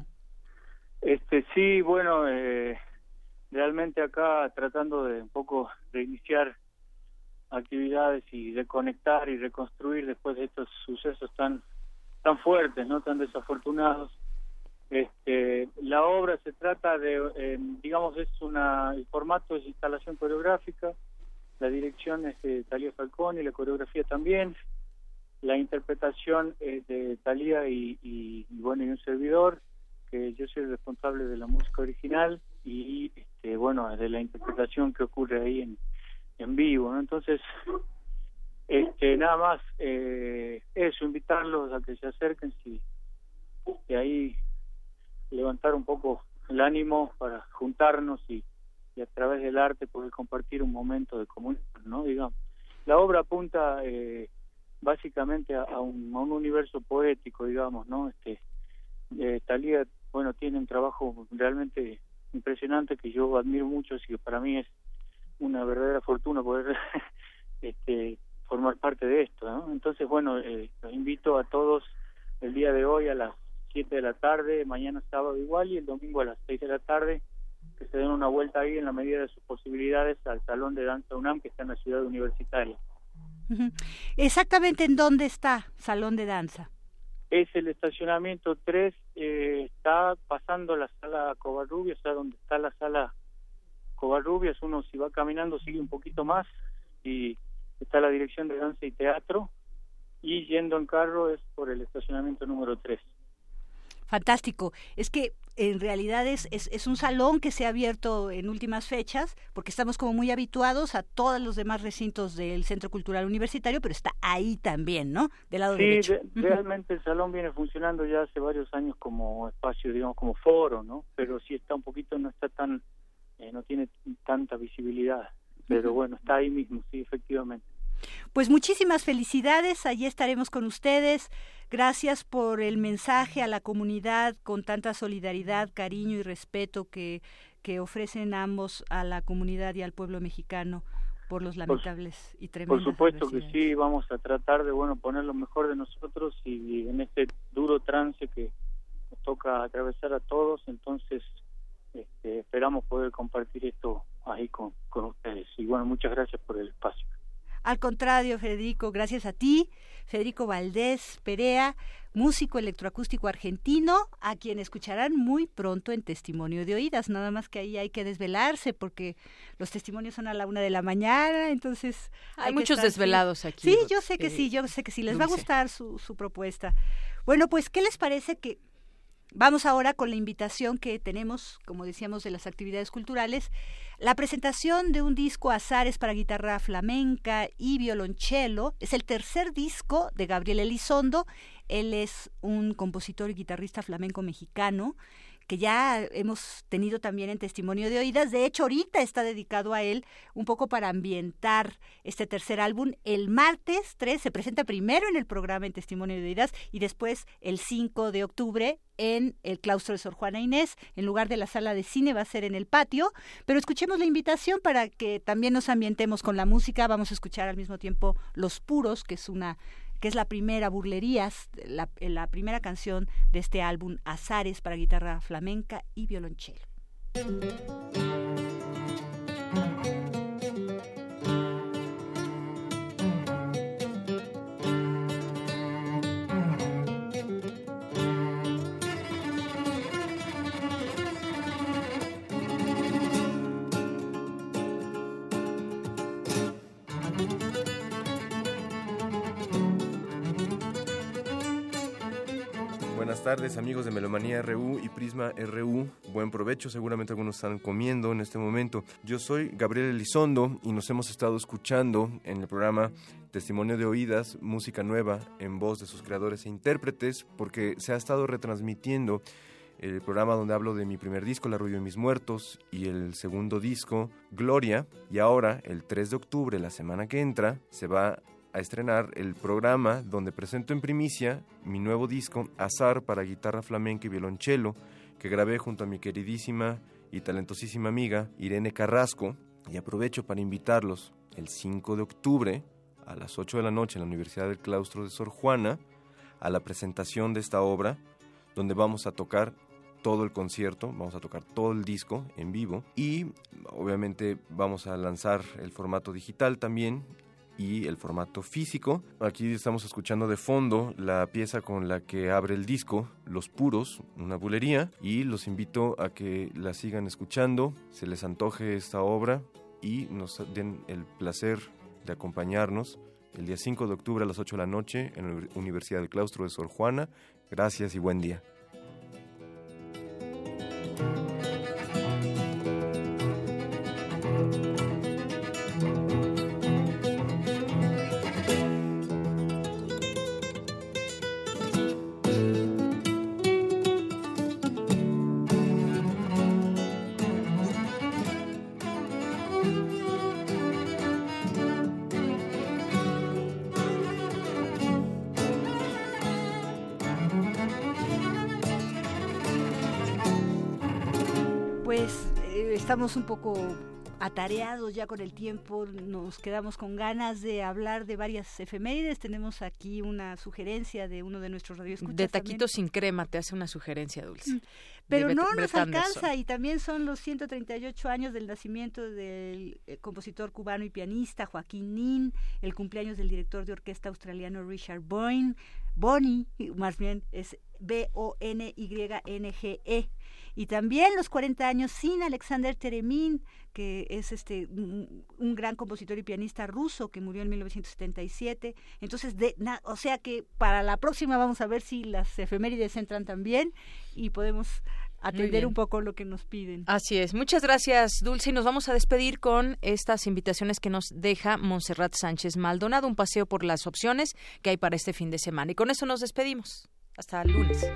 Este sí, bueno, eh... realmente acá tratando de un poco reiniciar actividades y reconectar y reconstruir después de estos sucesos tan tan fuertes, no tan desafortunados. Este, la obra se trata de, eh, digamos, es una, el formato es instalación coreográfica, la dirección es de Thalía Falconi, la coreografía también, la interpretación es de Thalía y, y, y bueno, y un servidor, que yo soy el responsable de la música original y este, bueno, de la interpretación que ocurre ahí en, en vivo, ¿no? Entonces, este, nada más eh, eso, invitarlos a que se acerquen y, y ahí levantar un poco el ánimo para juntarnos y, y a través del arte poder compartir un momento de comunión, ¿no? Digamos, la obra apunta eh, básicamente a, a, un, a un universo poético, digamos, ¿no? Este, eh, Thalía, bueno, tiene un trabajo realmente impresionante que yo admiro mucho, así que para mí es una verdadera fortuna poder este, formar parte de esto, ¿no? Entonces, bueno, eh, los invito a todos el día de hoy a las siete de la tarde, mañana sábado igual y el domingo a las seis de la tarde, que se den una vuelta ahí en la medida de sus posibilidades al Salón de Danza UNAM, que está en la ciudad universitaria. Uh-huh. Exactamente, ¿en dónde está Salón de Danza? Es el estacionamiento tres, eh, está pasando la sala Covarrubias, o sea, donde está la sala Covarrubias, uno si va caminando sigue un poquito más y está la dirección de danza y teatro, y yendo en carro es por el estacionamiento número tres. Fantástico. Es que en realidad es, es, es un salón que se ha abierto en últimas fechas, porque estamos como muy habituados a todos los demás recintos del Centro Cultural Universitario, pero está ahí también, ¿no? Del lado sí, derecho. De, realmente el salón viene funcionando ya hace varios años como espacio, digamos, como foro, ¿no? Pero sí está un poquito, no está tan, eh, no tiene tanta visibilidad, pero bueno, está ahí mismo, sí, efectivamente. Pues muchísimas felicidades, allí estaremos con ustedes. Gracias por el mensaje a la comunidad con tanta solidaridad, cariño y respeto que, que ofrecen ambos a la comunidad y al pueblo mexicano por los lamentables por, y tremendos. Por supuesto que sí, vamos a tratar de bueno poner lo mejor de nosotros y en este duro trance que nos toca atravesar a todos, entonces este, esperamos poder compartir esto ahí con, con ustedes. Y bueno, muchas gracias por el espacio. Al contrario, Federico, gracias a ti, Federico Valdés Perea, músico electroacústico argentino, a quien escucharán muy pronto en Testimonio de Oídas, nada más que ahí hay que desvelarse porque los testimonios son a la una de la mañana, entonces... Hay, hay estar, muchos desvelados sí. aquí. Sí, yo sé que eh, sí, yo sé que sí, les dulce. va a gustar su, su propuesta. Bueno, pues, ¿qué les parece que... Vamos ahora con la invitación que tenemos, como decíamos, de las actividades culturales, la presentación de un disco Azares para guitarra flamenca y violonchelo. Es el tercer disco de Gabriel Elizondo. Él es un compositor y guitarrista flamenco mexicano que ya hemos tenido también en Testimonio de Oídas. De hecho, ahorita está dedicado a él un poco para ambientar este tercer álbum. El martes tres se presenta primero en el programa en Testimonio de Oídas y después el cinco de octubre en el claustro de Sor Juana Inés. En lugar de la sala de cine va a ser en el patio. Pero escuchemos la invitación para que también nos ambientemos con la música. Vamos a escuchar al mismo tiempo Los Puros, que es una... que es la primera Burlerías, la, la primera canción de este álbum Azares para guitarra flamenca y violonchelo. Buenas tardes, amigos de Melomanía R U y Prisma R U. Buen provecho, seguramente algunos están comiendo en este momento. Yo soy Gabriel Elizondo y nos hemos estado escuchando en el programa Testimonio de Oídas, música nueva en voz de sus creadores e intérpretes, porque se ha estado retransmitiendo el programa donde hablo de mi primer disco, La Rubio y mis muertos, y el segundo disco, Gloria, y ahora, el tres de octubre, la semana que entra, se va a estrenar el programa donde presento en primicia mi nuevo disco Azar para guitarra flamenca y violonchelo, que grabé junto a mi queridísima y talentosísima amiga Irene Carrasco, y aprovecho para invitarlos el cinco de octubre a las ocho de la noche en la Universidad del Claustro de Sor Juana a la presentación de esta obra, donde vamos a tocar todo el concierto, vamos a tocar todo el disco en vivo y obviamente vamos a lanzar el formato digital también y el formato físico. Aquí estamos escuchando de fondo la pieza con la que abre el disco, Los Puros, una bulería, y los invito a que la sigan escuchando, se les antoje esta obra y nos den el placer de acompañarnos el día cinco de octubre a las ocho de la noche en la Universidad del Claustro de Sor Juana. Gracias y buen día. Estamos un poco atareados ya con el tiempo, nos quedamos con ganas de hablar de varias efemérides. Tenemos aquí una sugerencia de uno de nuestros radioescuchas. De taquitos sin crema te hace una sugerencia, Dulce. Pero de no Bet- nos Brett alcanza, Anderson. y también son los ciento treinta y ocho años del nacimiento del eh, compositor cubano y pianista Joaquín Nin, el cumpleaños del director de orquesta australiano Richard Boyne, Bonney, más bien es B O N Y N G E. Y también los cuarenta años sin Alexander Teremin, que es este un, un gran compositor y pianista ruso que murió en mil novecientos setenta y siete. Entonces, de, na, o sea que para la próxima vamos a ver si las efemérides entran también y podemos atender un poco lo que nos piden. Así es. Muchas gracias, Dulce. Y nos vamos a despedir con estas invitaciones que nos deja Montserrat Sánchez Maldonado, un paseo por las opciones que hay para este fin de semana. Y con eso nos despedimos. Hasta el lunes.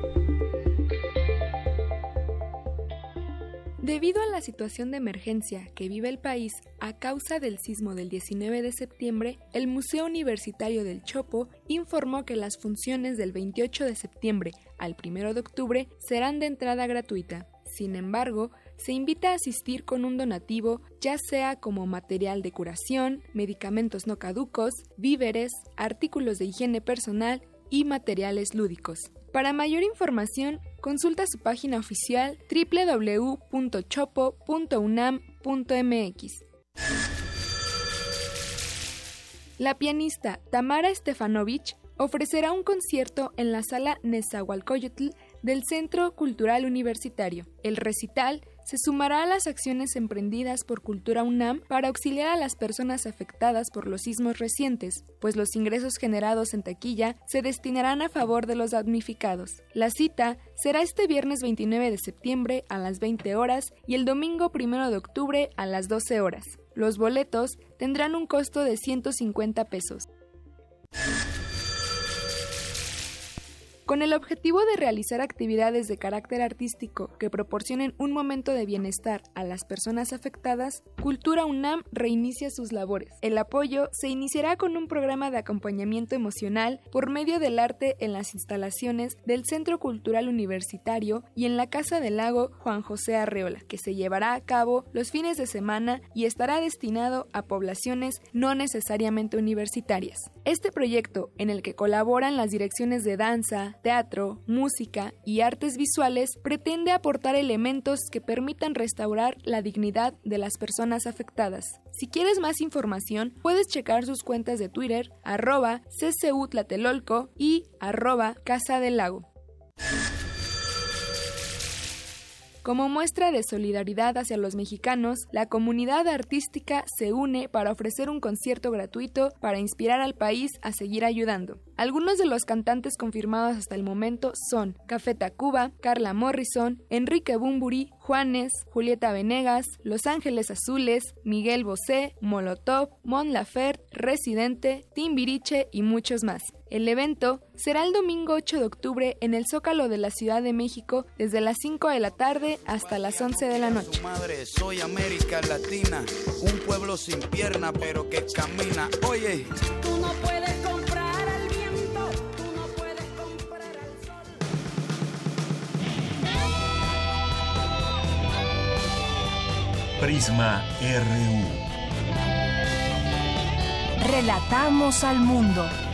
Debido a la situación de emergencia que vive el país a causa del sismo del diecinueve de septiembre, el Museo Universitario del Chopo informó que las funciones del veintiocho de septiembre al primero de octubre serán de entrada gratuita. Sin embargo, se invita a asistir con un donativo, ya sea como material de curación, medicamentos no caducos, víveres, artículos de higiene personal y materiales lúdicos. Para mayor información, consulta su página oficial doble u doble u doble u punto chopo punto unam punto m x. La pianista Tamara Stefanovic ofrecerá un concierto en la sala Nezahualcóyotl del Centro Cultural Universitario. El recital se sumará a las acciones emprendidas por Cultura UNAM para auxiliar a las personas afectadas por los sismos recientes, pues los ingresos generados en taquilla se destinarán a favor de los damnificados. La cita será este viernes veintinueve de septiembre a las veinte horas y el domingo primero de octubre a las doce horas. Los boletos tendrán un costo de ciento cincuenta pesos. Con el objetivo de realizar actividades de carácter artístico que proporcionen un momento de bienestar a las personas afectadas, Cultura UNAM reinicia sus labores. El apoyo se iniciará con un programa de acompañamiento emocional por medio del arte en las instalaciones del Centro Cultural Universitario y en la Casa del Lago Juan José Arreola, que se llevará a cabo los fines de semana y estará destinado a poblaciones no necesariamente universitarias. Este proyecto, en el que colaboran las direcciones de danza, teatro, música y artes visuales, pretende aportar elementos que permitan restaurar la dignidad de las personas afectadas. Si quieres más información, puedes checar sus cuentas de Twitter, arroba ccutlatelolco y arroba Casa del Lago. Como muestra de solidaridad hacia los mexicanos, la comunidad artística se une para ofrecer un concierto gratuito para inspirar al país a seguir ayudando. Algunos de los cantantes confirmados hasta el momento son Café Tacuba, Carla Morrison, Enrique Bunbury, Juanes, Julieta Venegas, Los Ángeles Azules, Miguel Bosé, Molotov, Mon Laferte, Residente, Timbiriche y muchos más. El evento será el domingo ocho de octubre en el Zócalo de la Ciudad de México desde las cinco de la tarde hasta las once de la noche. Madre, soy América Latina, un pueblo sin pierna pero que camina. Oye, tú no puedes comprar al viento, tú no puedes comprar al sol. Prisma R U. Relatamos al mundo.